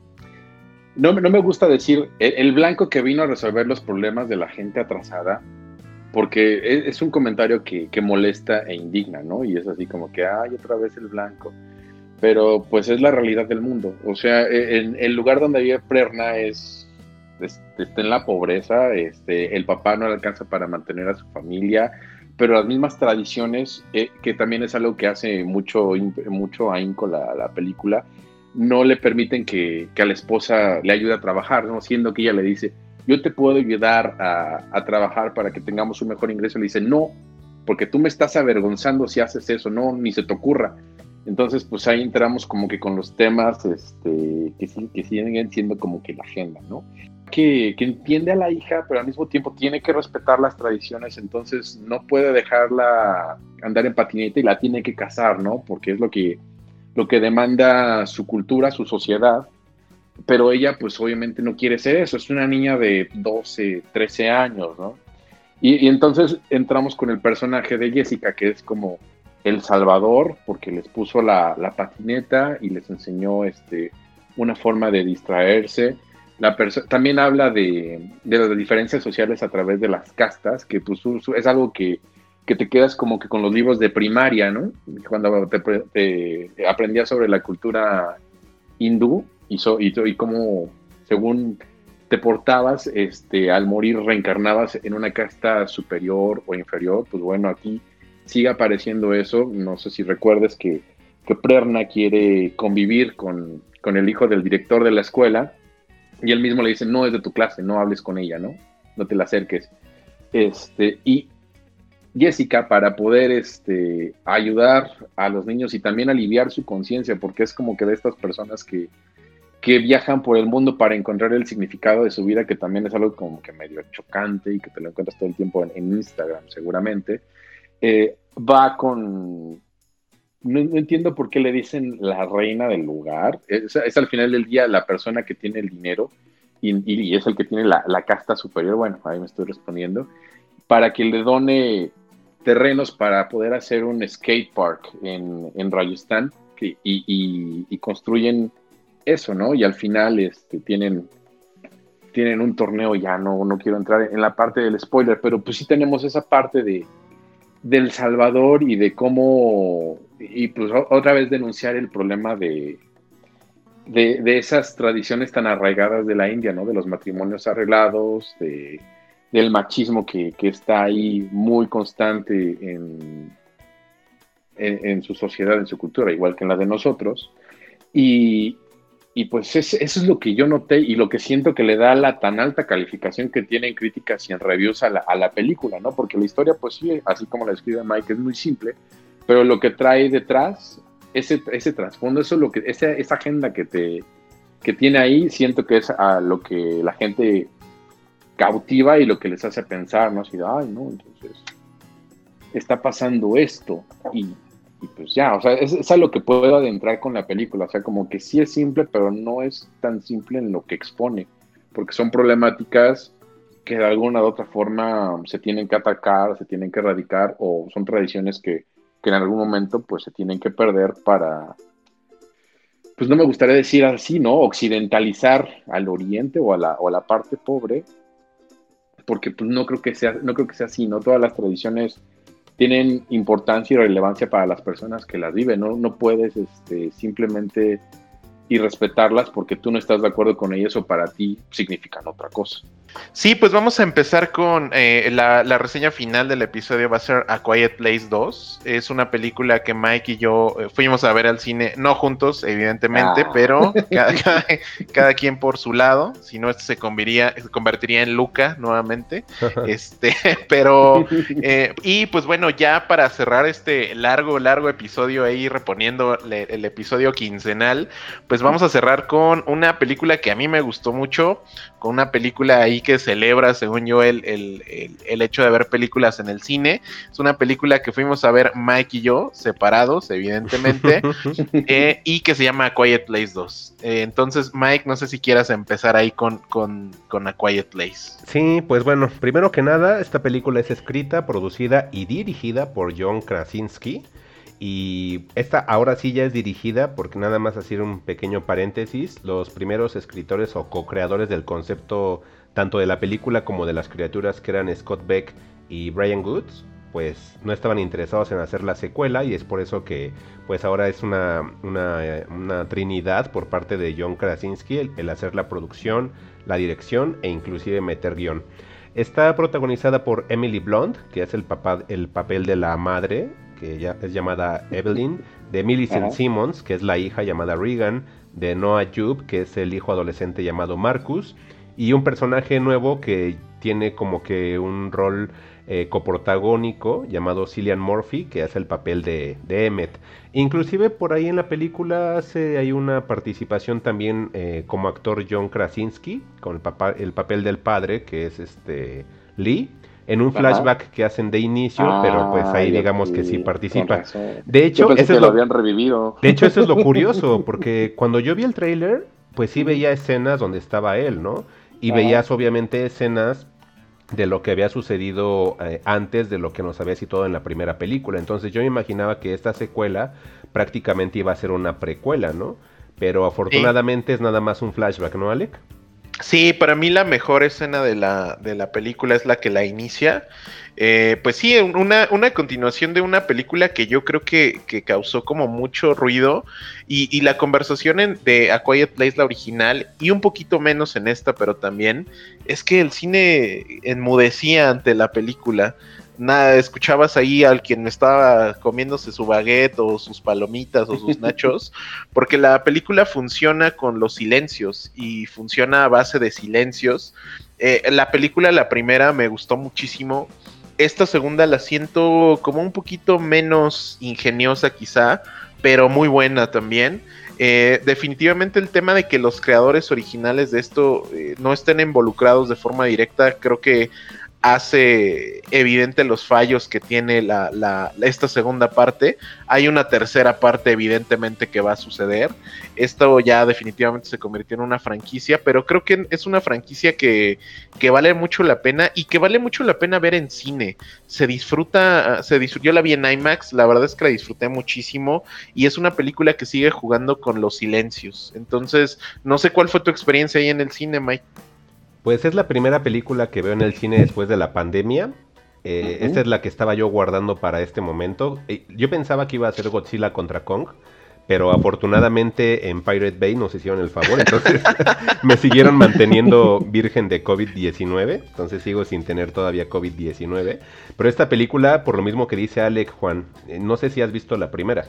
no, me- no me gusta decir el, el blanco que vino a resolver los problemas de la gente atrasada, porque es, es un comentario que, que molesta e indigna, ¿no? Y es así como que, ay, otra vez el blanco. Pero pues es la realidad del mundo. O sea, e- en el lugar donde vive Prerna es, es- está en la pobreza, este, el papá no le alcanza para mantener a su familia, pero las mismas tradiciones, eh, que también es algo que hace mucho, imp- mucho ahínco la, la película, no le permiten que, que a la esposa le ayude a trabajar, ¿no? Siendo que ella le dice, yo te puedo ayudar a, a trabajar para que tengamos un mejor ingreso. Le dice, no, porque tú me estás avergonzando si haces eso, no, ni se te ocurra. Entonces, pues ahí entramos como que con los temas este, que, sí, que siguen siendo como que la agenda, ¿no? Que, que entiende a la hija, pero al mismo tiempo tiene que respetar las tradiciones, entonces no puede dejarla andar en patineta y la tiene que casar, ¿no? Porque es lo que, lo que demanda su cultura, su sociedad, pero ella pues obviamente no quiere ser eso, es una niña de doce, trece años, ¿no? Y, y entonces entramos con el personaje de Jessica, que es como el salvador, porque les puso la, la patineta y les enseñó este, una forma de distraerse. La también habla de, de las diferencias sociales a través de las castas, que pues es algo que, que te quedas como que con los libros de primaria, ¿no? Cuando te, te aprendías sobre la cultura hindú y, so, y, y cómo, según te portabas, este, al morir reencarnabas en una casta superior o inferior. Pues bueno, aquí sigue apareciendo eso. No sé si recuerdes que, que Prerna quiere convivir con, con el hijo del director de la escuela, y él mismo le dice, no es de tu clase, no hables con ella, ¿no? No te la acerques. Este, y Jessica, para poder este, ayudar a los niños y también aliviar su conciencia, porque es como que de estas personas que, que viajan por el mundo para encontrar el significado de su vida, que también es algo como que medio chocante y que te lo encuentras todo el tiempo en, en Instagram seguramente, eh, va con... No, no entiendo por qué le dicen la reina del lugar. Es, es al final del día la persona que tiene el dinero y, y es el que tiene la, la casta superior. Bueno, ahí me estoy respondiendo. Para que le done terrenos para poder hacer un skate park en, en Rajasthan, que, y, y, y construyen eso, ¿no? Y al final este, tienen, tienen un torneo. Ya no, no quiero entrar en la parte del spoiler, pero pues sí tenemos esa parte de del Salvador y de cómo, y pues otra vez denunciar el problema de, de, de esas tradiciones tan arraigadas de la India, ¿no? De los matrimonios arreglados, de, del machismo que, que está ahí muy constante en, en, en su sociedad, en su cultura, igual que en la de nosotros. Y, y pues es, eso es lo que yo noté y lo que siento que le da la tan alta calificación que tiene en críticas y en reviews a la, a la película, ¿no? Porque la historia, pues sí, así como la escribe Mike, es muy simple, pero lo que trae detrás, ese, ese trasfondo, eso es lo que, esa, esa agenda que te que tiene ahí, siento que es a lo que la gente cautiva y lo que les hace pensar, ¿no? Así de, ay, no, entonces está pasando esto y Y pues ya, o sea, es, es a lo que puedo adentrar con la película, o sea, como que sí es simple, pero no es tan simple en lo que expone, porque son problemáticas que de alguna u otra forma se tienen que atacar, se tienen que erradicar, o son tradiciones que, que en algún momento pues se tienen que perder para, pues no me gustaría decir así, ¿no? Occidentalizar al oriente o a la, o a la parte pobre, porque pues no creo que sea, no creo que sea así, ¿no? Todas las tradiciones tienen importancia y relevancia para las personas que las viven, no, no puedes este, simplemente irrespetarlas porque tú no estás de acuerdo con ellas o para ti significan otra cosa. Sí, pues vamos a empezar con eh, la, la reseña final del episodio. Va a ser A Quiet Place dos. Es una película que Mike y yo eh, fuimos a ver al cine, no juntos, evidentemente, ah. pero cada, cada, cada quien por su lado. Si no, esto se convertiría, se convertiría en Luca nuevamente. este, pero, eh, y pues bueno, ya para cerrar este largo, largo episodio ahí, reponiendo le, el episodio quincenal, pues vamos a cerrar con una película que a mí me gustó mucho, con una película ahí que celebra, según yo, el, el, el, el hecho de ver películas en el cine. Es una película que fuimos a ver Mike y yo, separados, evidentemente, eh, y que se llama A Quiet Place dos. Eh, entonces, Mike, no sé si quieras empezar ahí con, con, con A Quiet Place. Sí, pues bueno, primero que nada, esta película es escrita, producida y dirigida por John Krasinski. Y esta ahora sí ya es dirigida, porque nada más hacer un pequeño paréntesis, los primeros escritores o co-creadores del concepto tanto de la película como de las criaturas, que eran Scott Beck y Brian Goods, pues no estaban interesados en hacer la secuela, y es por eso que pues ahora es una, una, una trinidad por parte de John Krasinski el, el hacer la producción, la dirección e inclusive meter guión. Está protagonizada por Emily Blunt, que es el, papá, el papel de la madre, que ya es llamada Evelyn, de Millicent uh-huh. Simmons, que es la hija llamada Regan, de Noah Jupe, que es el hijo adolescente llamado Marcus, y un personaje nuevo que tiene como que un rol eh, coprotagónico llamado Cillian Murphy, que hace el papel de, de Emmett. Inclusive por ahí en la película hace, hay una participación también eh, como actor John Krasinski, con el, papá, el papel del padre, que es este Lee, en un flashback Ajá. que hacen de inicio, ah, pero pues ahí digamos que sí participa. De hecho, eso es lo habían revivido. De hecho, eso es lo curioso, porque cuando yo vi el tráiler, pues sí veía escenas donde estaba él, ¿no? Y Ajá. veías obviamente escenas de lo que había sucedido eh, antes de lo que nos había situado en la primera película. Entonces yo me imaginaba que esta secuela prácticamente iba a ser una precuela, ¿no? Pero afortunadamente sí. Es nada más un flashback, ¿no, Alec? Sí, para mí la mejor escena de la, de la película es la que la inicia. Eh, pues sí, una, una continuación de una película que yo creo que, que causó como mucho ruido y, y la conversación en, de A Quiet Place, la original, y un poquito menos en esta, pero también, es que el cine enmudecía ante la película. Nada, escuchabas ahí al quien estaba comiéndose su baguette o sus palomitas o sus nachos, porque la película funciona con los silencios y funciona a base de silencios. Eh, la película, la primera, me gustó muchísimo. Esta segunda la siento como un poquito menos ingeniosa quizá, pero muy buena también. Eh, definitivamente el tema de que los creadores originales de esto eh, no estén involucrados de forma directa, creo que hace evidente los fallos que tiene la, la, esta segunda parte. Hay una tercera parte evidentemente que va a suceder. Esto ya definitivamente se convirtió en una franquicia, pero creo que es una franquicia que, que vale mucho la pena y que vale mucho la pena ver en cine. Se disfruta, se disfrutó, yo la vi en IMAX, la verdad es que la disfruté muchísimo y es una película que sigue jugando con los silencios. Entonces, no sé cuál fue tu experiencia ahí en el cine, Mike. Pues es la primera película que veo en el cine después de la pandemia. Eh, uh-huh. Esta es la que estaba yo guardando para este momento. Eh, yo pensaba que iba a ser Godzilla contra Kong, pero afortunadamente en Pirate Bay nos hicieron el favor. Entonces me siguieron manteniendo virgen de covid diecinueve. Entonces sigo sin tener todavía covid diecinueve. Pero esta película, por lo mismo que dice Alec, Juan, eh, no sé si has visto la primera.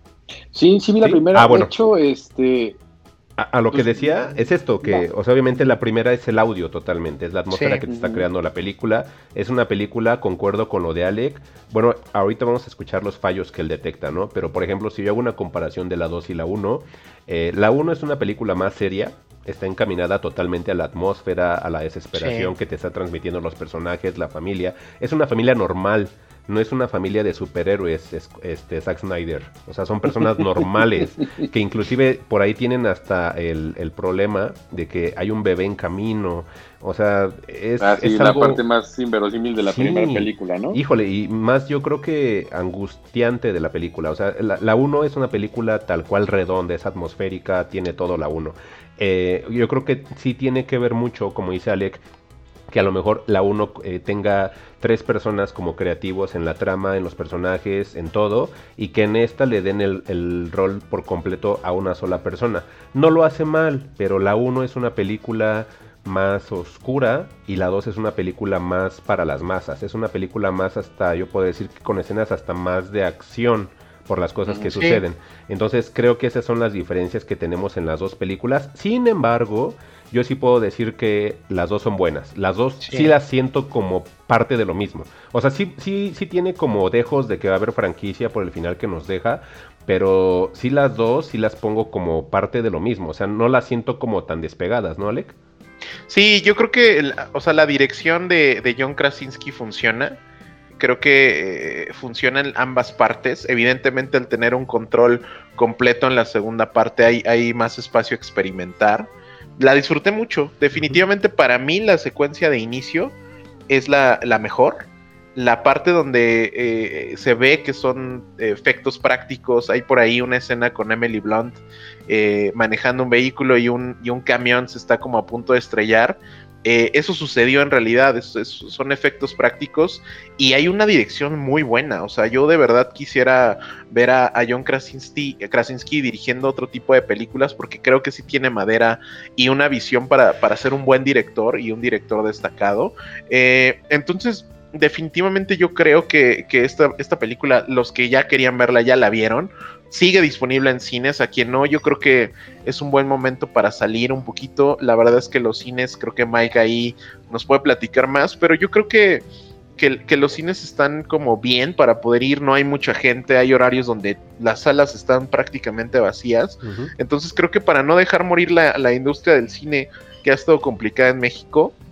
Sí, sí vi la ¿Sí? primera. Ah, bueno. De hecho, este... A, a lo que decía es esto, que, o sea, obviamente la primera es el audio totalmente, es la atmósfera sí. que te está creando la película. Es una película, concuerdo con lo de Alec. Bueno, ahorita vamos a escuchar los fallos que él detecta, ¿no? Pero, por ejemplo, si yo hago una comparación de la dos y la uno, eh, la uno es una película más seria, está encaminada totalmente a la atmósfera, a la desesperación sí. que te está transmitiendo los personajes, la familia. Es una familia normal. No es una familia de superhéroes, es, este, Zack Snyder. O sea, son personas normales, que inclusive por ahí tienen hasta el, el problema de que hay un bebé en camino. O sea, es, ah, sí, es la algo... parte más inverosímil de la sí, primera película, ¿no? Híjole, y más yo creo que angustiante de la película. O sea, la uno es una película tal cual redonda, es atmosférica, tiene todo la uno. Eh, yo creo que sí tiene que ver mucho, como dice Alec, que a lo mejor la uno eh, tenga tres personas como creativos en la trama, en los personajes, en todo, y que en esta le den el, el rol por completo a una sola persona. No lo hace mal, pero la uno es una película más oscura y la dos es una película más para las masas. Es una película más hasta, yo puedo decir que con escenas hasta más de acción por las cosas que sí. suceden. Entonces creo que esas son las diferencias que tenemos en las dos películas. Sin embargo, yo sí puedo decir que las dos son buenas. Las dos sí, sí las siento como parte de lo mismo. O sea, sí, sí, sí tiene como dejos de que va a haber franquicia por el final que nos deja, pero sí las dos sí las pongo como parte de lo mismo. O sea, no las siento como tan despegadas, ¿no, Alec? Sí, yo creo que, el, o sea, la dirección de, de John Krasinski funciona. Creo que eh, funciona en ambas partes. Evidentemente, al tener un control completo en la segunda parte, hay, hay más espacio a experimentar. La disfruté mucho. Definitivamente, para mí, la secuencia de inicio es la, la mejor. La parte donde eh, se ve que son efectos prácticos. Hay por ahí una escena con Emily Blunt eh, manejando un vehículo y un, y un camión se está como a punto de estrellar. Eh, eso sucedió en realidad, es, es, son efectos prácticos y hay una dirección muy buena. O sea, yo de verdad quisiera ver a, a John Krasinski, Krasinski dirigiendo otro tipo de películas, porque creo que sí tiene madera y una visión para, para ser un buen director y un director destacado. Eh, entonces, definitivamente yo creo que, que esta, esta película, los que ya querían verla ya la vieron. Sigue disponible en cines, a quien no, yo creo que es un buen momento para salir un poquito. La verdad es que los cines, creo que Mike ahí nos puede platicar más, pero yo creo que, que, que los cines están como bien para poder ir, no hay mucha gente, hay horarios donde las salas están prácticamente vacías, uh-huh. Entonces creo que para no dejar morir la, la industria del cine, que ha estado complicada en México,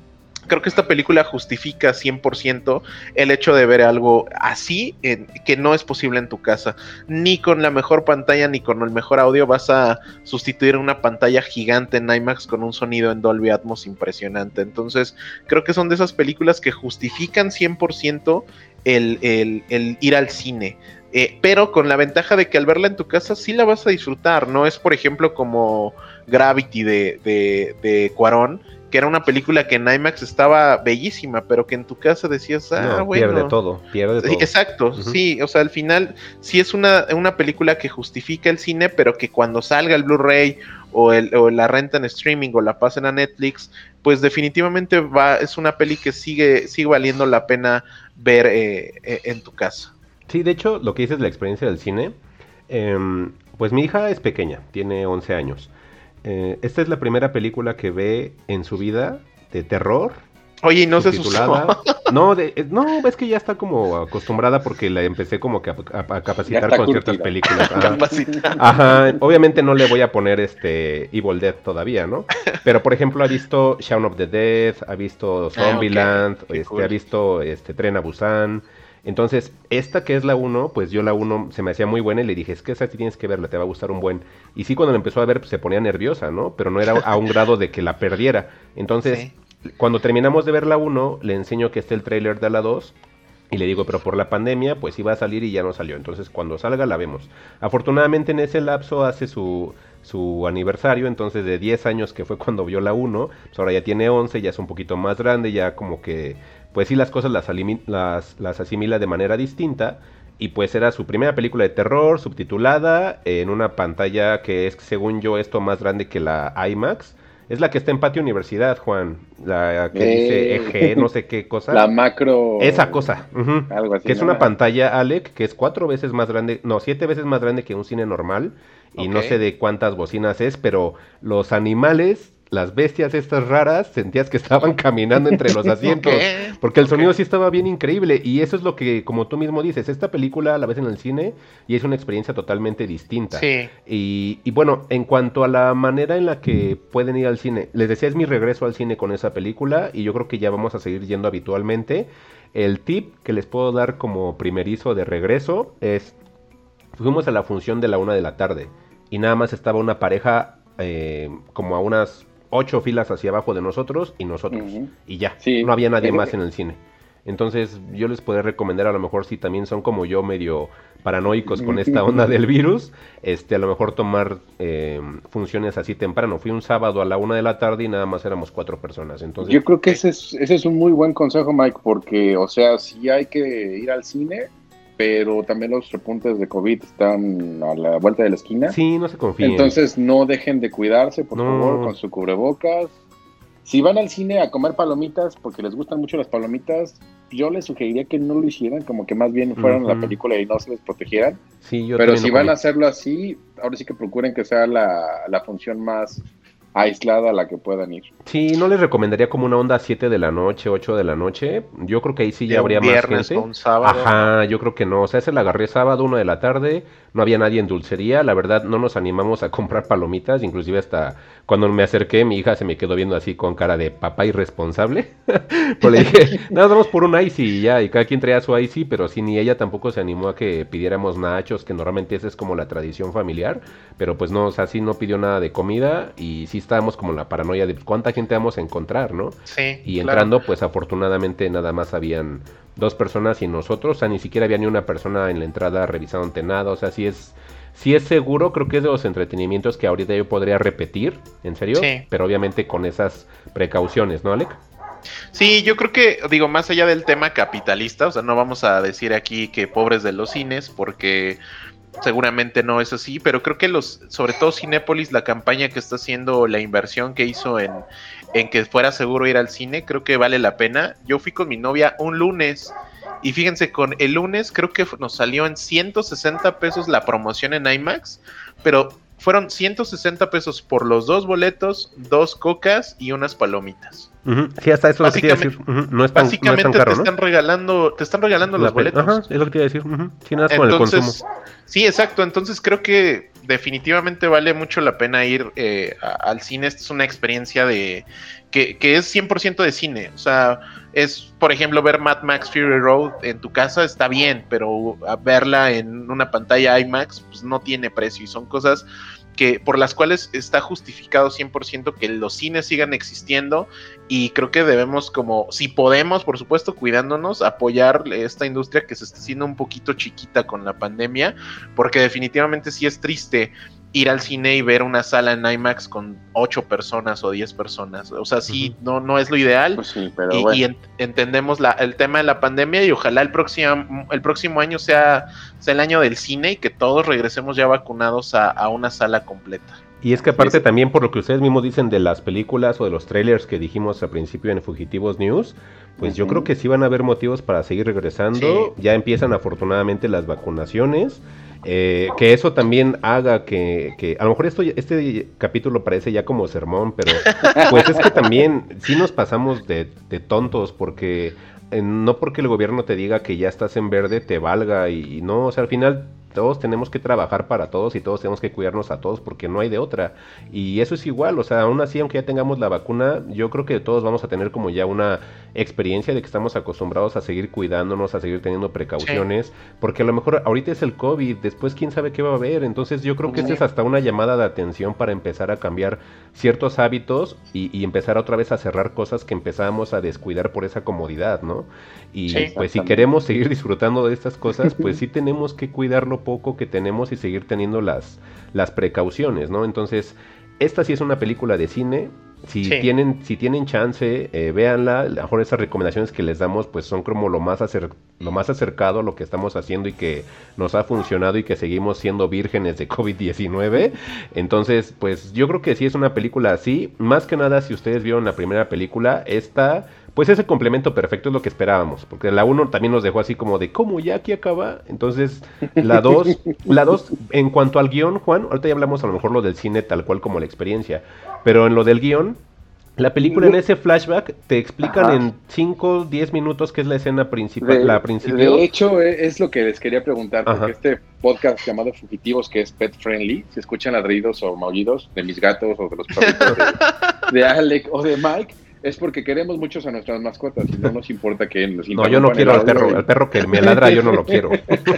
creo que esta película justifica cien por ciento el hecho de ver algo así, en, que no es posible en tu casa. Ni con la mejor pantalla, ni con el mejor audio vas a sustituir una pantalla gigante en IMAX con un sonido en Dolby Atmos impresionante. Entonces, creo que son de esas películas que justifican cien por ciento el, el, el ir al cine. Eh, pero con la ventaja de que al verla en tu casa sí la vas a disfrutar. No es, por ejemplo, como Gravity de, de, de Cuarón, que era una película que en IMAX estaba bellísima, pero que en tu casa decías, ah, no, bueno. Pierde todo, pierde todo. Sí, exacto, uh-huh. Sí, o sea, al final sí es una, una película que justifica el cine, pero que cuando salga el Blu-ray o, el, o la renta en streaming o la pasen a Netflix, pues definitivamente va, es una peli que sigue, sigue valiendo la pena ver eh, eh, en tu casa. Sí, de hecho, lo que dices de la experiencia del cine, eh, pues mi hija es pequeña, tiene once años. Eh, esta es la primera película que ve en su vida de terror. Oye, ¿y no se asustó? No, de, no, es que ya está como acostumbrada porque la empecé como que a, a, a capacitar con curtida. Ciertas películas. Ajá. Ajá, obviamente no le voy a poner este Evil Dead todavía, ¿no? Pero por ejemplo ha visto Shaun of the Dead, ha visto Zombieland, ah, okay. este, cool. ha visto este Tren a Busan. Entonces, esta que es la uno, pues yo la uno se me hacía muy buena y le dije, es que esa sí tienes que verla, te va a gustar un buen. Y sí, cuando la empezó a ver, pues, se ponía nerviosa, ¿no? Pero no era a un grado de que la perdiera. Entonces, sí. Cuando terminamos de ver la uno, le enseño que está el tráiler de la dos y le digo, pero por la pandemia, pues iba a salir y ya no salió. Entonces, cuando salga, la vemos. Afortunadamente, en ese lapso hace su, su aniversario, entonces de diez años que fue cuando vio la uno, pues ahora ya tiene once, ya es un poquito más grande, ya como que... pues sí las cosas las, alimi- las, las asimila de manera distinta, y pues era su primera película de terror, subtitulada, en una pantalla que es, según yo, esto más grande que la IMAX. Es la que está en Patio Universidad, Juan, la que eh, dice E G, no sé qué cosa. La macro... Esa cosa, uh-huh. Algo así, que es ¿no? una pantalla, Alec, que es cuatro veces más grande, no, siete veces más grande que un cine normal, y okay. No sé de cuántas bocinas es, pero los animales... las bestias estas raras, sentías que estaban caminando entre los asientos, okay, porque el sonido okay. sí estaba bien increíble, y eso es lo que, como tú mismo dices, esta película la ves en el cine, y es una experiencia totalmente distinta. Sí. Y, y bueno, en cuanto a la manera en la que pueden ir al cine, les decía, es mi regreso al cine con esa película, y yo creo que ya vamos a seguir yendo habitualmente. El tip que les puedo dar como primerizo de regreso es, fuimos a la función de la una de la tarde, y nada más estaba una pareja eh, como a unas ocho filas hacia abajo de nosotros y nosotros, uh-huh. y ya, sí, no había nadie más en el cine. Entonces yo les podría recomendar, a lo mejor si también son como yo medio paranoicos con esta onda del virus, este a lo mejor tomar eh, funciones así temprano. Fui un sábado a la una de la tarde y nada más éramos cuatro personas. Entonces yo creo que ese es, ese es un muy buen consejo, Mike, porque, o sea, sí hay que ir al cine, pero también los repuntes de COVID están a la vuelta de la esquina. Sí, no se confíen. Entonces no dejen de cuidarse, por no. favor, con su cubrebocas. Si van al cine a comer palomitas, porque les gustan mucho las palomitas, yo les sugeriría que no lo hicieran, como que más bien fueran uh-huh. a la película y no se les protegieran. Sí, yo pero si van comí. a hacerlo así, ahora sí que procuren que sea la, la función más aislada a la que puedan ir. Sí, no les recomendaría como una onda siete de la noche, ocho de la noche. Yo creo que ahí sí ya de habría un viernes más gente. O un sábado. Ajá, yo creo que no. O sea, ese la agarré sábado, una de la tarde. No había nadie en dulcería. La verdad, no nos animamos a comprar palomitas. Inclusive hasta cuando me acerqué, mi hija se me quedó viendo así con cara de papá irresponsable. Pero le dije, nada, vamos por un icy y ya. Y cada quien traía su icy, pero sí, ni ella tampoco se animó a que pidiéramos nachos, que normalmente esa es como la tradición familiar. Pero pues no, o sea, sí no pidió nada de comida y sí estábamos como en la paranoia de cuánta gente vamos a encontrar, ¿no? Sí. Y entrando, claro. Pues afortunadamente nada más habían dos personas y nosotros, o sea, ni siquiera había ni una persona en la entrada revisándote nada, o sea, sí es, sí es seguro, creo que es de los entretenimientos que ahorita yo podría repetir, en serio, sí. Pero obviamente con esas precauciones, ¿no, Alec? Sí, yo creo que, digo, más allá del tema capitalista, o sea, no vamos a decir aquí que pobres de los cines, porque seguramente no es así, pero creo que los, sobre todo Cinépolis, la campaña que está haciendo, la inversión que hizo en, en que fuera seguro ir al cine, creo que vale la pena. Yo fui con mi novia un lunes y fíjense, con el lunes creo que nos salió en ciento sesenta pesos la promoción en IMAX, pero fueron ciento sesenta pesos por los dos boletos, dos cocas y unas palomitas. Uh-huh. Sí, hasta eso es lo que te iba a decir. Uh-huh. No es tan, básicamente no es tan caro, te están ¿no? regalando, te están regalando la los boletos. Ajá, es lo que te iba a decir. Uh-huh. Sí, nada con el consumo. Sí, exacto. Entonces creo que definitivamente vale mucho la pena ir eh, a, al cine. Esta es una experiencia de que, que es cien por ciento de cine. O sea, es, por ejemplo, ver Mad Max Fury Road en tu casa está bien, pero a verla en una pantalla IMAX pues no tiene precio, y son cosas que por las cuales está justificado cien por ciento que los cines sigan existiendo, y creo que debemos, como si podemos, por supuesto, cuidándonos, apoyar esta industria que se está haciendo un poquito chiquita con la pandemia, porque definitivamente sí es triste ir al cine y ver una sala en IMAX con ocho personas o diez personas. O sea, sí, uh-huh. no, no es lo ideal. Pues sí, pero y, bueno. y en, entendemos la, el tema de la pandemia, y ojalá el próximo, el próximo año sea, sea el año del cine y que todos regresemos ya vacunados a, a una sala completa. Y es que aparte también, por lo que ustedes mismos dicen de las películas o de los trailers que dijimos al principio en Fugitivos News, pues uh-huh. yo creo que sí van a haber motivos para seguir regresando. Sí. Ya empiezan afortunadamente las vacunaciones. Eh, que eso también haga que, que a lo mejor esto este capítulo parece ya como sermón, pero pues es que también sí nos pasamos de, de tontos, porque eh, no porque el gobierno te diga que ya estás en verde te valga, y, y no, o sea, al final todos tenemos que trabajar para todos y todos tenemos que cuidarnos a todos, porque no hay de otra. Y eso es igual, o sea, aún así, aunque ya tengamos la vacuna, yo creo que todos vamos a tener como ya una experiencia de que estamos acostumbrados a seguir cuidándonos, a seguir teniendo precauciones, sí. porque a lo mejor ahorita es el COVID, después quién sabe qué va a haber. Entonces yo creo que sí. esta es hasta una llamada de atención para empezar a cambiar ciertos hábitos y, y empezar otra vez a cerrar cosas que empezábamos a descuidar por esa comodidad, ¿no? Y sí, pues si queremos seguir disfrutando de estas cosas, pues sí tenemos que cuidarlo poco que tenemos y seguir teniendo las, las precauciones, ¿no? Entonces, esta sí es una película de cine. Si sí. tienen si tienen chance, eh, véanla. A lo mejor esas recomendaciones que les damos pues son como lo más acer- lo más acercado a lo que estamos haciendo y que nos ha funcionado y que seguimos siendo vírgenes de covid diecinueve. Entonces, pues yo creo que sí es una película así. Más que nada, si ustedes vieron la primera película, esta pues ese complemento perfecto es lo que esperábamos, porque la uno también nos dejó así como de ¿cómo ya aquí acaba? Entonces, la dos, la dos en cuanto al guión, Juan, ahorita ya hablamos a lo mejor lo del cine tal cual como la experiencia, pero en lo del guión, la película en ese flashback te explican Ajá. en cinco, diez minutos qué es la escena principal, de, la principal. De hecho, es lo que les quería preguntar, porque Ajá. este podcast llamado Fugitivos, que es pet friendly, si escuchan ladridos o maullidos de mis gatos o de los perritos de, de Alec o de Mike, es porque queremos muchos a nuestras mascotas y no nos importa que nos No, yo no quiero al perro, y... al perro que me ladra yo no lo quiero.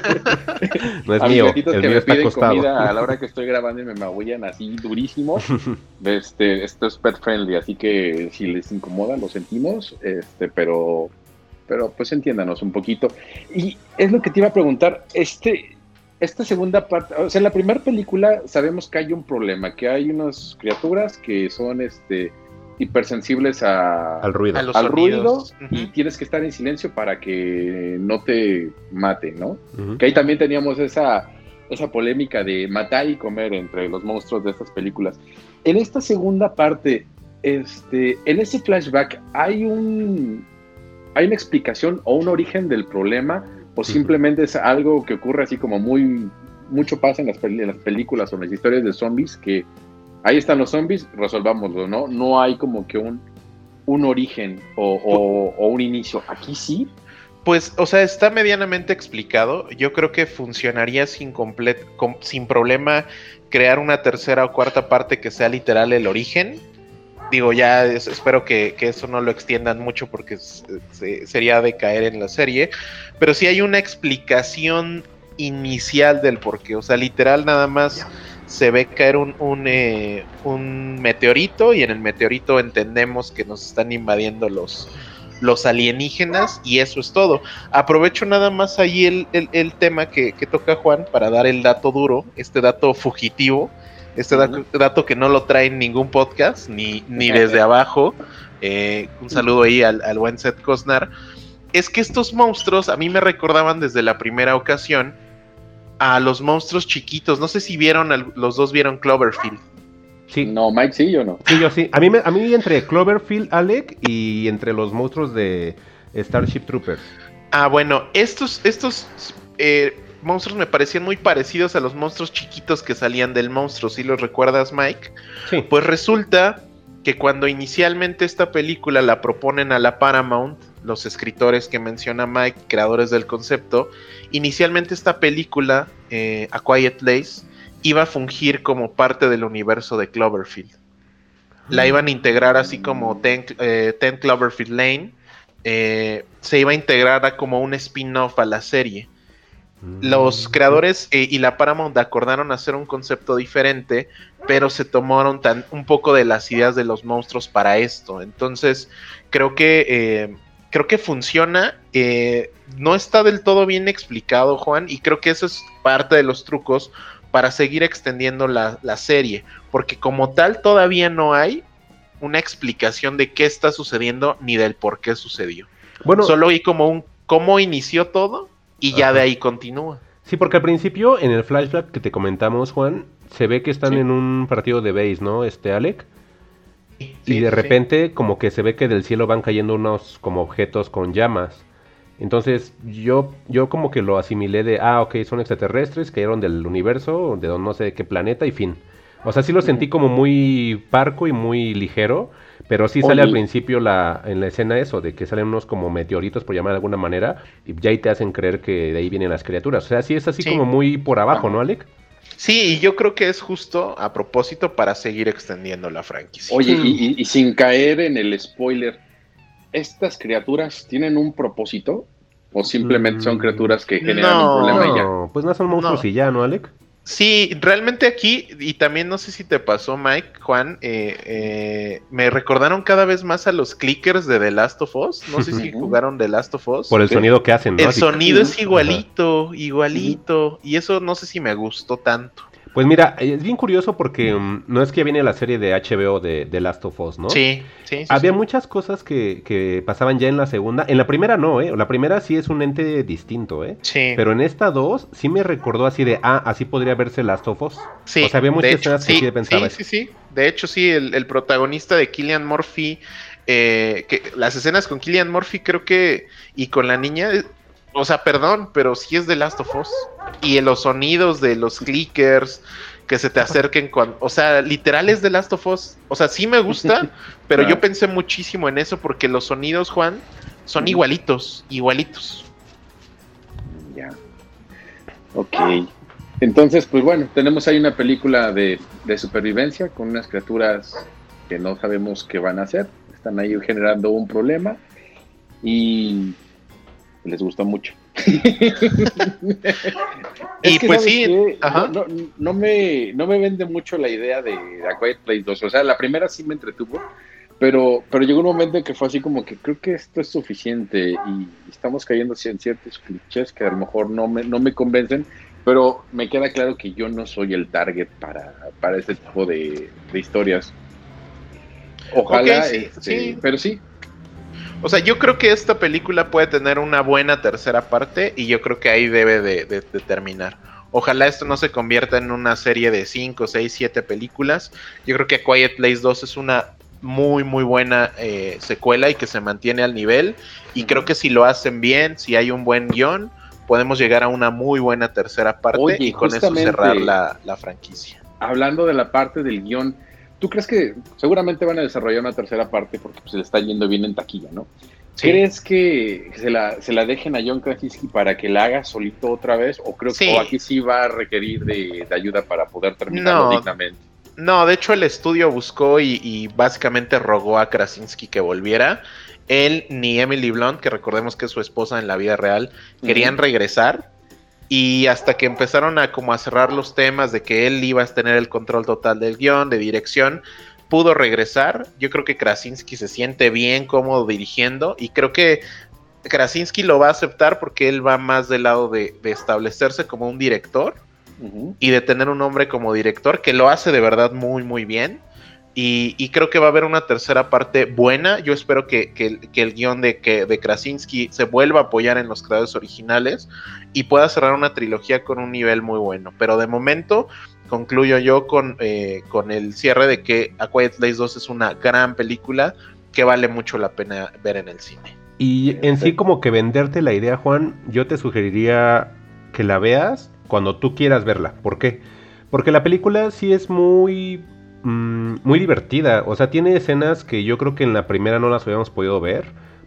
No es a mío, el mío que me está piden acostado. Comida a la hora que estoy grabando y me maullan así durísimo. Este, esto es pet friendly, así que si les incomoda lo sentimos, este, pero pero pues entiéndanos un poquito. Y es lo que te iba a preguntar, este esta segunda parte, o sea, en la primera película sabemos que hay un problema, que hay unas criaturas que son este hipersensibles a, al ruido, a al ruido uh-huh. y tienes que estar en silencio para que no te maten, ¿no? Uh-huh. Que ahí también teníamos esa, esa polémica de matar y comer entre los monstruos de estas películas. En esta segunda parte, este, en ese flashback, ¿hay un hay una explicación o un origen del problema? ¿O uh-huh. simplemente es algo que ocurre así como muy mucho pasa en las, pel- en las películas o en las historias de zombies que ahí están los zombies, resolvámoslo, ¿no? No hay como que un, un origen o, o, o un inicio. ¿Aquí sí? Pues, o sea, está medianamente explicado. Yo creo que funcionaría sin, complet- con, sin problema crear una tercera o cuarta parte que sea literal el origen. Digo, ya es, espero que, que eso no lo extiendan mucho porque es, es, sería de caer en la serie. Pero sí hay una explicación inicial del porqué. O sea, literal nada más... se ve caer un, un, eh, un meteorito y en el meteorito entendemos que nos están invadiendo los, los alienígenas y eso es todo. Aprovecho nada más ahí el, el, el tema que, que toca Juan para dar el dato duro, este dato fugitivo, este uh-huh. da, dato que no lo trae en ningún podcast, ni, ni desde abajo. Eh, un saludo ahí al, al buen Seth Cosnar. Es que estos monstruos a mí me recordaban desde la primera ocasión a los monstruos chiquitos. No sé si vieron, al, los dos vieron Cloverfield. Sí. No, Mike, sí, yo no. Sí, yo sí. A mí, me, a mí entre Cloverfield, Alec, y entre los monstruos de Starship Troopers. Ah, bueno, estos, estos eh, monstruos me parecían muy parecidos a los monstruos chiquitos que salían del monstruo. ¿Sí los recuerdas, Mike? Sí. Pues resulta que cuando inicialmente esta película la proponen a la Paramount, los escritores que menciona Mike, creadores del concepto, inicialmente esta película, eh, A Quiet Place, iba a fungir como parte del universo de Cloverfield. La iban a integrar así como ten, eh, ten Cloverfield Lane, eh, se iba a integrar a como un spin-off a la serie. Los creadores eh, y la Paramount acordaron hacer un concepto diferente, pero se tomaron tan, un poco de las ideas de los monstruos para esto. Entonces, creo que eh, creo que funciona. Eh, no está del todo bien explicado, Juan, y creo que eso es parte de los trucos para seguir extendiendo la, la serie, porque como tal todavía no hay una explicación de qué está sucediendo ni del por qué sucedió. Bueno, solo hay como un cómo inició todo y ya ajá, de ahí continúa. Sí, porque al principio en el flashback que te comentamos, Juan, se ve que están sí. en un partido de base, ¿no? Este Alec. Sí, y de repente sí. como que se ve que del cielo van cayendo unos como objetos con llamas. Entonces yo yo como que lo asimilé de, ah, ok, son extraterrestres, cayeron del universo, de no sé de qué planeta y fin. O sea, sí lo sentí como muy parco y muy ligero, pero sí sale Oye. al principio la en la escena eso, de que salen unos como meteoritos, por llamar de alguna manera, y ya ahí te hacen creer que de ahí vienen las criaturas. O sea, sí es así sí. como muy por abajo, ¿no, Alec? Sí, y yo creo que es justo a propósito para seguir extendiendo la franquicia. Oye, y, y, y sin caer en el spoiler, ¿estas criaturas tienen un propósito? ¿O simplemente son criaturas que generan no, un problema no, y ya? Pues no son monstruos no. y ya, ¿no, Alec? Sí, realmente aquí, y también no sé si te pasó, Mike, Juan, eh, eh, me recordaron cada vez más a los clickers de The Last of Us. No sé si jugaron The Last of Us. Por el sonido que hacen, ¿no? El Así sonido que... es igualito, igualito, y eso no sé si me gustó tanto. Pues mira, es bien curioso porque um, no es que viene la serie de H B O de The Last of Us, ¿no? Sí, sí, sí. Había sí. muchas cosas que, que pasaban ya en la segunda. En la primera no, ¿eh? La primera sí es un ente distinto, ¿eh? Sí. Pero en esta dos sí me recordó así de, ah, así podría verse Last of Us. Sí. O sea, había muchas hecho, escenas sí, que sí pensaba. Sí, sí, sí. De hecho, sí, el, el protagonista de Cillian Murphy, eh, que las escenas con Cillian Murphy creo que, y con la niña... O sea, perdón, pero sí es The Last of Us. Y los sonidos de los clickers que se te acerquen cuando... O sea, literal es The Last of Us. O sea, sí me gusta, pero yo pensé muchísimo en eso porque los sonidos, Juan, son igualitos, igualitos. Ya. Ok. Entonces, pues bueno, tenemos ahí una película de, de supervivencia con unas criaturas que no sabemos qué van a hacer. Están ahí generando un problema y... les gusta mucho. Y pues sí, ajá. No, no, no, me, no me vende mucho la idea de A Quiet Place dos. O sea, la primera sí me entretuvo, pero, pero llegó un momento en que fue así como que creo que esto es suficiente y estamos cayendo en ciertos clichés que a lo mejor no me, no me convencen, pero me queda claro que yo no soy el target para, para este tipo de, de historias. Ojalá, okay, sí, este, sí. pero sí. O sea, yo creo que esta película puede tener una buena tercera parte y yo creo que ahí debe de, de, de terminar. Ojalá esto no se convierta en una serie de cinco, seis, siete películas. Yo creo que A Quiet Place dos es una muy, muy buena eh, secuela y que se mantiene al nivel. Y creo que si lo hacen bien, si hay un buen guión, podemos llegar a una muy buena tercera parte. Oye, y con eso cerrar la, la franquicia. Hablando de la parte del guión, ¿tú crees que seguramente van a desarrollar una tercera parte porque pues, se le está yendo bien en taquilla, ¿no? Sí. ¿Crees que se la, se la dejen a John Krasinski para que la haga solito otra vez? ¿O creo sí. que o aquí sí va a requerir de, de ayuda para poder terminarlo no, dignamente? No, de hecho el estudio buscó y, y básicamente rogó a Krasinski que volviera. Él ni Emily Blunt, que recordemos que es su esposa en la vida real, querían uh-huh. regresar. Y hasta que empezaron a como a cerrar los temas de que él iba a tener el control total del guión, de dirección, pudo regresar. Yo creo que Krasinski se siente bien cómodo dirigiendo y creo que Krasinski lo va a aceptar porque él va más del lado de, de establecerse como un director uh-huh. y de tener un hombre como director que lo hace de verdad muy muy bien. Y, y creo que va a haber una tercera parte buena. Yo espero que, que, que el guión de, que, de Krasinski se vuelva a apoyar en los creadores originales y pueda cerrar una trilogía con un nivel muy bueno. Pero de momento concluyo yo con, eh, con el cierre de que A Quiet Place dos es una gran película que vale mucho la pena ver en el cine. Y en sí como que venderte la idea, Juan, yo te sugeriría que la veas cuando tú quieras verla. ¿Por qué? Porque la película sí es muy... muy divertida, o sea, tiene escenas que yo creo que en la primera no las habíamos podido ver,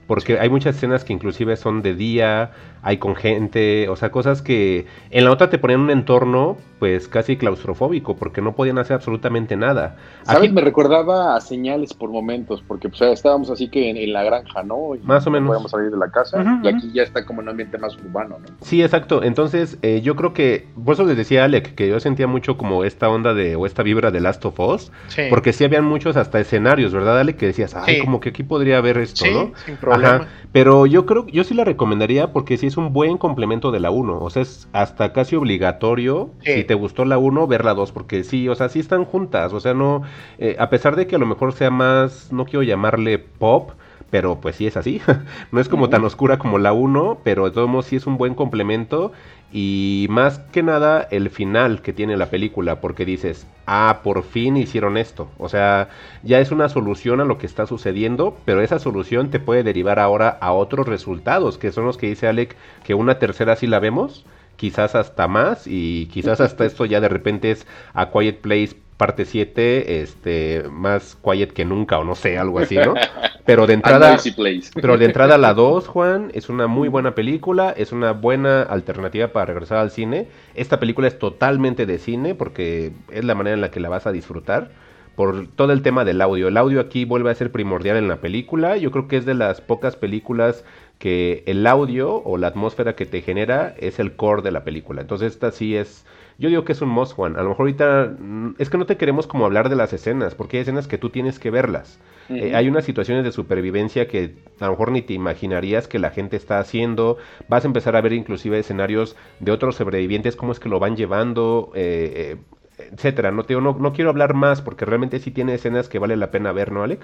porque hay muchas escenas que inclusive son de día, hay con gente, o sea, cosas que en la otra te ponían un entorno pues casi claustrofóbico, porque no podían hacer absolutamente nada. ¿Sabes? Aquí, me recordaba a Señales por momentos, porque pues estábamos así que en, en la granja, ¿no? Y más o menos. No podíamos salir de la casa, uh-huh, y aquí ya está como en un ambiente más urbano, ¿no? Sí, exacto. Entonces, eh, yo creo que, por eso les decía a Alec, que yo sentía mucho como esta onda de, o esta vibra de Last of Us, Sí. porque sí habían muchos hasta escenarios, ¿verdad, Alec? Que decías, ay, Sí. como que aquí podría haber esto, Sí, ¿no? sin problema. Ajá. Pero yo creo, yo sí la recomendaría porque sí es un buen complemento de la uno, o sea, es hasta casi obligatorio, Sí. si te gustó la uno, ver la dos, porque sí, o sea, sí están juntas, o sea, no, eh, a pesar de que a lo mejor sea más, no quiero llamarle pop, pero pues sí es así, no es como Uh-huh. tan oscura como la uno, pero de todos modos sí es un buen complemento, y más que nada el final que tiene la película, porque dices, ah, por fin hicieron esto, o sea, ya es una solución a lo que está sucediendo, pero esa solución te puede derivar ahora a otros resultados, que son los que dice Alec, que una tercera sí la vemos, quizás hasta más, y quizás hasta esto ya de repente es A Quiet Place parte siete, este, más quiet que nunca, o no sé, algo así, ¿no? Pero de entrada, pero de entrada la dos, Juan, es una muy buena película, es una buena alternativa para regresar al cine. Esta película es totalmente de cine, porque es la manera en la que la vas a disfrutar, por todo el tema del audio. El audio aquí vuelve a ser primordial en la película, yo creo que es de las pocas películas que el audio o la atmósfera que te genera es el core de la película. Entonces esta sí es, yo digo que es un must, Juan. A lo mejor ahorita es que no te queremos como hablar de las escenas, porque hay escenas que tú tienes que verlas. Uh-huh. Eh, hay unas situaciones de supervivencia que a lo mejor ni te imaginarías que la gente está haciendo. Vas a empezar a ver inclusive escenarios de otros sobrevivientes, cómo es que lo van llevando, eh, eh, etcétera. No, te, no, no quiero hablar más porque realmente sí tiene escenas que vale la pena ver, ¿no, Alec?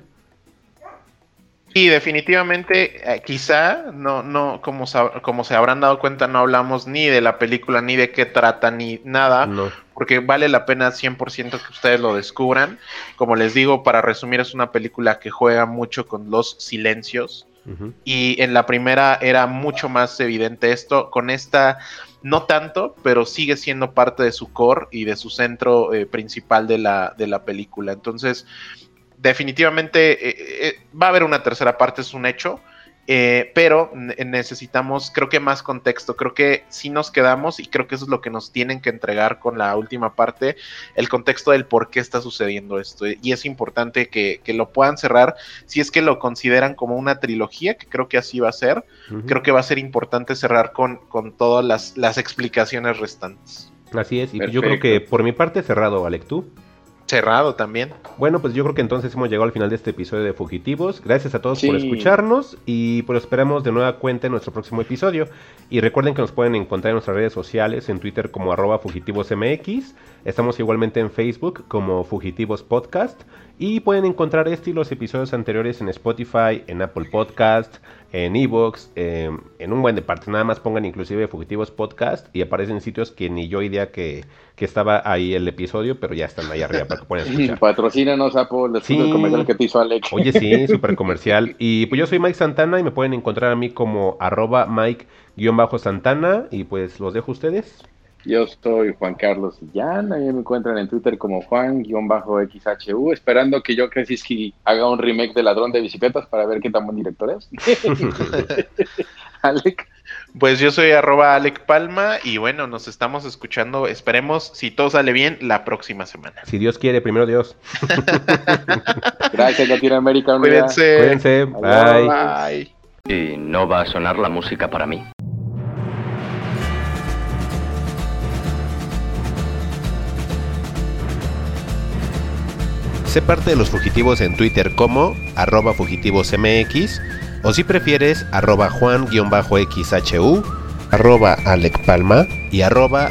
Sí, definitivamente, eh, quizá, no, no, como, como se habrán dado cuenta, no hablamos ni de la película, ni de qué trata, ni nada, no. Porque vale la pena cien por ciento que ustedes lo descubran. Como les digo, para resumir, es una película que juega mucho con los silencios, uh-huh. Y en la primera era mucho más evidente esto, con esta no tanto, pero sigue siendo parte de su core y de su centro eh, principal de la, de la película. Entonces, definitivamente eh, eh, va a haber una tercera parte, es un hecho, eh, pero ne- necesitamos, creo que más contexto, creo que sí nos quedamos y creo que eso es lo que nos tienen que entregar con la última parte, el contexto del por qué está sucediendo esto, y es importante que, que lo puedan cerrar, si es que lo consideran como una trilogía, que creo que así va a ser, uh-huh. Creo que va a ser importante cerrar con, con todas las, las explicaciones restantes. Así es, y perfecto. Yo creo que por mi parte cerrado, Alec, ¿tú? Cerrado también. Bueno, pues yo creo que entonces hemos llegado al final de este episodio de Fugitivos. Gracias a todos sí. por escucharnos y pues esperamos de nueva cuenta en nuestro próximo episodio. Y recuerden que nos pueden encontrar en nuestras redes sociales, en Twitter como arroba fugitivosmx. Estamos igualmente en Facebook como Fugitivos Podcast. Y pueden encontrar este y los episodios anteriores en Spotify, en Apple Podcast, en iVoox, eh, en un buen de partes. Nada más pongan inclusive Fugitivos Podcast y aparecen sitios que ni yo idea que, que estaba ahí el episodio, pero ya están ahí arriba para que puedan escuchar. Patrocínanos, Apple, después sí. del comercial que te hizo Alex. Oye, sí, súper comercial. Y pues yo soy Mike Santana y me pueden encontrar a mí como arroba Mike-Santana y pues los dejo a ustedes. Yo soy Juan Carlos Sillán, a mí me encuentran en Twitter como Juan-X H U, esperando que yo Krasinski haga un remake de Ladrón de Bicicletas para ver qué tan buen director es. Alec. Pues yo soy arroba Alec Palma y bueno, nos estamos escuchando, esperemos, si todo sale bien, la próxima semana. Si Dios quiere, primero Dios. Gracias, Latinoamérica. Cuídense. Cuídense. Bye. Bye. Y no va a sonar la música para mí. Sé parte de los fugitivos en Twitter como arroba fugitivosmx o si prefieres arroba Juan-X H U, arroba Alec Palma y arroba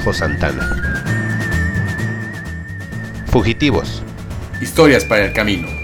Mike-Santana. Fugitivos. Historias para el camino.